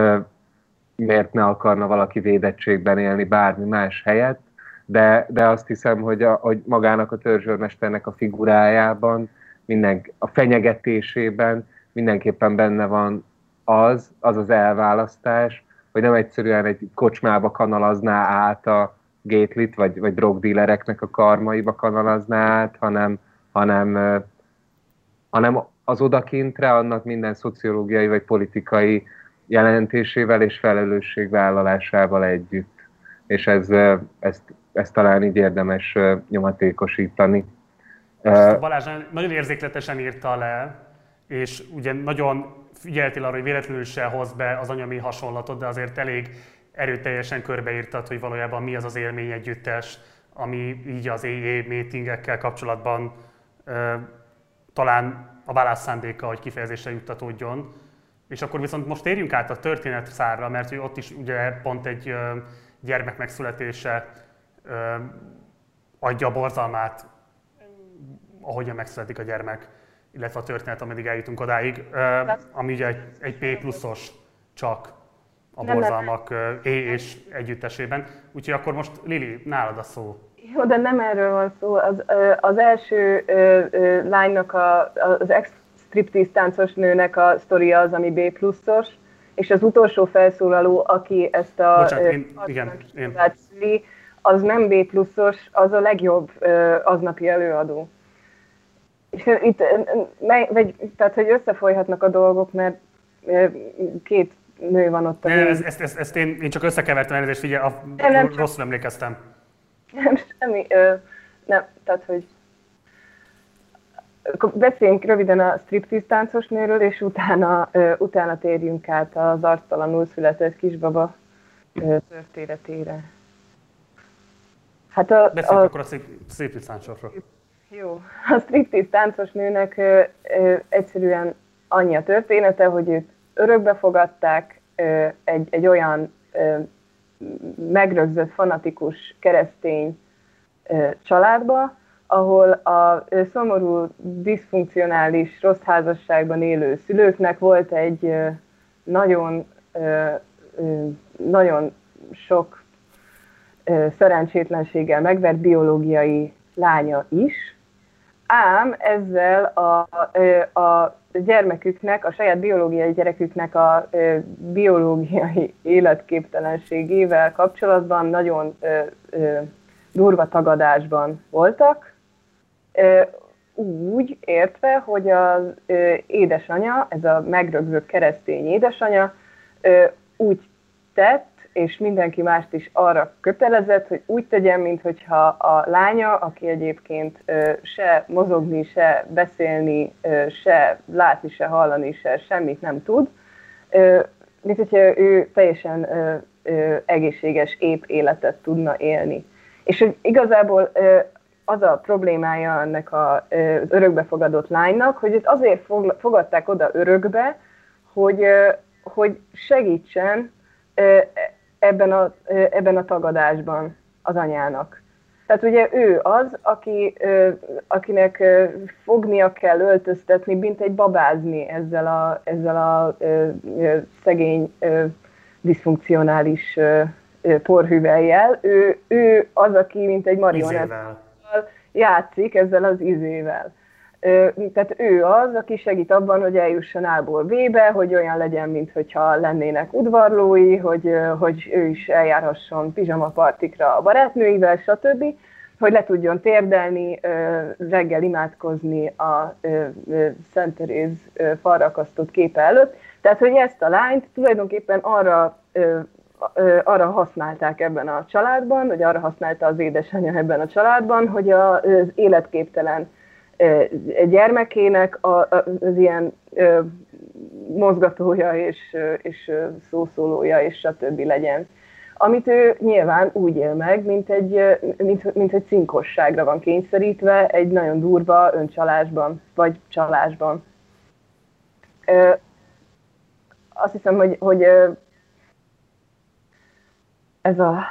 miért ne akarna valaki védettségben élni bármi más helyett, de, de azt hiszem, hogy, a, hogy magának a törzsőrmesternek a figurájában, minden, a fenyegetésében mindenképpen benne van az, az az elválasztás, hogy nem egyszerűen egy kocsmába kanalazná át a Gatelyt, vagy, vagy drogdílereknek a karmaiba kanalazná át, hanem, hanem, hanem az odakintre, annak minden szociológiai vagy politikai jelentésével és felelősségvállalásával együtt. És ez, ezt, ezt talán így érdemes nyomatékosítani. Ezt Balázs nagyon érzékletesen írta le, és ugye nagyon figyeltél arra, hogy véletlenül se hoz be az anyami hasonlatot, de azért elég erőteljesen körbeírtad, hogy valójában mi az az élmény együttes, ami így az á á meetingekkel kapcsolatban ö, talán a Wallace szándéka, hogy kifejezésre juttatódjon. És akkor viszont most térjünk át a történet szárra, mert ott is ugye pont egy ö, gyermek megszületése ö, adja a borzalmát, ahogyan megszületik a gyermek, illetve a történet, ameddig eljutunk odáig, ami ugye egy, egy P pluszos csak a borzalmak á és együttesében. Úgyhogy akkor most Lili, nálad a szó. Jó, de nem erről van szó. Az, az első lánynak, a, az ex-striptease táncos nőnek a sztoria az, ami B pluszos, és az utolsó felszólaló, aki ezt a Bocsánat, én, igen, én. szüli, az nem B pluszos, az a legjobb aznapi előadó. És itt, vagy, tehát, hogy összefolyhatnak a dolgok, mert két nő van ott. Ne, ezt, ezt, ezt, ezt én, én csak összekevertem elnézést, figyelj, a, nem, nem, rosszul csak... emlékeztem. Nem, semmi, ö, nem, tehát, hogy beszéljünk röviden a striptease táncos nőről, és utána, ö, utána térjünk át az arctalanul született kisbaba történetére. Hát a, Beszéljünk a, akkor a striptease táncosról. Jó, a striptease táncos nőnek ö, ö, egyszerűen annyi a története, hogy őt örökbe fogadták ö, egy, egy olyan ö, megrögzött, fanatikus keresztény ö, családba, ahol a ö, szomorú, diszfunkcionális, rossz házasságban élő szülőknek volt egy ö, nagyon, ö, ö, nagyon sok ö, szerencsétlenséggel megvert biológiai lánya is, ám ezzel a, a gyermeküknek, a saját biológiai gyereküknek a biológiai életképtelenségével kapcsolatban nagyon durva tagadásban voltak, úgy értve, hogy az édesanyja, ez a megrögzött keresztény édesanyja úgy tett, és mindenki mást is arra kötelezett, hogy úgy tegyen, minthogyha a lánya, aki egyébként se mozogni, se beszélni, se látni, se hallani, se semmit nem tud, mint hogyha ő teljesen egészséges, épp életet tudna élni. És hogy igazából az a problémája ennek az örökbefogadott lánynak, hogy itt azért fogadták oda örökbe, hogy, hogy segítsen ebben a, ebben a tagadásban az anyának. Tehát ugye ő az, aki, akinek fognia kell öltöztetni, mint egy babázni ezzel a, ezzel a szegény, diszfunkcionális porhüvellyel. Ő, ő az, aki mint egy marionettával játszik ezzel az izével. Tehát ő az, aki segít abban, hogy eljusson A-ból B-be, hogy olyan legyen, mintha lennének udvarlói, hogy, hogy ő is eljárhasson pizsamapartikra a barátnőivel, stb., hogy le tudjon térdelni, reggel imádkozni a Szent Teréz falra akasztott képe előtt. Tehát, hogy ezt a lányt tulajdonképpen arra, arra használták ebben a családban, vagy arra használta az édesanyja ebben a családban, hogy az életképtelen gyermekének az ilyen mozgatója és, és szószólója és stb. Legyen. Amit ő nyilván úgy él meg, mint egy, mint, mint egy cinkosságra van kényszerítve, egy nagyon durva öncsalásban, vagy csalásban. Azt hiszem, hogy, hogy ez a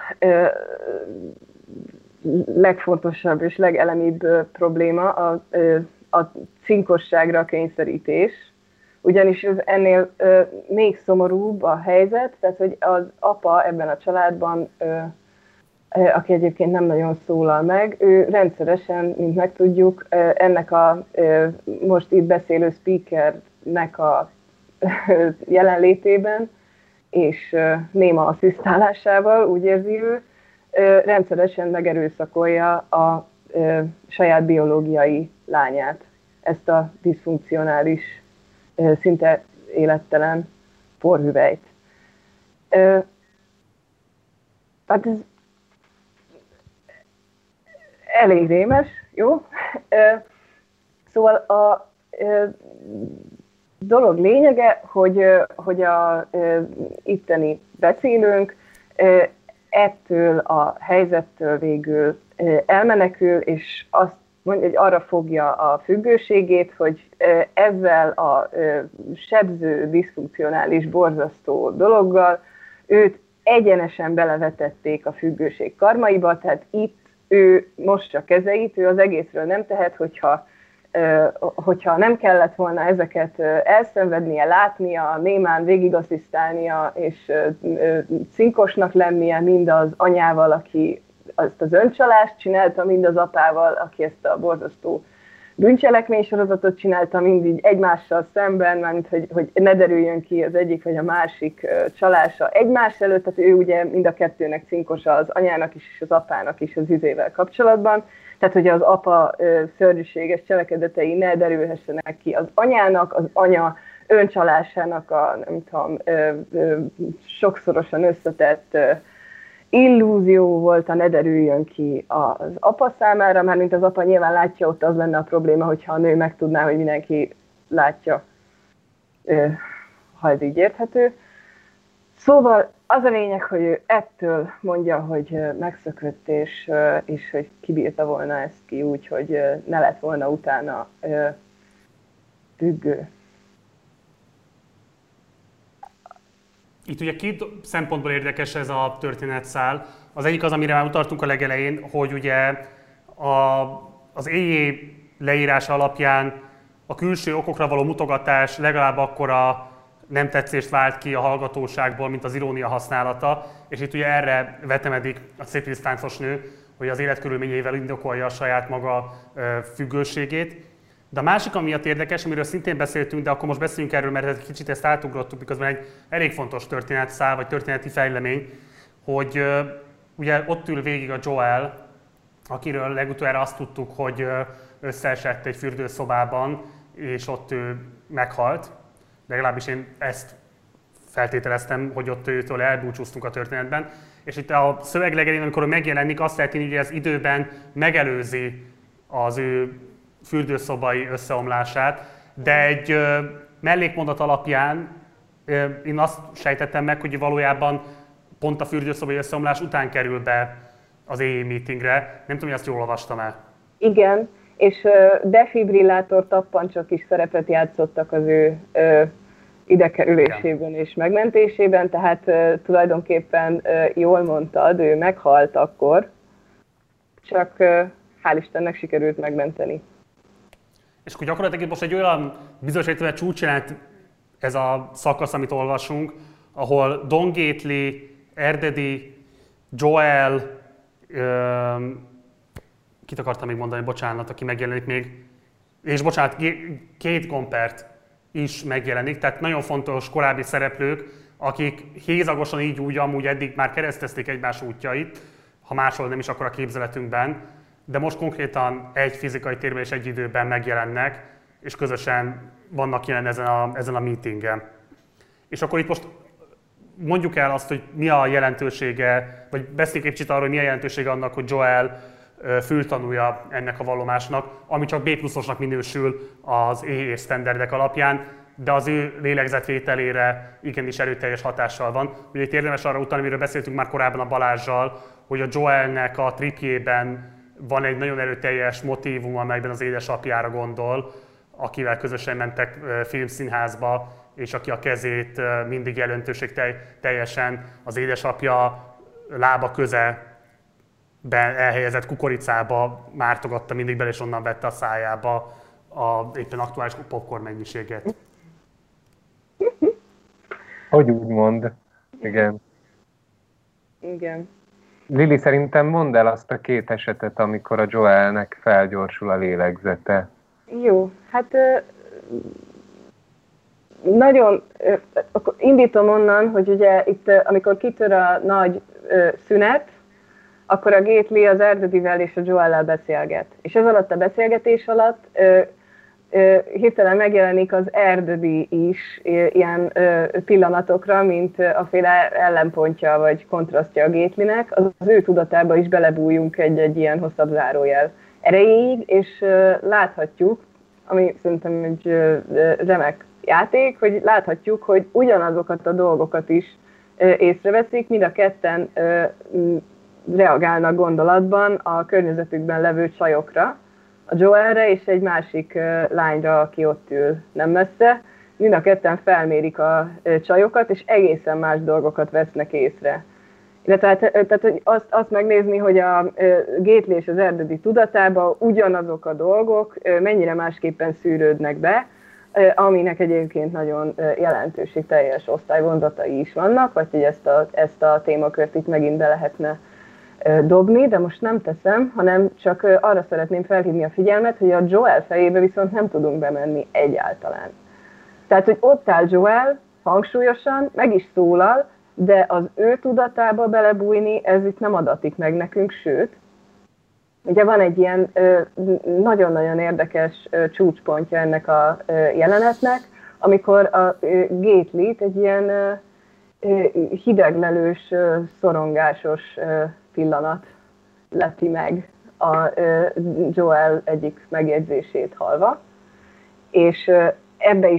legfontosabb és legelemibb probléma a, a cinkosságra kényszerítés, ugyanis ez ennél még szomorúbb a helyzet, tehát hogy az apa ebben a családban, aki egyébként nem nagyon szólal meg, ő rendszeresen, mint megtudjuk, ennek a most itt beszélő speakernek a jelenlétében és néma asszisztálásával, úgy érzi ő, rendszeresen megerőszakolja a ö, saját biológiai lányát, ezt a diszfunkcionális, ö, szinte élettelen porhüvelyt. Ö, hát ez elég rémes, jó? Ö, szóval a ö, dolog lényege, hogy, ö, hogy a ö, itteni beszélőnk ö, ettől a helyzettől végül elmenekül, és azt mondja, hogy arra fogja a függőségét, hogy ezzel a sebző, diszfunkcionális, borzasztó dologgal őt egyenesen belevetették a függőség karmaiba, tehát itt ő mossa kezeit, ő az egészről nem tehet, hogyha, hogyha nem kellett volna ezeket elszenvednie, látnia, némán végigasszisztálnia, és cinkosnak lennie mind az anyával, aki ezt az öncsalást csinálta, mind az apával, aki ezt a borzasztó bűncselekménysorozatot csinálta, mind így egymással szemben, mert hogy, hogy ne derüljön ki az egyik vagy a másik csalása egymás előtt, tehát ő ugye mind a kettőnek cinkosa, az anyának is és az apának is az izével kapcsolatban. Tehát, hogy az apa ö, szörnyűséges cselekedetei ne derülhessenek ki az anyának, az anya öncsalásának a, nem tudom, ö, ö, sokszorosan összetett ö, illúzió volt, ne derüljön ki az apa számára, mert mint az apa nyilván látja, ott az lenne a probléma, hogyha a nő megtudná, hogy mindenki látja, ö, ha ez így érthető. Szóval az a lényeg, hogy ő ettől mondja, hogy megszökött, és, és hogy kibírta volna ezt ki úgy, hogy ne lett volna utána függő. Itt ugye két szempontból érdekes ez a történetszál. Az egyik az, amire már utaltunk a legelején, hogy ugye a, az é jé leírása alapján a külső okokra való mutogatás legalább akkora nem tetszést vált ki a hallgatóságból, mint az irónia használata, és itt ugye erre vetemedik a striptease-táncos nő, hogy az életkörülményeivel indokolja a saját maga függőségét. De a másik, ami miatt érdekes, amiről szintén beszéltünk, de akkor most beszéljünk erről, mert egy kicsit ezt átugrottuk, miközben egy elég fontos történetszál, vagy történeti fejlemény, hogy ugye ott ül végig a Joel, akiről legutoljára azt tudtuk, hogy összeesett egy fürdőszobában, és ott ő meghalt. Legalábbis én ezt feltételeztem, hogy ott őtől elbúcsúztunk a történetben. És itt a szöveg legelején, amikor megjelenik, azt lehet hinni, hogy ez időben megelőzi az ő fürdőszobai összeomlását, de egy ö, mellékmondat alapján ö, én azt sejtettem meg, hogy valójában pont a fürdőszobai összeomlás után kerül be az é jé meetingre. Nem tudom, hogy azt jól olvastam el. Igen, és uh, defibrillátor tappancsok is szerepet játszottak az ő uh, idekerülésében és megmentésében, tehát uh, tulajdonképpen uh, jól mondtad, ő meghalt akkor, csak uh, hál' Istennek sikerült megmenteni. És akkor gyakorlatilag most egy olyan bizonyos értelemben csúcsjelent ez a szakasz, amit olvasunk, ahol Don Gately, Erdedi, Joel, öm, kit akartam még mondani, bocsánat, aki megjelenik még, és bocsánat, Kate Gompert is megjelenik, tehát nagyon fontos korábbi szereplők, akik hézagosan így úgy amúgy eddig már keresztezték egymás útjait, ha máshol nem is akkor a képzeletünkben, de most konkrétan egy fizikai térben és egy időben megjelennek, és közösen vannak jelen ezen a, ezen a meetingen. És akkor itt most mondjuk el azt, hogy mi a jelentősége, vagy beszéljünk egy kicsit arról, hogy mi a jelentősége annak, hogy Joel fültanúja ennek a vallomásnak, ami csak bé pluszosnak minősül az é jé sztenderdek alapján, de az ő lélegzetvételére igenis erőteljes hatással van. Ugye itt érdemes arra utalni, amiről beszéltünk már korábban a Balázssal, hogy a Joelnek a tripjében van egy nagyon erőteljes motívum, amelyben az édesapjára gondol, akivel közösen mentek filmszínházba, és aki a kezét mindig jelentőség teljesen az édesapja lába köze elhelyezett kukoricába mártogatta mindig bele, és onnan vette a szájába a éppen aktuális popcorn mennyiséget. Hogy úgy mond? Igen. Igen. Lili, szerintem mondd el azt a két esetet, amikor a Joelnek felgyorsul a lélegzete. Jó, hát nagyon, akkor indítom onnan, hogy ugye itt, amikor kitör a nagy szünet, akkor a Gately az Erdedivel és a Joellel beszélget. És ez alatt a beszélgetés alatt ö, ö, hirtelen megjelenik az Erdedi is ö, ilyen ö, pillanatokra, mint a féle ellenpontja vagy kontrasztja a Gatelynek. Az, az ő tudatába is belebújunk egy-egy ilyen hosszabb zárójel erejéig, és ö, láthatjuk, ami szerintem egy ö, remek játék, hogy láthatjuk, hogy ugyanazokat a dolgokat is ö, észreveszik, mind a ketten ö, reagálnak gondolatban a környezetükben levő csajokra, a Joelre és egy másik uh, lányra, aki ott ül nem messze. Mind a ketten felmérik a uh, csajokat, és egészen más dolgokat vesznek észre. De tehát, tehát hogy azt, azt megnézni, hogy a uh, Gately és az Erdedi tudatába ugyanazok a dolgok uh, mennyire másképpen szűrődnek be, uh, aminek egyébként nagyon uh, jelentőségteljes osztályvonzatai is vannak, vagy hogy ezt a, ezt a témakört itt megint be lehetne dobni, de most nem teszem, hanem csak arra szeretném felhívni a figyelmet, hogy a Joel fejébe viszont nem tudunk bemenni egyáltalán. Tehát, hogy ott áll Joel, hangsúlyosan, meg is szólal, de az ő tudatába belebújni, ez itt nem adatik meg nekünk, sőt, ugye van egy ilyen nagyon-nagyon érdekes csúcspontja ennek a jelenetnek, amikor a Gatelyt egy ilyen hideglelős, szorongásos pillanat lepi meg a Joel egyik megjegyzését hallva, és ebbe is majd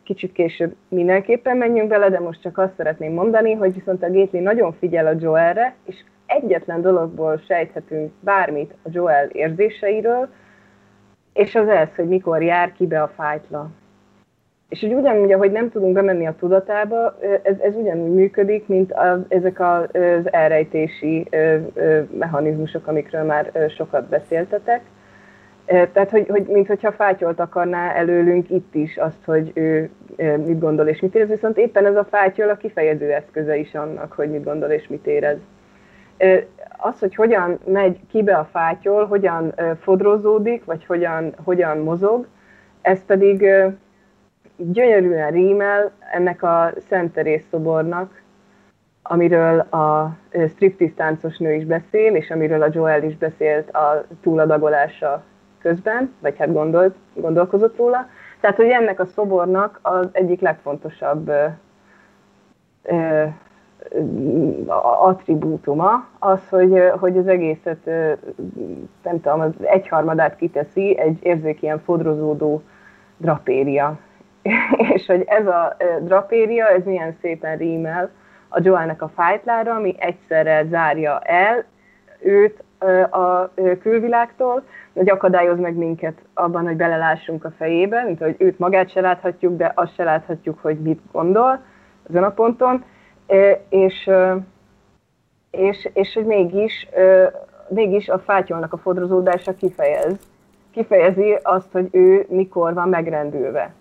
kicsit később mindenképpen menjünk bele, de most csak azt szeretném mondani, hogy viszont a Gately nagyon figyel a Joelre, és egyetlen dologból sejthetünk bármit a Joel érzéseiről, és az ez, hogy mikor jár ki be a fájtla. És hogy ugyanúgy, ahogy nem tudunk bemenni a tudatába, ez, ez ugyanúgy működik, mint a, ezek az elrejtési mechanizmusok, amikről már sokat beszéltetek. Tehát, hogy, hogy mint hogyha fátyolt akarná előlünk itt is azt, hogy ő mit gondol és mit érez, viszont éppen ez a fátyol a kifejező eszköze is annak, hogy mit gondol és mit érez. Az, hogy hogyan megy ki be a fátyol, hogyan fodrozódik, vagy hogyan, hogyan mozog, ez pedig gyönyörűen rímel ennek a Szent Teréz szobornak, amiről a striptease táncos nő is beszél, és amiről a Joel is beszélt a túladagolása közben, vagy hát gondolt, gondolkozott róla. Tehát, hogy ennek a szobornak az egyik legfontosabb ö, ö, attribútuma az, hogy, hogy az egészet, ö, nem tudom, az egyharmadát kiteszi egy érzékien fodrozódó drapéria. És hogy ez a drapéria, ez milyen szépen rímel a Joelnek a fájtlára, ami egyszerre zárja el őt a külvilágtól, hogy akadályoz meg minket abban, hogy belelássunk a fejébe, mint hogy őt magát se láthatjuk, de azt se láthatjuk, hogy mit gondol azon a ponton, és, és, és hogy mégis, mégis a fátyolnak a fodrozódása kifejez, kifejezi azt, hogy ő mikor van megrendülve.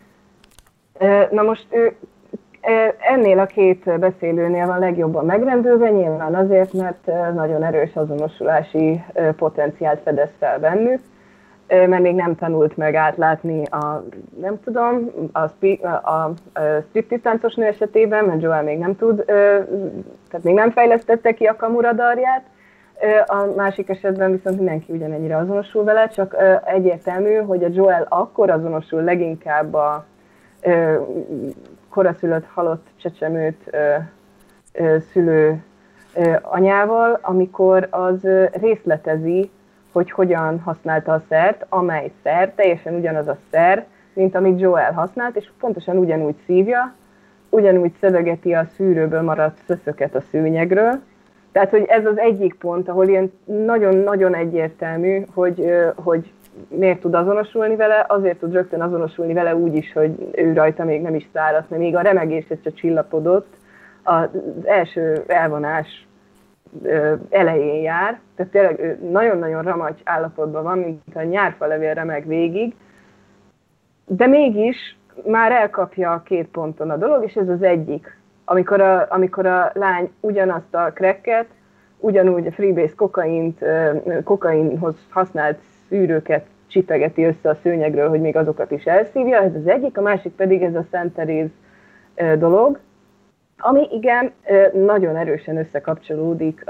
Na most ő ennél a két beszélőnél van legjobban megrendülve, nyilván azért, mert nagyon erős azonosulási potenciált fedez fel bennük, mert még nem tanult meg átlátni a, nem tudom, a, a, a striptease táncos nő esetében, mert Joel még nem tud, tehát még nem fejlesztette ki a kamuradarját, a másik esetben viszont mindenki ugyanennyire azonosul vele, csak egyértelmű, hogy a Joel akkor azonosul leginkább a koraszülött halott csecsemőt ö, ö, szülő ö, anyával, amikor az ö, részletezi, hogy hogyan használta a szert, amely szer, teljesen ugyanaz a szer, mint amit Joel használt, és pontosan ugyanúgy szívja, ugyanúgy szedegeti a szűrőből maradt szöszöket a szőnyegről. Tehát, hogy ez az egyik pont, ahol ilyen nagyon-nagyon egyértelmű, hogy, ö, hogy miért tud azonosulni vele, azért tud rögtön azonosulni vele úgy is, hogy ő rajta még nem is száradt, mert még a remegése csak csillapodott, az első elvonás elején jár, tehát tényleg nagyon-nagyon ramagy állapotban van, mint a nyárfalevél remeg végig, de mégis már elkapja a két ponton a dolog, és ez az egyik. Amikor a, amikor a lány ugyanazt a cracket, ugyanúgy a freebase kokaint, kokainhoz használt szűrőket csipegeti össze a szőnyegről, hogy még azokat is elszívja, ez az egyik, a másik pedig ez a Szent Teréz dolog, ami igen, nagyon erősen összekapcsolódik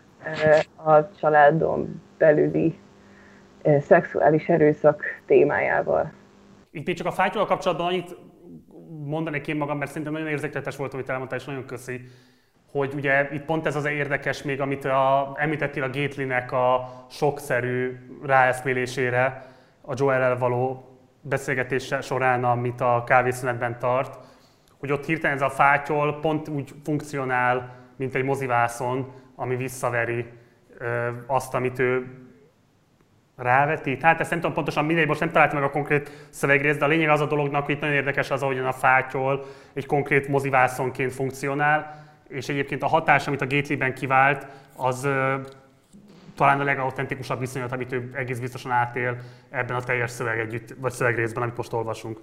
a családon belüli szexuális erőszak témájával. Itt még csak a fátyolal kapcsolatban annyit mondanék én magam, mert szerintem nagyon érzékletes volt, amit elmondtál, és nagyon köszi, hogy ugye itt pont ez az érdekes még, amit a, említettél a Gatelynek a sokszerű ráeszmélésére a Joellel való beszélgetése során, amit a kávészünetben tart, hogy ott hirtelen ez a fátyol pont úgy funkcionál, mint egy mozivászon, ami visszaveri ö, azt, amit ő rávetít. Hát ezt nem tudom pontosan mindegy, most nem találtam meg a konkrét szövegrészt, de a lényeg az a dolognak, hogy itt nagyon érdekes az, ahogyan a fátyol egy konkrét mozivászonként funkcionál, és egyébként a hatás, amit a Gatelyben kivált, az ö, talán a legautentikusabb viszonyat, amit ő egész biztosan átél ebben a teljes szöveg együtt, vagy szövegrészben, amit most olvasunk.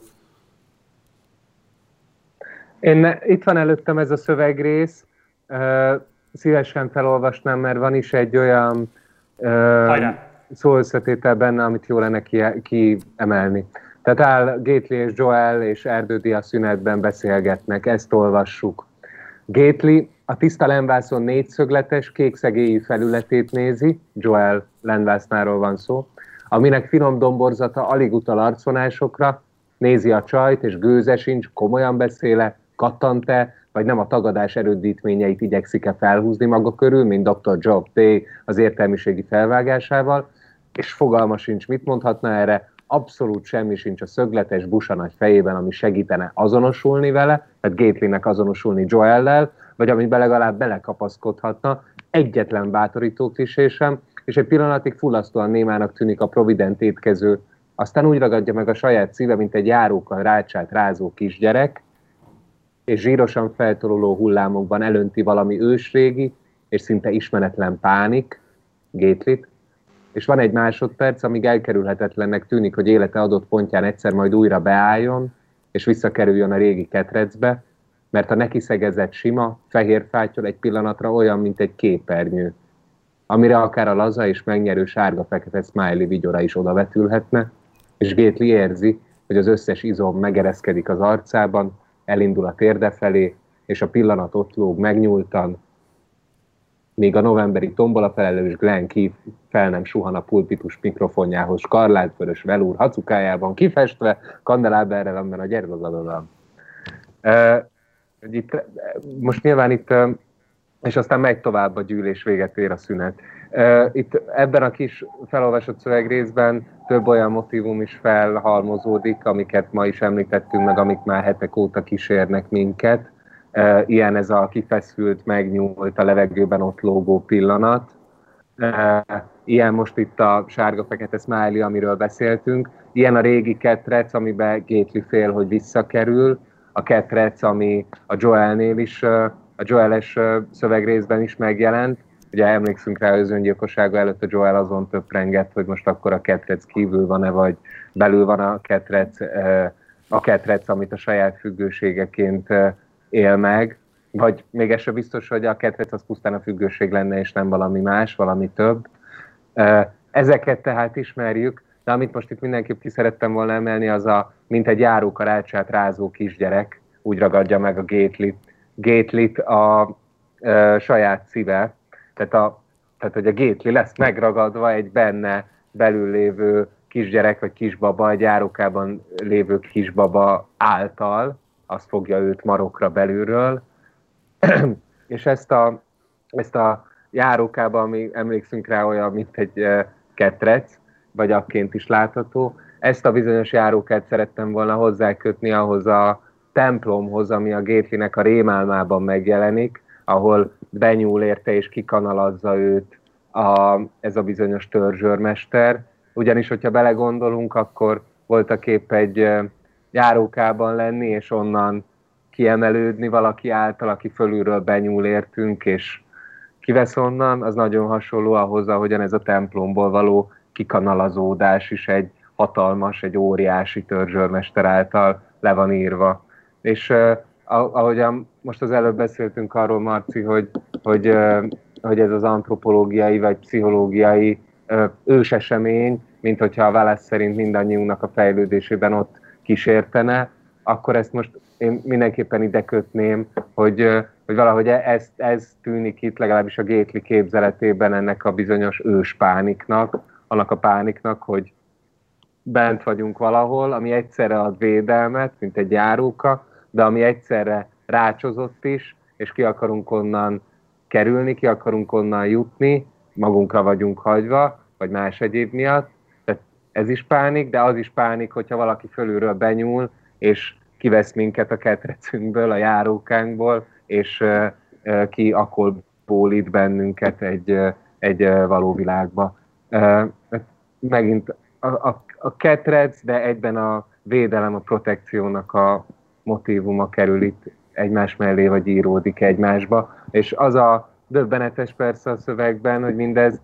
Én, itt van előttem ez a szövegrész, uh, szívesen felolvasnám, mert van is egy olyan uh, szóösszetétel benne, amit jó lenne kiemelni. Ki Tehát áll Gately és Joel és Erdődi a szünetben beszélgetnek, ezt olvassuk. Gately a tiszta lenvászon négyszögletes, kékszegélyű felületét nézi, Joel lenvásznáról van szó, aminek finom domborzata alig utal arcvonásokra, nézi a csajt, és gőze sincs, komolyan beszéle, kattant-e, vagy nem a tagadás erődítményeit igyekszik-e felhúzni maga körül, mint doktor Job Day az értelmiségi felvágásával, és fogalma sincs, mit mondhatna erre, abszolút semmi sincs a szögletes busa nagy fejében, ami segítene azonosulni vele, tehát Gatelynek azonosulni Joellel, vagy amiben legalább belekapaszkodhatna, egyetlen bátorító klisé sem, és egy pillanatig fullasztóan némának tűnik a provident étkező, aztán úgy ragadja meg a saját szíve, mint egy járókkal rácsát rázó kisgyerek, és zsírosan feltoruló hullámokban elönti valami ősrégi, és szinte ismeretlen pánik, Gatelyt, és van egy másodperc, amíg elkerülhetetlennek tűnik, hogy élete adott pontján egyszer majd újra beálljon, és visszakerüljön a régi ketrecbe, mert a neki szegezett sima, fehér fátyol egy pillanatra olyan, mint egy képernyő, amire akár a laza és megnyerő sárga-fekete smiley vigyora is odavetülhetne, és Gately érzi, hogy az összes izom megereszkedik az arcában, elindul a térde felé, és a pillanat ott lóg megnyúltan, míg a novemberi tombola felelős Glenn Keith fel nem suhan a pulpitus mikrofonjához skarlátvörös velúr hacukájában kifestve, kandeláberrel, amiben a gyere az adodalom. Uh, itt, most nyilván itt, uh, és aztán megy tovább a gyűlés, véget ér a szünet. Uh, itt ebben a kis felolvasott szövegrészben több olyan motívum is felhalmozódik, amiket ma is említettünk, meg amik már hetek óta kísérnek minket. Uh, ilyen ez a kifeszült, megnyúlt, a levegőben ott lógó pillanat. Uh, ilyen most itt a sárga-fekete smiley, amiről beszéltünk. Ilyen a régi ketrec, amiben Gately fél, hogy visszakerül. A ketrec, ami a Joelnél is, uh, a Joel-es uh, szövegrészben is megjelent. Ugye emlékszünk rá, hogy az öngyilkossága előtt a Joel azon töprengett, hogy most akkor a ketrec kívül van-e, vagy belül van a ketrec, uh, a ketrec, amit a saját függőségeként uh, él meg, vagy még ez sem biztos, hogy a ketrec az pusztán a függőség lenne, és nem valami más, valami több. Ezeket tehát ismerjük, de amit most itt mindenképp ki szerettem volna emelni, az a, mint egy járókarácsát rázó kisgyerek, úgy ragadja meg a Gatelyt. Gatelyt a, a saját szíve, tehát, a, tehát hogy a Gately lesz megragadva egy benne belül lévő kisgyerek, vagy kisbaba, egy járókában lévő kisbaba által, azt fogja őt marokra belülről, és ezt a, ezt a járókában, ami emlékszünk rá olyan, mint egy ketrec, vagy akként is látható, ezt a bizonyos járókát szerettem volna hozzákötni ahhoz a templomhoz, ami a Gatelynek a rémálmában megjelenik, ahol benyúl érte és kikanalazza őt a, ez a bizonyos törzsőrmester. Ugyanis, hogyha belegondolunk, akkor voltak épp egy járókában lenni, és onnan kiemelődni valaki által, aki fölülről benyúl értünk, és kivesz onnan, az nagyon hasonló ahhoz, ahogyan ez a templomból való kikanalazódás is egy hatalmas, egy óriási törzsőrmester által le van írva. És uh, ahogyan most az előbb beszéltünk arról, Marci, hogy, hogy, uh, hogy ez az antropológiai vagy pszichológiai uh, ősesemény, mint hogyha a Wallace szerint mindannyiunknak a fejlődésében ott kísértene, akkor ezt most én mindenképpen ide kötném, hogy, hogy valahogy ez, ez tűnik itt legalábbis a Gately képzeletében ennek a bizonyos őspániknak, annak a pániknak, hogy bent vagyunk valahol, ami egyszerre ad védelmet, mint egy járóka, de ami egyszerre rácsozott is, és ki akarunk onnan kerülni, ki akarunk onnan jutni, magunkra vagyunk hagyva, vagy más egyéb miatt. Tehát ez is pánik, de az is pánik, hogyha valaki fölülről benyúl, és kivesz minket a ketrecünkből, a járókánkból, és uh, uh, ki akkor bólít bennünket egy, uh, egy uh, való világba. Uh, megint a, a, a ketrec, de egyben a védelem, a protekciónak a motívuma kerül itt egymás mellé, vagy íródik egymásba. És az a döbbenetes persze a szövegben, hogy mindez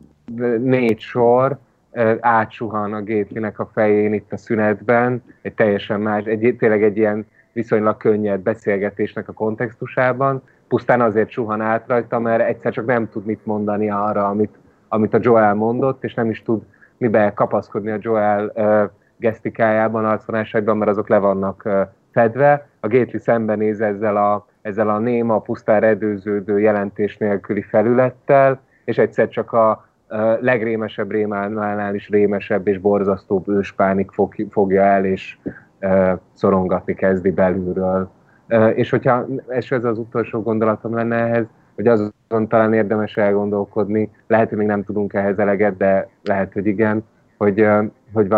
négy sor átsuhan a Gatelynek a fején itt a szünetben, egy teljesen más, egy, tényleg egy ilyen viszonylag könnyed beszélgetésnek a kontextusában, pusztán azért suhan át rajta, mert egyszer csak nem tud mit mondani arra, amit, amit a Joel mondott, és nem is tud mibe kapaszkodni a Joel uh, gesztikájában, arcvonásaiban, mert azok le vannak uh, fedve. A Gately szembenéz ezzel a, ezzel a néma, pusztán redőződő jelentés nélküli felülettel, és egyszer csak a Uh, legrémesebb rémálmánál is rémesebb és borzasztóbb őspánik fog, fogja el, és uh, szorongatni kezdi belülről. Uh, és hogyha, és ez az utolsó gondolatom lenne ehhez, hogy azon talán érdemes elgondolkodni, lehet, hogy még nem tudunk ehhez eleget, de lehet, hogy igen, hogy, uh, hogy vajon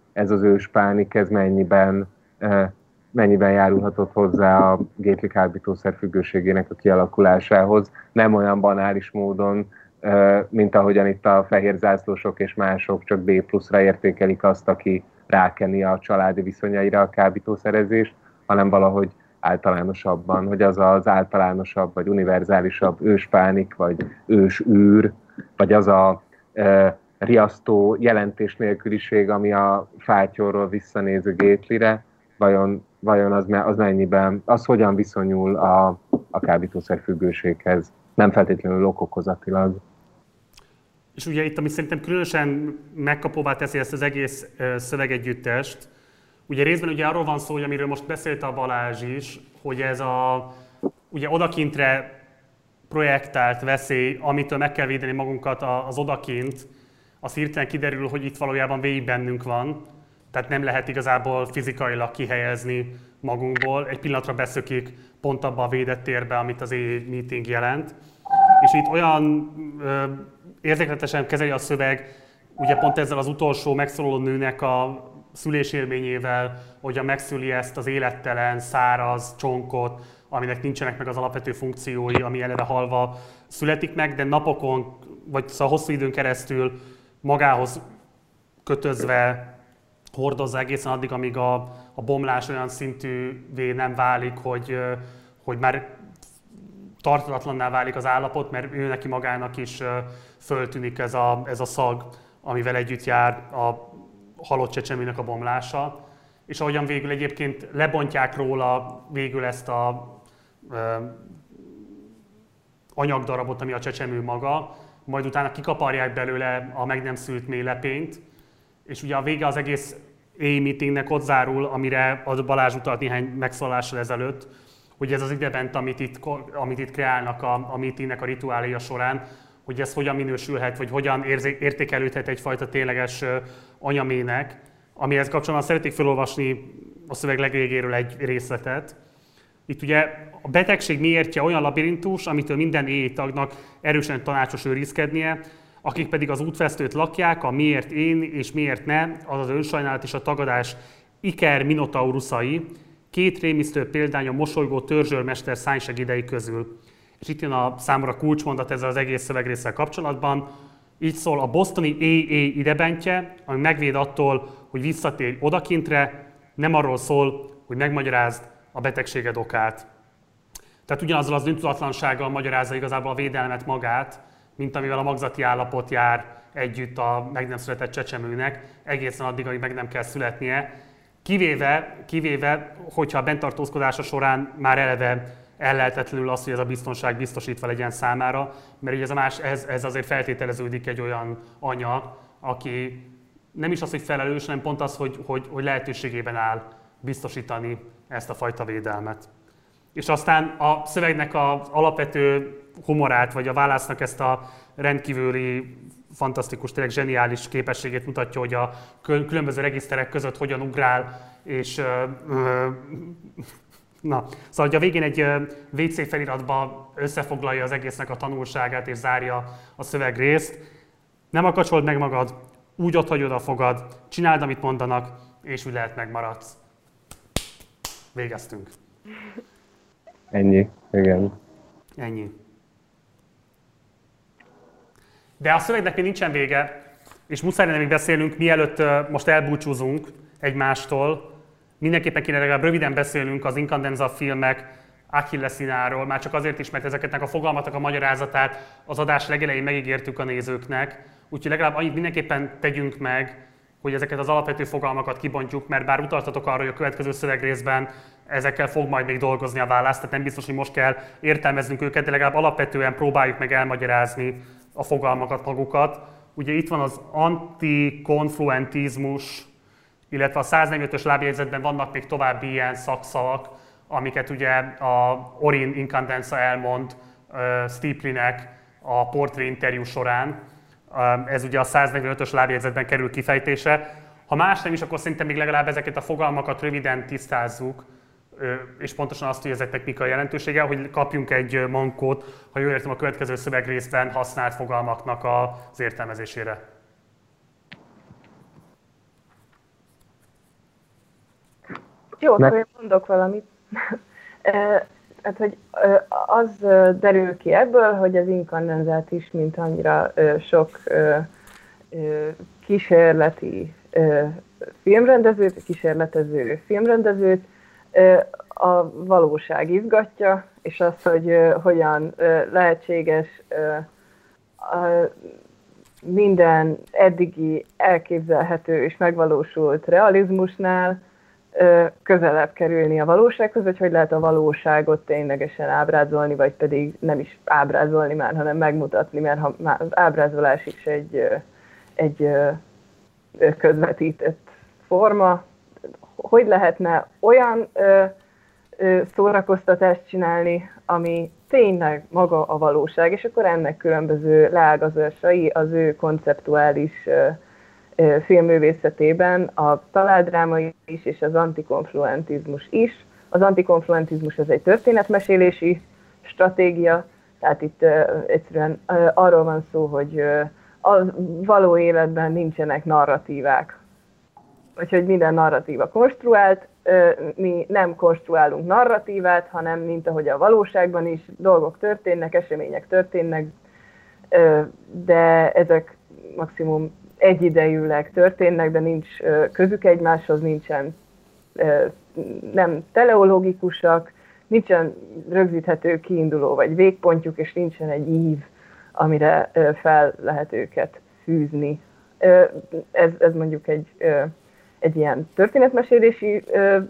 ez az őspánik, ez mennyiben, mennyiben járulhatott hozzá a gétli kábítószer függőségének a kialakulásához. Nem olyan banális módon, mint ahogyan itt a fehér zászlósok és mások csak B pluszra értékelik azt, aki rákeni a családi viszonyaira a kábítószerezést, hanem valahogy általánosabban, hogy az az általánosabb, vagy univerzálisabb őspánik, vagy ősűr, vagy az a e, riasztó jelentés nélküliség, ami a fátyolról visszanéző gétlire, vajon, vajon az, az mennyiben, az hogyan viszonyul a, a kábítószerfüggőséghez, nem feltétlenül okokozatilag. És ugye itt, ami szerintem különösen megkapóvá teszi ezt az egész szövegegyüttest, ugye részben ugye arról van szó, hogy amiről most beszélt a Balázs is, hogy ez a ugye odakintre projektált veszély, amitől meg kell védeni magunkat az odakint, az hirtelen kiderül, hogy itt valójában végig bennünk van, tehát nem lehet igazából fizikailag kihelyezni magunkból. Egy pillanatra beszökik pont abba a védett térbe, amit az e-meeting jelent. És itt olyan ö, érzékletesen kezeli a szöveg, ugye pont ezzel az utolsó megszólaló nőnek a szülésélményével, hogyan megszüli ezt az élettelen, száraz csonkot, aminek nincsenek meg az alapvető funkciói, ami eleve halva születik meg, de napokon, vagy szóval hosszú időn keresztül magához kötözve hordozza egészen addig, amíg a, a bomlás olyan szintűvé nem válik, hogy, hogy már tartalatlanná válik az állapot, mert ő neki magának is föltűnik ez a, ez a szag, amivel együtt jár a halott csecsemőnek a bomlása. És ahogyan végül egyébként lebontják róla végül ezt a ö, anyagdarabot, ami a csecsemő maga, majd utána kikaparják belőle a meg nem szült mélylepényt, és ugye a vége az egész e-meetingnek ott zárul, amire a Balázs utalt néhány megszólalással ezelőtt, hogy ez az idevent, amit itt, amit itt kreálnak a, a meetingnek a rituáléja során, hogy ez hogyan minősülhet, vagy hogyan érzé, értékelődhet egyfajta tényleges anyamének, amihez kapcsolatban szeretnék felolvasni a szöveg legvégéről egy részletet. Itt ugye a betegség miértje olyan labirintus, amitől minden éj tagnak erősen tanácsos őrizkednie, akik pedig az útvesztőt lakják, a miért én és miért ne, az az önsajnálat és a tagadás Iker Minotaurusai, két rémisztő példány a mosolygó törzsőrmester szánysegédei közül. És itt jön a számomra kulcsmondat ezzel az egész szövegrésszel kapcsolatban. Így szól: a bostoni é é idebentje, ami megvéd attól, hogy visszatérj odakintre, nem arról szól, hogy megmagyarázd a betegséged okát. Tehát ugyanazzal az öntudatlansággal magyarázza igazából a védelmet magát, mint amivel a magzati állapot jár együtt a meg nem született csecsemőnek, egészen addig, amíg meg nem kell születnie. Kivéve, kivéve, hogyha a benntartózkodása során már eleve ellehetetlenül az, hogy ez a biztonság biztosítva legyen számára, mert ugye ez, a más, ez, ez azért feltételeződik egy olyan anya, aki nem is az, hogy felelős, hanem pont az, hogy, hogy, hogy lehetőségében áll biztosítani ezt a fajta védelmet. És aztán a szövegnek az alapvető humorát, vagy a válasznak ezt a rendkívüli, fantasztikus, tényleg zseniális képességét mutatja, hogy a különböző regiszterek között hogyan ugrál, és na, szóval hogy a végén egy vé cé feliratba összefoglalja az egésznek a tanulságát, és zárja a szövegrészt. Nem akacsold meg magad, úgy otthagyod a fogad, csináld, amit mondanak, és úgy lehet megmaradsz. Végeztünk. Ennyi, igen. Ennyi. De a szövegnek még nincsen vége, és muszáj lenne még beszélnünk, mielőtt most elbúcsúzunk egymástól. Mindenképpen kéne legalább röviden beszélnünk az Incandenza filmek Achillesináról, már csak azért is, mert ezeknek a fogalmaknak a magyarázatát az adás legelején megígértük a nézőknek. Úgyhogy legalább annyit mindenképpen tegyünk meg, hogy ezeket az alapvető fogalmakat kibontjuk, mert bár utaltatok arra, hogy a következő szövegrészben ezekkel fog majd még dolgozni a válasz, tehát nem biztos, hogy most kell értelmeznünk őket, de legalább alapvetően próbáljuk meg elmagyarázni a fogalmakat magukat. Ugye itt van az antikonfluentizmus, illetve a száznegyvenötös lábjegyzetben vannak még további ilyen szakszavak, amiket ugye a Orin Incandenza elmond uh, Stipleynek a portré interjú során. Uh, ez ugye a száznegyvenötös lábjegyzetben kerül kifejtése. Ha más nem is, akkor szerintem még legalább ezeket a fogalmakat röviden tisztázzuk, uh, és pontosan azt, hogy ezeknek mik a jelentősége, hogy kapjunk egy mankót, ha jól értem, a következő szövegrészben használt fogalmaknak az értelmezésére. Jó, akkor én mondok valamit. Hát, hogy az derül ki ebből, hogy az inkandenzát is, mint annyira sok kísérleti filmrendezőt, kísérletező filmrendezőt a valóság izgatja, és az, hogy hogyan lehetséges minden eddigi elképzelhető és megvalósult realizmusnál közelebb kerülni a valósághoz, hogy hogy lehet a valóságot ténylegesen ábrázolni, vagy pedig nem is ábrázolni már, hanem megmutatni, mert ha már az ábrázolás is egy, egy közvetített forma, hogy lehetne olyan szórakoztatást csinálni, ami tényleg maga a valóság, és akkor ennek különböző leágazásai az ő konceptuális filmművészetében a találdráma is, és az antikonfluentizmus is. Az antikonfluentizmus az egy történetmesélési stratégia, tehát itt uh, egyszerűen uh, arról van szó, hogy uh, a való életben nincsenek narratívák. Vagy hogy minden narratíva konstruált, uh, mi nem konstruálunk narratívát, hanem mint ahogy a valóságban is dolgok történnek, események történnek, uh, de ezek maximum egyidejűleg történnek, de nincs közük egymáshoz, nincsen, nem teleológikusak, nincsen rögzíthető kiinduló vagy végpontjuk, és nincsen egy ív, amire fel lehet őket fűzni. Ez, ez mondjuk egy, egy ilyen történetmesélési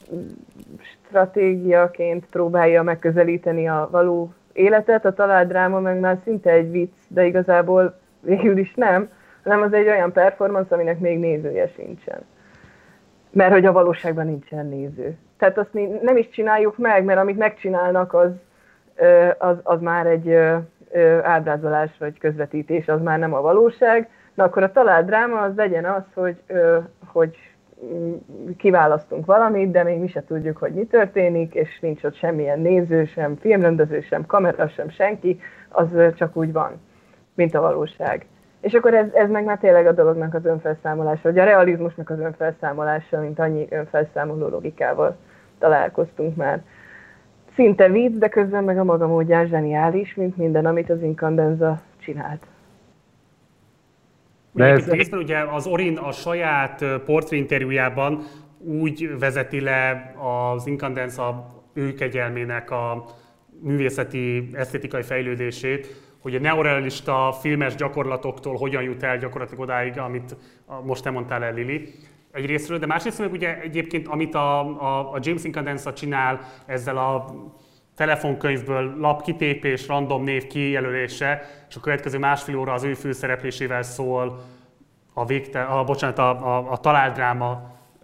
stratégiaként próbálja megközelíteni a való életet, a találdráma meg már szinte egy vicc, de igazából végül is nem, hanem az egy olyan performance, aminek még nézője sincsen. Mert hogy a valóságban nincsen néző. Tehát azt nem is csináljuk meg, mert amit megcsinálnak, az, az, az már egy ábrázolás vagy közvetítés, az már nem a valóság. Na akkor a talált dráma az legyen az, hogy, hogy kiválasztunk valamit, de még mi se tudjuk, hogy mi történik, és nincs ott semmilyen néző, sem filmrendező, sem kamera, sem senki, az csak úgy van, mint a valóság. És akkor ez, ez meg már tényleg a dolognak az önfelszámolása, vagy a realizmusnak az önfelszámolása, mint annyi önfelszámoló logikával találkoztunk már. Szinte vicc, de közben meg a maga módján zseniális, mint minden, amit az Incandenza csinált. De ez... Részben ugye az Orin a saját portréinterjújában úgy vezeti le az Incandenza ő kegyelmének a művészeti, esztétikai fejlődését, hogy a neorealista filmes gyakorlatoktól hogyan jut el gyakorlatilag odáig, amit most te mondtál el, Lili. Egyrésztről, de másrészt meg ugye egyébként, amit a, a, a James Incandenza csinál ezzel a telefonkönyvből lapkitépés, random név kijelölése, és a következő másfél óra az ő főszereplésével szól a, végte, a, bocsánat, a, a, a találdráma,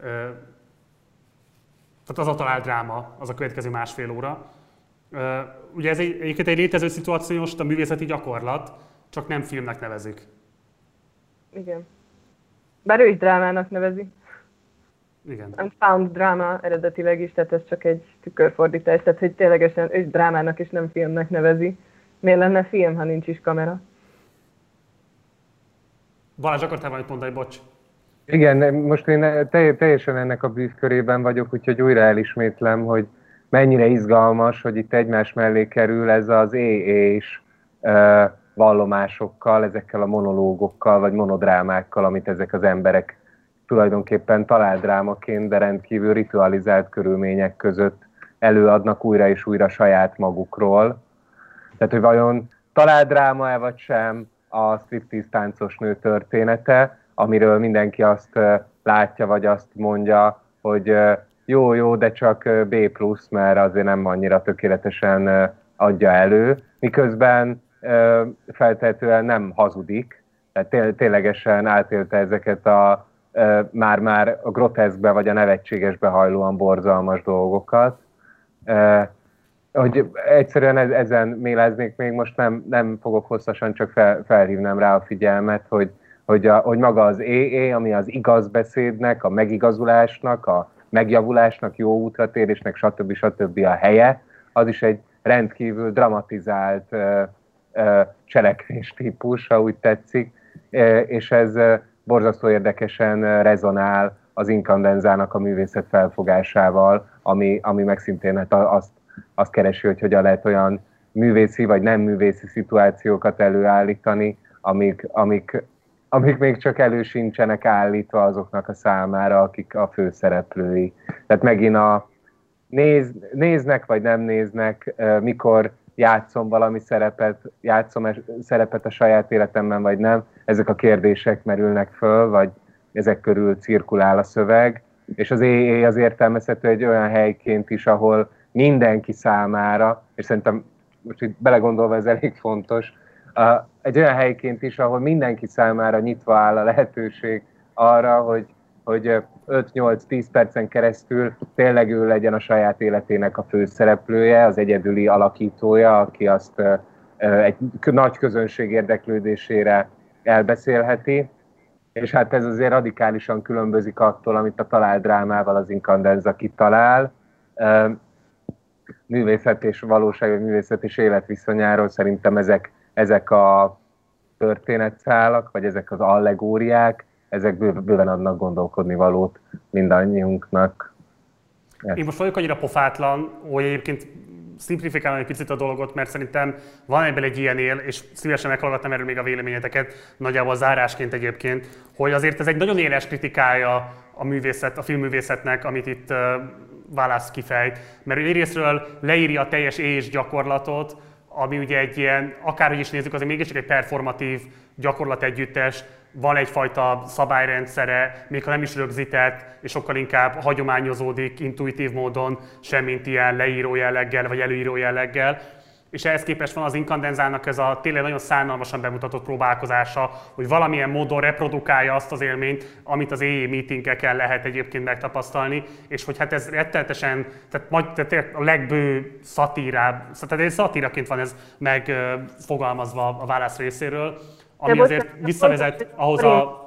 tehát az a találdráma, az a következő másfél óra. Uh, ugye ez egy, egyébként egy létező szituáció, most a művészeti gyakorlat, csak nem filmnek nevezik. Igen. Bár ő is drámának nevezi. Igen. Unfound drama eredetileg is, tehát ez csak egy tükörfordítás, tehát hogy ténylegesen ő is drámának és nem filmnek nevezi. Miért lenne film, ha nincs is kamera? Balázs, akartál valamit mondani, bocs? Igen, most én teljesen ennek a bűvkörében vagyok, úgyhogy újra elismétlem, hogy mennyire izgalmas, hogy itt egymás mellé kerül ez az é-és uh, vallomásokkal, ezekkel a monológokkal, vagy monodrámákkal, amit ezek az emberek tulajdonképpen találdrámaként, de rendkívül ritualizált körülmények között előadnak újra és újra saját magukról. Tehát, hogy vajon találdráma-e vagy sem a striptease táncos nő története, amiről mindenki azt uh, látja, vagy azt mondja, hogy uh, jó, jó, de csak bé plusz, mert azért nem annyira tökéletesen adja elő, miközben feltehetően nem hazudik, tehát ténylegesen átélte ezeket a már-már a groteszkbe vagy a nevetségesbe hajlóan borzalmas dolgokat. Hogy egyszerűen ezen méleznék még, most nem, nem fogok hosszasan, csak fel, felhívnám rá a figyelmet, hogy, hogy, a, hogy maga az é é, ami az igazbeszédnek, a megigazulásnak, a megjavulásnak, jó útratérésnek, stb. stb. A helye, az is egy rendkívül dramatizált uh, uh, cselekvéstípus, ha úgy tetszik, uh, és ez uh, borzasztó érdekesen uh, rezonál az Incandenzának a művészet felfogásával, ami, ami meg szintén hát azt, azt keresi, hogy hogyan lehet olyan művészi vagy nem művészi szituációkat előállítani, amik, amik, amik még csak elő sincsenek állítva azoknak a számára, akik a főszereplői. Tehát megint a néz, néznek vagy nem néznek, mikor játszom valami szerepet, játszom szerepet a saját életemben vagy nem, ezek a kérdések merülnek föl, vagy ezek körül cirkulál a szöveg, és az é á az értelmezhető egy olyan helyként is, ahol mindenki számára, és szerintem most itt belegondolva ez elég fontos, egy olyan helyként is, ahol mindenki számára nyitva áll a lehetőség arra, hogy, hogy öt-nyolc-tíz percen keresztül tényleg ő legyen a saját életének a főszereplője, az egyedüli alakítója, aki azt egy nagy közönség érdeklődésére elbeszélheti. És hát ez azért radikálisan különbözik attól, amit a találdrámával az Incandenza kitalál. Művészet és valóság, vagy művészet és életviszonyáról szerintem ezek, ezek a történetszálak, vagy ezek az allegóriák, ezek bőven adnak gondolkodni valót mindannyiunknak. Én most vagyok annyira pofátlan, hogy egyébként szimplifikálom egy picit a dolgot, mert szerintem van ebből egy ilyen él, és szívesen meghallgattam erről még a véleményeteket, nagyjából zárásként egyébként, hogy azért ez egy nagyon éles kritikája a művészet, a filmművészetnek, amit itt uh, Wallace kifejt. Mert egyrésztről leírja a teljes és gyakorlatot, ami ugye egy ilyen, akárhogy is nézzük, azért mégiscsak egy performatív gyakorlategyüttes, van egyfajta szabályrendszere, még ha nem is rögzített, és sokkal inkább hagyományozódik intuitív módon, semmint ilyen leíró jelleggel, vagy előíró jelleggel. És ehhez képest van az Incandenzának ez a tényleg nagyon szánalmasan bemutatott próbálkozása, hogy valamilyen módon reprodukálja azt az élményt, amit az é á meetingeken lehet egyébként megtapasztalni, és hogy hát ez rettenetesen, tehát, tehát a legbő szatírább, tehát egy szatíraként van ez megfogalmazva a Wallace részéről, ami azért visszavezet ahhoz a...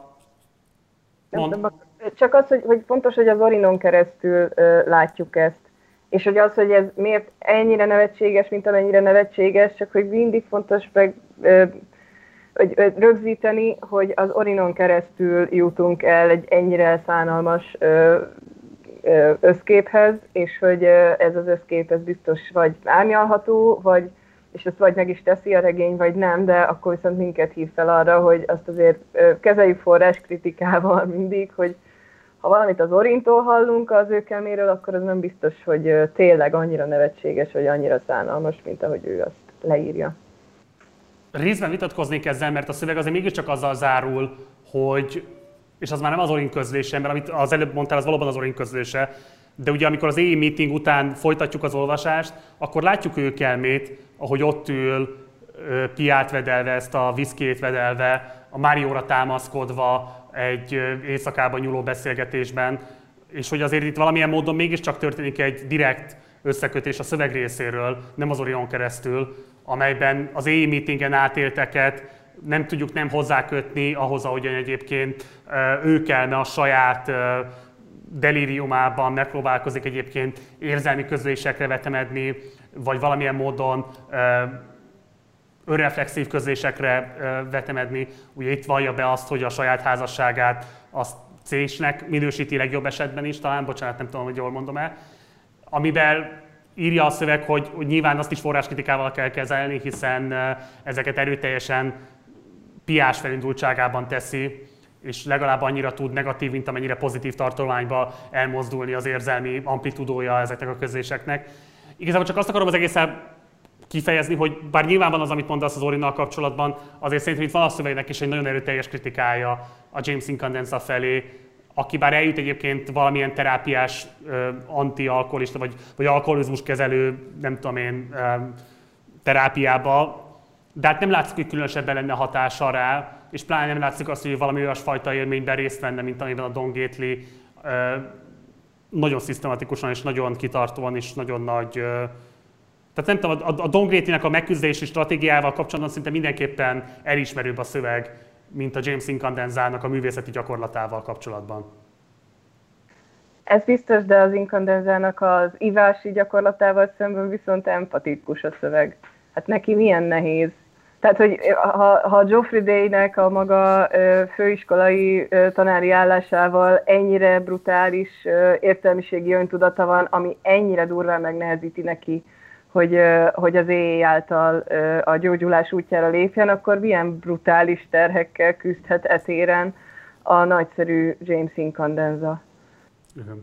Mond. Csak az, hogy, hogy fontos, hogy az Orinon keresztül uh, látjuk ezt, és hogy az, hogy ez miért ennyire nevetséges, mint amennyire nevetséges, csak hogy mindig fontos meg uh, hogy, uh, rögzíteni, hogy az Orinon keresztül jutunk el egy ennyire szánalmas uh, uh, összképhez, és hogy uh, ez az összkép ez biztos vagy árnyalható, vagy és ezt vagy meg is teszi a regény, vagy nem, de akkor viszont minket hív fel arra, hogy azt azért kezeljük forráskritikával mindig, hogy ha valamit az Orintól hallunk az ő kelméről, akkor az nem biztos, hogy tényleg annyira nevetséges, vagy annyira szánalmas, mint ahogy ő azt leírja. Részben vitatkoznék ezzel, mert a szöveg azért mégiscsak azzal zárul, hogy, és az már nem az Orint közlése, mert amit az előbb mondtál, az valóban az Orint közlése, de ugye amikor az é á meeting után folytatjuk az olvasást, akkor látjuk ő kelmét, ahogy ott ül, piát vedelve, ezt a viszkét vedelve, a Márióra támaszkodva egy éjszakában nyúló beszélgetésben, és hogy azért itt valamilyen módon mégiscsak történik egy direkt összekötés a szöveg részéről, nem az Orion keresztül, amelyben az é á meetingen átélteket nem tudjuk nem hozzákötni ahhoz, ahogyan egyébként ő kelme a saját delíriumában megpróbálkozik egyébként érzelmi közlésekre vetemedni, vagy valamilyen módon önreflexív közlésekre vetemedni. Ugye itt vallja be azt, hogy a saját házasságát azt césnek minősíti legjobb esetben is, talán, bocsánat, nem tudom, hogy jól mondom-e, amiben írja a szöveg, hogy, hogy nyilván azt is forráskritikával kell kezelni, hiszen ezeket erőteljesen piás felindultságában teszi, és legalább annyira tud negatív, mint amennyire pozitív tartományba elmozdulni az érzelmi amplitudója ezeknek a közléseknek. Igazából csak azt akarom az egészen kifejezni, hogy bár nyilván van az, amit mondasz az Orinnal kapcsolatban, azért szerintem itt van a szövegnek is egy nagyon erőteljes kritikája a James Incandenza felé, aki bár eljut egyébként valamilyen terápiás, anti-alkoholista vagy, vagy alkoholizmus kezelő, nem tudom én, terápiába, de hát nem látszik, hogy különösebben lenne hatása rá, és pláne nem látszik azt, hogy valami olyasfajta élményben részt venne, mint amiben a Don Gately nagyon szisztematikusan és nagyon kitartóan és nagyon nagy... Tehát nem tudom, a Don Gatelynek a megküzdési stratégiával kapcsolatban szinte mindenképpen elismerőbb a szöveg, mint a James Incandenzának a művészeti gyakorlatával kapcsolatban. Ez biztos, de az Incandenzának az ivási gyakorlatával szemben viszont empatikus a szöveg. Hát neki milyen nehéz Tehát, hogy ha, ha Geoffrey Day-nek a maga főiskolai tanári állásával ennyire brutális értelmiségi öntudata van, ami ennyire durván megnehezíti neki, hogy, hogy az é á által a gyógyulás útjára lépjen, akkor milyen brutális terhekkel küzdhet etéren a nagyszerű James Incandenza. Igen.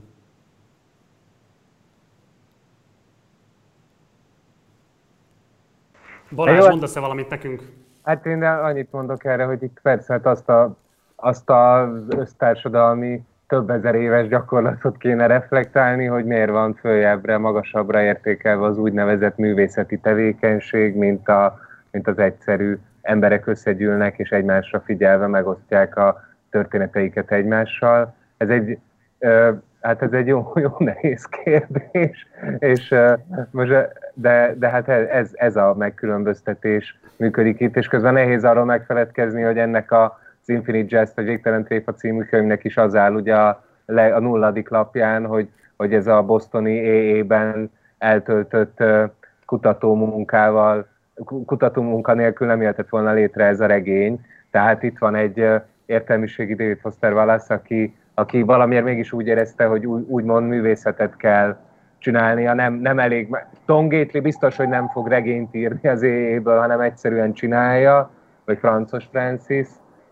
Balázs, mondasz-e valamit nekünk? Hát én annyit mondok erre, hogy itt persze hát azt, a, azt az össztársadalmi több ezer éves gyakorlatot kéne reflektálni, hogy miért van följebbre, magasabbra értékelve az úgynevezett művészeti tevékenység, mint, a, mint az egyszerű emberek összegyűlnek és egymásra figyelve megosztják a történeteiket egymással. Ez egy, hát ez egy jó, jó nehéz kérdés, és, most, de, de hát ez, ez a megkülönböztetés működik itt, és közben nehéz arról megfeledkezni, hogy ennek a az Infinite Jest, vagy Végtelen Tréfa című könyvnek is az áll ugye a, a nulladik lapján, hogy, hogy ez a bostoni é é-ben eltöltött kutatómunkával, kutatómunka nélkül nem jöhetett volna létre ez a regény. Tehát itt van egy értelmiségi David Foster Wallace, aki, aki valamiért mégis úgy érezte, hogy úgy, úgymond művészetet kell csinálnia, nem, nem elég. Tom Gately biztos, hogy nem fog regényt írni az é é-ből, hanem egyszerűen csinálja, vagy Francos Francis.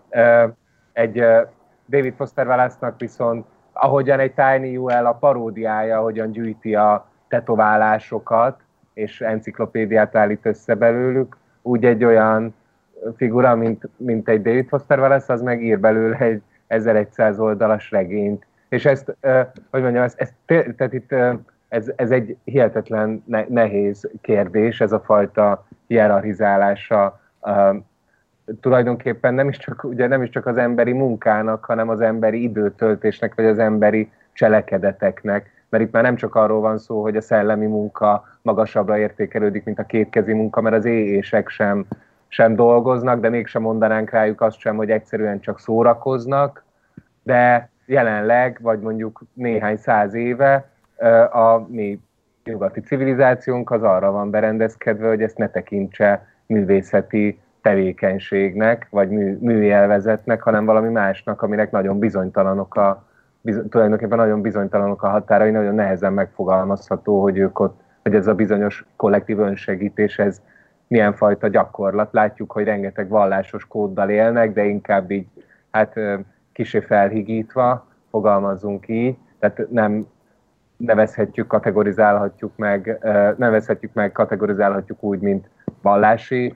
Egy David Foster Wallace-nak viszont, ahogyan egy Tiny U L a paródiája, ahogyan gyűjti a tetoválásokat, és enciklopédiát állít össze belőlük, úgy egy olyan figura, mint, mint egy David Foster Wallace, az meg ír belőle egy ezerszáz oldalas regényt. És ezt, hogy mondjam, ez, ez, tehát itt, ez, ez egy hihetetlen nehéz kérdés, ez a fajta hierarchizálása tulajdonképpen nem is, csak, ugye nem is csak az emberi munkának, hanem az emberi időtöltésnek, vagy az emberi cselekedeteknek. Mert itt már nem csak arról van szó, hogy a szellemi munka magasabbra értékelődik, mint a kétkezi munka, mert az é é-sek sem, sem dolgoznak, de mégsem mondanánk rájuk azt sem, hogy egyszerűen csak szórakoznak. De jelenleg, vagy mondjuk néhány száz éve a mi nyugati civilizációnk az arra van berendezkedve, hogy ezt ne tekintse művészeti tevékenységnek, vagy mű, műélvezetnek, hanem valami másnak, aminek nagyon bizonytalanok a, bizony, tulajdonképpen nagyon bizonytalanok a határai, nagyon nehezen megfogalmazható, hogy ők ott, hogy ez a bizonyos kollektív önsegítés, ez milyen fajta gyakorlat. Látjuk, hogy rengeteg vallásos kóddal élnek, de inkább így, hát kissé felhigítva, fogalmazzunk így, tehát nem nevezhetjük, kategorizálhatjuk meg, nevezhetjük meg, kategorizálhatjuk úgy, mint vallási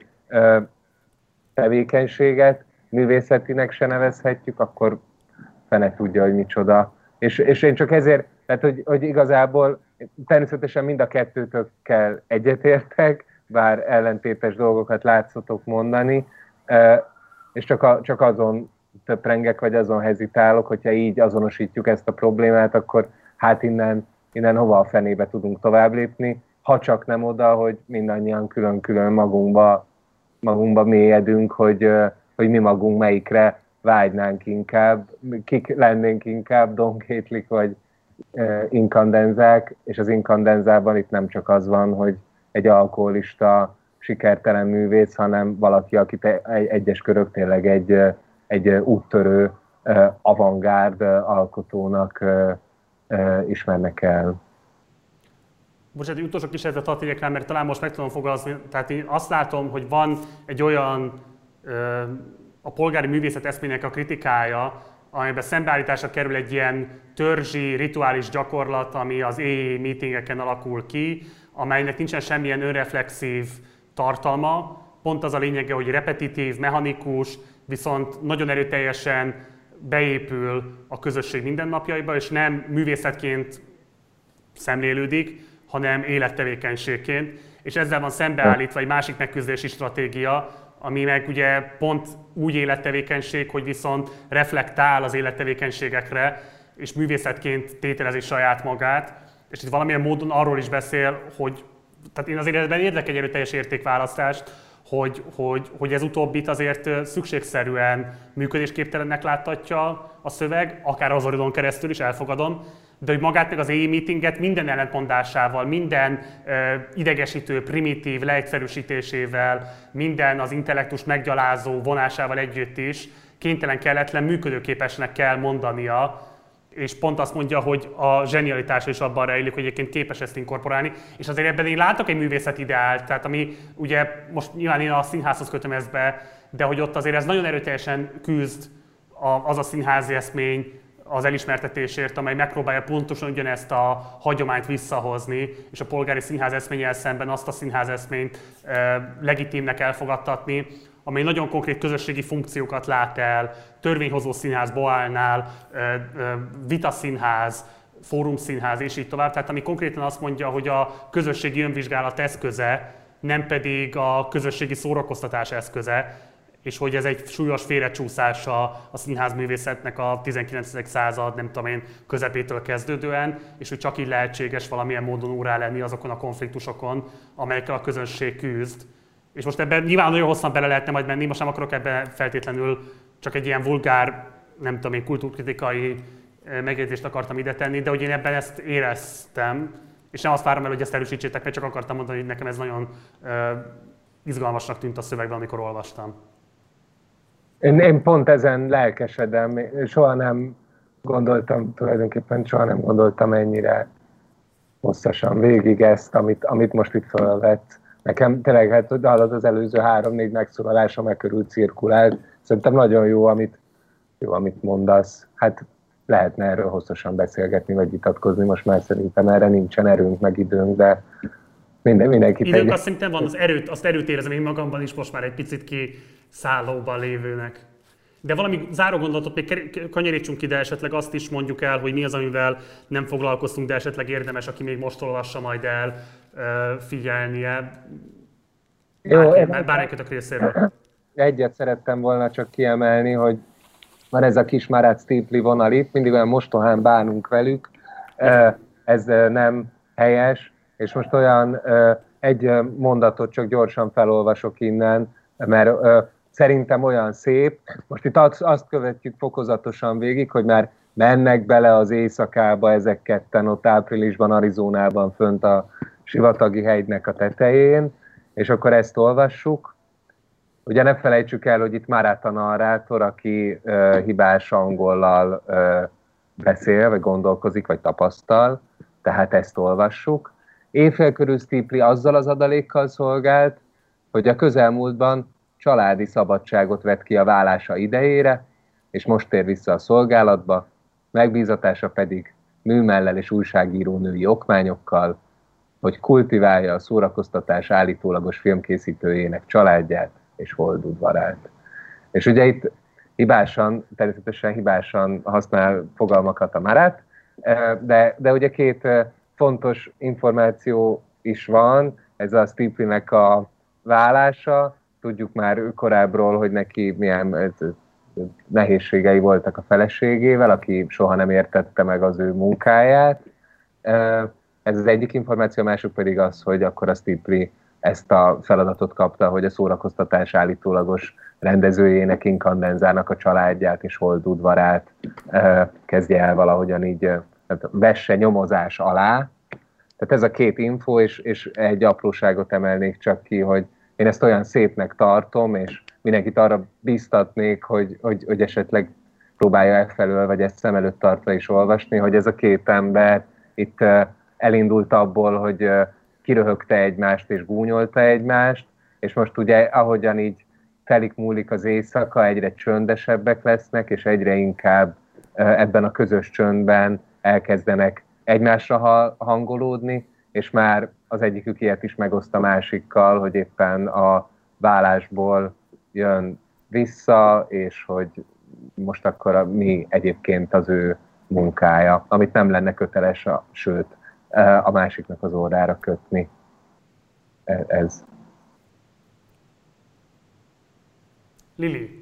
tevékenységet, művészetinek se nevezhetjük, akkor fene tudja, hogy micsoda. És, és én csak ezért, tehát hogy, hogy igazából természetesen mind a kettőtökkel egyetértek, bár ellentétes dolgokat látszotok mondani, és csak, a, csak azon töprengek, vagy azon hezitálok, hogyha így azonosítjuk ezt a problémát, akkor hát innen, innen hova a fenébe tudunk tovább lépni, ha csak nem oda, hogy mindannyian külön-külön magunkba magunkba mélyedünk, hogy, hogy mi magunk melyikre vágynánk inkább, kik lennénk inkább, Don Gately vagy inkandenzák, és az inkandenzában itt nem csak az van, hogy egy alkoholista, sikertelen művész, hanem valaki, akit egyes körök tényleg egy, egy úttörő, avantgárd alkotónak ismernek el. Bocsánat, egy utolsó kísérletet hadd tegyek rá, mert talán most meg tudom fogalmazni. Tehát én azt látom, hogy van egy olyan ö, a polgári művészet eszmének a kritikája, amiben szembeállításra kerül egy ilyen törzsi, rituális gyakorlat, ami az é é meetingeken alakul ki, amelynek nincsen semmilyen önreflexív tartalma. Pont az a lényege, hogy repetitív, mechanikus, viszont nagyon erőteljesen beépül a közösség mindennapjaiba, és nem művészetként szemlélődik, hanem élettevékenységként, és ezzel van szembeállítva egy másik megküzdési stratégia, ami meg ugye pont úgy élettevékenység, hogy viszont reflektál az élettevékenységekre, és művészetként tételezi saját magát, és itt valamilyen módon arról is beszél, hogy tehát én azért ebben érdek egy erőteljes értékválasztást, hogy, hogy, hogy ez utóbbit azért szükségszerűen működésképtelennek láttatja a szöveg, akár az Oridon keresztül is, elfogadom, de hogy magát meg az á i meetinget minden ellentmondásával, minden uh, idegesítő, primitív leegyszerűsítésével, minden az intellektus meggyalázó vonásával együtt is kénytelen, kelletlen, működőképesnek kell mondania, és pont azt mondja, hogy a zsenialitása is abban rejlik, hogy egyébként képes ezt inkorporálni, és azért ebben én látok egy művészeti ideált, tehát ami ugye most nyilván én a színházhoz kötöm ezt be, de hogy ott azért ez nagyon erőteljesen küzd az a színházi eszmény az elismertetésért, amely megpróbálja pontosan ugyanezt a hagyományt visszahozni, és a polgári színház eszménnyel szemben azt a színház eszményt e, legitimnek elfogadtatni, amely nagyon konkrét közösségi funkciókat lát el, törvényhozó színház Boálnál, vitaszínház, fórumszínház és így tovább. Tehát ami konkrétan azt mondja, hogy a közösségi önvizsgálat eszköze, nem pedig a közösségi szórakoztatás eszköze, és hogy ez egy súlyos félrecsúszása a színházművészetnek a tizenkilencedik század, nem tudom én, közepétől kezdődően, és hogy csak így lehetséges valamilyen módon órá lenni azokon a konfliktusokon, amelyekkel a közönség küzd. És most ebben nyilván nagyon hosszan bele lehetne majd menni, most nem akarok ebben feltétlenül csak egy ilyen vulgár, nem tudom én, kultúrkritikai megjegyzést akartam ide tenni, de hogy én ebben ezt éreztem, és nem azt várom el, hogy ezt erősítsétek, mert csak akartam mondani, hogy nekem ez nagyon uh, izgalmasnak tűnt a szövegben, amikor olvastam. Én, én pont ezen lelkesedem, soha nem gondoltam, tulajdonképpen soha nem gondoltam ennyire hosszasan végig ezt, amit, amit most itt felvett. Nekem tényleg, hát hallod, az előző három-négy megszólalásom e körül cirkulált. Szerintem nagyon jó, amit, jó, amit mondasz. Hát lehetne erről hosszasan beszélgetni, vagy vitatkozni, most már szerintem erre nincsen erőnk, meg időnk, de minden, mindenki... Időnk azt szerintem van, az erőt, azt erőt érezem én magamban is most már egy picit kiszállóban lévőnek. De valami záró gondolatot még kanyarítsunk ide, esetleg azt is mondjuk el, hogy mi az, amivel nem foglalkoztunk, de esetleg érdemes, aki még most olvassa majd el, figyelnie. Bármelyikőtök részéről. Egyet szerettem volna csak kiemelni, hogy van ez a kis Marat Stifli vonal itt, mindig olyan mostohán bánunk velük, ez nem helyes, és most olyan egy mondatot csak gyorsan felolvasok innen, mert szerintem olyan szép. Most itt azt követjük fokozatosan végig, hogy már mennek bele az éjszakába ezek ketten ott áprilisban, Arizonában fönt a sivatagi hegynek a tetején, és akkor ezt olvassuk. Ugye ne felejtsük el, hogy itt Marat a narrátor, aki uh, hibás angollal uh, beszél, vagy gondolkozik, vagy tapasztal, tehát ezt olvassuk. Éjfél körül Stifli azzal az adalékkal szolgált, hogy a közelmúltban családi szabadságot vett ki a válása idejére, és most tér vissza a szolgálatba, megbízatása pedig műmellel és újságíró női okmányokkal, hogy kultiválja a szórakoztatás állítólagos filmkészítőjének családját és holdudvarát. És ugye itt hibásan, természetesen hibásan használ fogalmakat a Marat, de, de ugye két fontos információ is van, ez a Stiflinek a válása, tudjuk már korábbról, hogy neki milyen nehézségei voltak a feleségével, aki soha nem értette meg az ő munkáját. Ez az egyik információ, a másik pedig az, hogy akkor a Stifli ezt a feladatot kapta, hogy a szórakoztatás állítólagos rendezőjének, Incandenzának a családját és holdudvarát kezdje el valahogyan így, tehát vesse nyomozás alá. Tehát ez a két info, és, és egy apróságot emelnék csak ki, hogy én ezt olyan szépnek tartom, és mindenkit arra bíztatnék, hogy, hogy, hogy esetleg próbálja elfelől, vagy ezt szem előtt tartva is olvasni, hogy ez a két ember itt elindult abból, hogy kiröhögte egymást és gúnyolta egymást, és most ugye ahogyan így telik múlik az éjszaka, egyre csöndesebbek lesznek, és egyre inkább ebben a közös csöndben elkezdenek egymásra hangolódni, és már az egyikük ilyet is megoszt a másikkal, hogy éppen a válásból jön vissza, és hogy most akkor a, mi egyébként az ő munkája, amit nem lenne köteles, a, sőt, a másiknak az orrára kötni. Ez. Lili.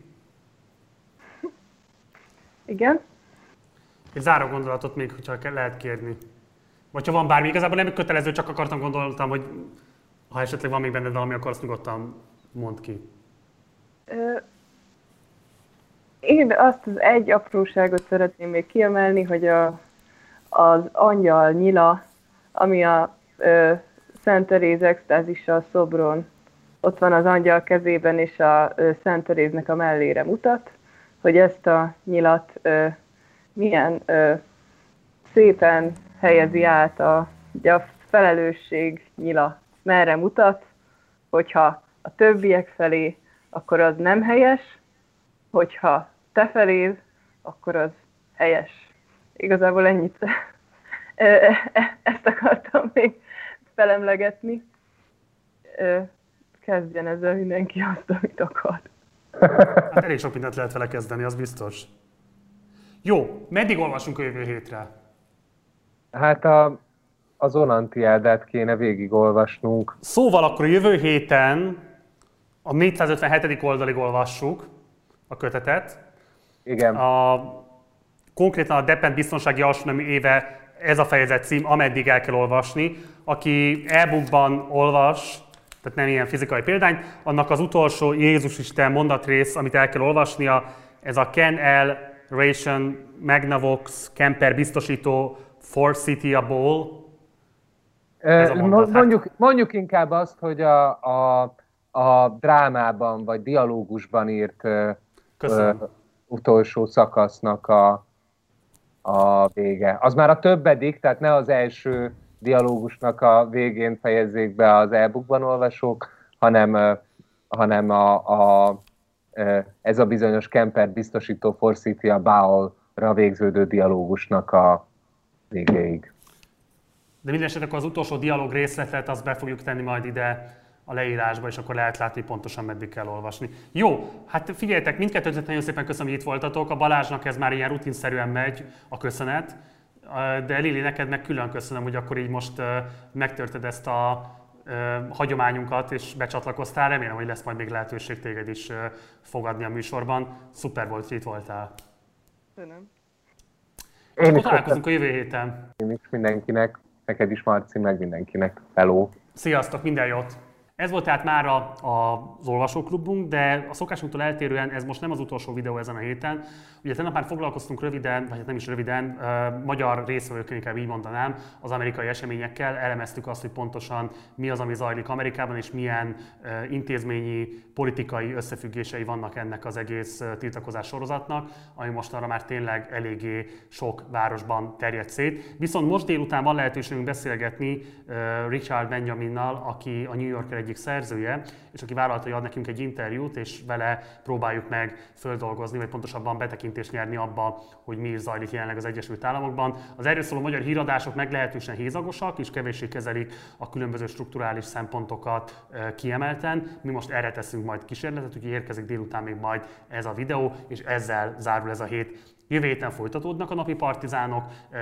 Igen? Egy záró gondolatot még, hogyha lehet kérni. Vagy ha van bármi, igazából nem kötelező, csak akartam, gondoltam, hogy ha esetleg van még benned valami, akkor azt nyugodtan mondd ki. Ö, én azt az egy apróságot szeretném még kiemelni, hogy a, az angyal nyila, ami a ö, Szent Teréz extázisa szobron, ott van az angyal kezében, és a ö, Szent Teréznek a mellére mutat, hogy ezt a nyilat ö, milyen ö, szépen helyezi át a, ugye a felelősség nyila, merre mutat, hogyha a többiek felé, akkor az nem helyes, hogyha te feléd, akkor az helyes. Igazából ennyit. Ezt akartam még felemlegetni. Kezdjen ezzel mindenki azt, amit akar. Hát elég sok mindent lehet vele kezdeni, az biztos. Jó, meddig olvasunk a jövő hétre? Hát a, az Onantiádát kéne végigolvasnunk. Szóval akkor a jövő héten a négyszázötvenhetedik oldalig olvassuk a kötetet. Igen. A, konkrétan a Depent biztonsági alsónemű éve, ez a fejezet cím, ameddig el kell olvasni. Aki e-bookban olvas, tehát nem ilyen fizikai példány, annak az utolsó Jézus Isten mondatrész, amit el kell olvasnia, ez a Ken L. Ration Magnavox Kemper biztosító Forsythiable. Ez a mondat, mondjuk, hát... mondjuk inkább azt, hogy a, a, a drámában vagy dialógusban írt ö, utolsó szakasznak a, a vége. Az már a többedik, tehát ne az első dialógusnak a végén fejezzék be az e-bookban olvasók, hanem, hanem a, a, ez a bizonyos Kemper biztosító Forsythiable-ra végződő dialógusnak a végéig. De minden esetben az utolsó dialóg részletet azt be fogjuk tenni majd ide a leírásba, és akkor lehet látni pontosan meddig kell olvasni. Jó, hát figyeljetek, mindkettőt nagyon szépen köszönöm, hogy itt voltatok. A Balázsnak ez már ilyen rutinszerűen megy a köszönet, de Lili, neked meg külön köszönöm, hogy akkor így most megtörted ezt a hagyományunkat, és becsatlakoztál. Remélem, hogy lesz majd még lehetőség téged is fogadni a műsorban. Szuper volt, hogy itt voltál. Köszönöm. És akkor találkozunk a jövő héten. Én is mindenkinek, neked is Marci, meg mindenkinek. Hello! Sziasztok, minden jót! Ez volt tehát már a, a, az olvasóklubunk, de a szokásunktól eltérően ez most nem az utolsó videó ezen a héten. Ugye tegnap már foglalkoztunk röviden, vagy nem is röviden, uh, magyar résztvevőkkel, inkább így mondanám, az amerikai eseményekkel. Elemeztük azt, hogy pontosan mi az, ami zajlik Amerikában, és milyen uh, intézményi, politikai összefüggései vannak ennek az egész uh, tiltakozás sorozatnak, ami mostanra már tényleg eléggé sok városban terjed szét. Viszont most délután van lehetőségünk beszélgetni uh, Richard Benjaminnal, aki a New Yorker egyik szerzője, és aki vállalta, hogy ad nekünk egy interjút, és vele próbáljuk meg földolgozni, vagy pontosabban betekintést nyerni abba, hogy mi is zajlik jelenleg az Egyesült Államokban. Az erről szóló magyar híradások meglehetősen hézagosak, és kevéssé kezelik a különböző strukturális szempontokat kiemelten. Mi most erre teszünk majd kísérletet, úgyhogy érkezik délután még majd ez a videó, és ezzel zárul ez a hét. Jövő héten folytatódnak a napi partizánok.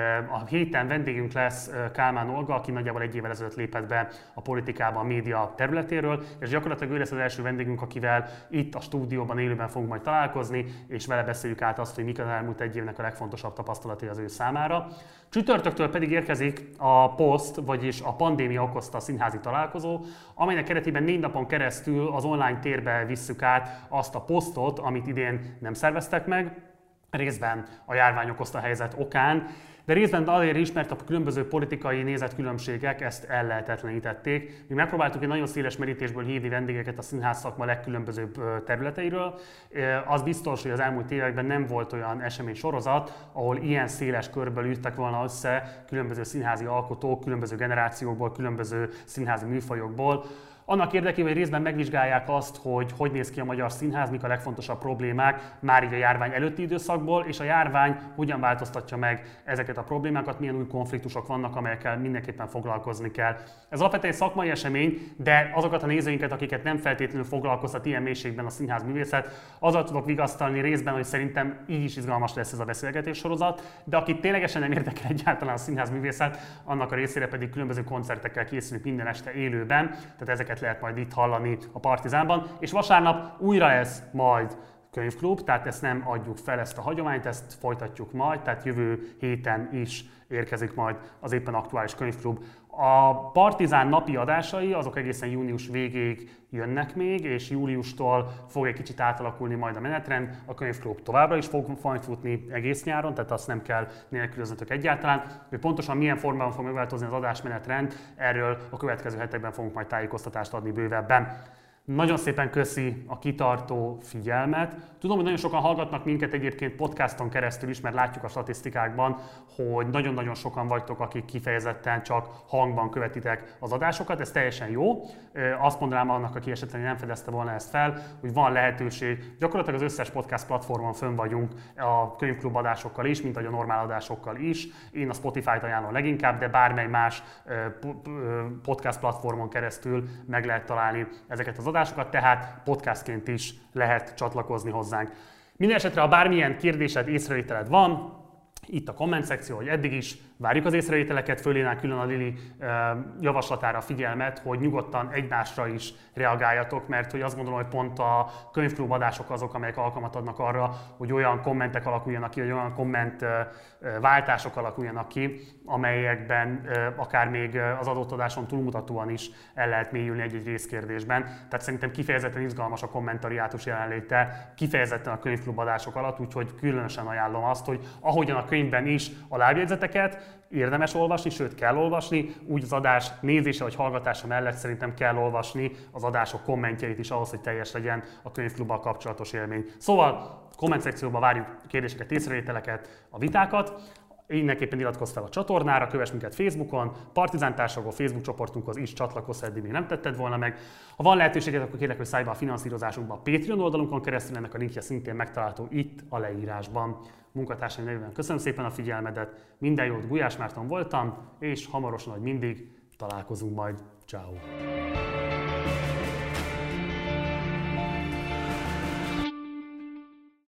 A héten vendégünk lesz Kálmán Olga, aki nagyjából egy évvel ezelőtt lépett be a politikába, a média területéről, és gyakorlatilag ő lesz az első vendégünk, akivel itt a stúdióban élőben fogunk majd találkozni, és vele beszéljük át azt, hogy mik az elmúlt egy évnek a legfontosabb tapasztalatai az ő számára. Csütörtöktől pedig érkezik a Post, vagyis a pandémia okozta színházi találkozó, amelynek keretében négy napon keresztül az online térbe visszük át azt a posztot, amit idén nem szerveztek meg, részben a járvány okozta helyzet okán, de részben azért is, mert a különböző politikai nézetkülönbségek ezt ellehetetlenítették. Mi megpróbáltuk egy nagyon széles merítésből hívni vendégeket a színház szakma legkülönbözőbb területeiről. Az biztos, hogy az elmúlt években nem volt olyan esemény sorozat, ahol ilyen széles körből ültek volna össze különböző színházi alkotók, különböző generációkból, különböző színházi műfajokból. Annak érdekében, hogy részben megvizsgálják azt, hogy hogy néz ki a magyar színház, mik a legfontosabb problémák már így a járvány előtti időszakból, és a járvány hogyan változtatja meg ezeket a problémákat, milyen új konfliktusok vannak, amelyekkel mindenképpen foglalkozni kell. Ez alapvetően egy szakmai esemény, de azokat a nézőinket, akiket nem feltétlenül foglalkoztat ilyen mélységben a színház művészet, azzal tudok vigasztalni részben, hogy szerintem így is izgalmas lesz ez a beszélgetés sorozat, de akit ténylegesen nem érdekel egyáltalán a színház művészet, annak a részére pedig különböző koncertekkel készülünk minden este élőben, tehát ezeket lehet majd itt hallani a Partizánban, és vasárnap újra lesz majd könyvklub, tehát ezt nem adjuk fel, ezt a hagyományt, ezt folytatjuk majd, tehát jövő héten is érkezik majd az éppen aktuális könyvklub. A Partizán napi adásai azok egészen június végéig jönnek még, és júliustól fog egy kicsit átalakulni majd a menetrend. A könyvklub továbbra is fog majd futni egész nyáron, tehát azt nem kell nélkülöznetek egyáltalán. Hogy pontosan milyen formában fog megváltozni az adásmenetrend, erről a következő hetekben fogunk majd tájékoztatást adni bővebben. Nagyon szépen köszi a kitartó figyelmet. Tudom, hogy nagyon sokan hallgatnak minket egyébként podcaston keresztül is, mert látjuk a statisztikákban, hogy nagyon-nagyon sokan vagytok, akik kifejezetten csak hangban követitek az adásokat. Ez teljesen jó. Azt mondanám annak, aki esetleg nem fedezte volna ezt fel, hogy van lehetőség. Gyakorlatilag az összes podcast platformon fönn vagyunk a könyvklub adásokkal is, mint ahogy a normál adásokkal is. Én a Spotify-t ajánlom leginkább, de bármely más podcast platformon keresztül meg lehet találni ezeket az adásokat. adásokat, tehát podcastként is lehet csatlakozni hozzánk. Minden esetre, ha bármilyen kérdésed, észrevételed van, itt a komment szekció, hogy eddig is várjuk az észrevételeket, fölhívnánk külön a Lili javaslatára a figyelmet, hogy nyugodtan egymásra is reagáljatok, mert hogy azt gondolom, hogy pont a könyvklub adások azok, amelyek alkalmat adnak arra, hogy olyan kommentek alakuljanak ki, hogy olyan komment váltások alakuljanak ki, amelyekben akár még az adott adáson túlmutatóan is el lehet mélyülni egy-egy részkérdésben. Tehát szerintem kifejezetten izgalmas a kommentariátus jelenléte, kifejezetten a könyvklub adások alatt, úgyhogy különösen ajánlom azt, hogy ahogyan a könyvben is a lábjegyzeteket érdemes olvasni, sőt kell olvasni, úgy az adás nézése vagy hallgatása mellett szerintem kell olvasni az adások kommentjeit is ahhoz, hogy teljes legyen a könyvklubbal kapcsolatos élmény. Szóval komment szekcióban várjuk kérdéseket, észrevételeket, a vitákat. Mindenképpen iratkozz fel a csatornára, kövess minket Facebookon, Partizán társalgó Facebook csoportunkhoz is csatlakozz, eddig még nem tetted volna meg. Ha van lehetőséged, akkor kérlek, hogy szállj be a finanszírozásunkba a Patreon oldalunkon keresztül, ennek a linkje szintén megtalálható itt a leírásban. Munkatársaim nevében köszönöm szépen a figyelmedet, minden jót, Gulyás Márton voltam, és hamarosan, ahogy mindig, találkozunk majd. Ciao.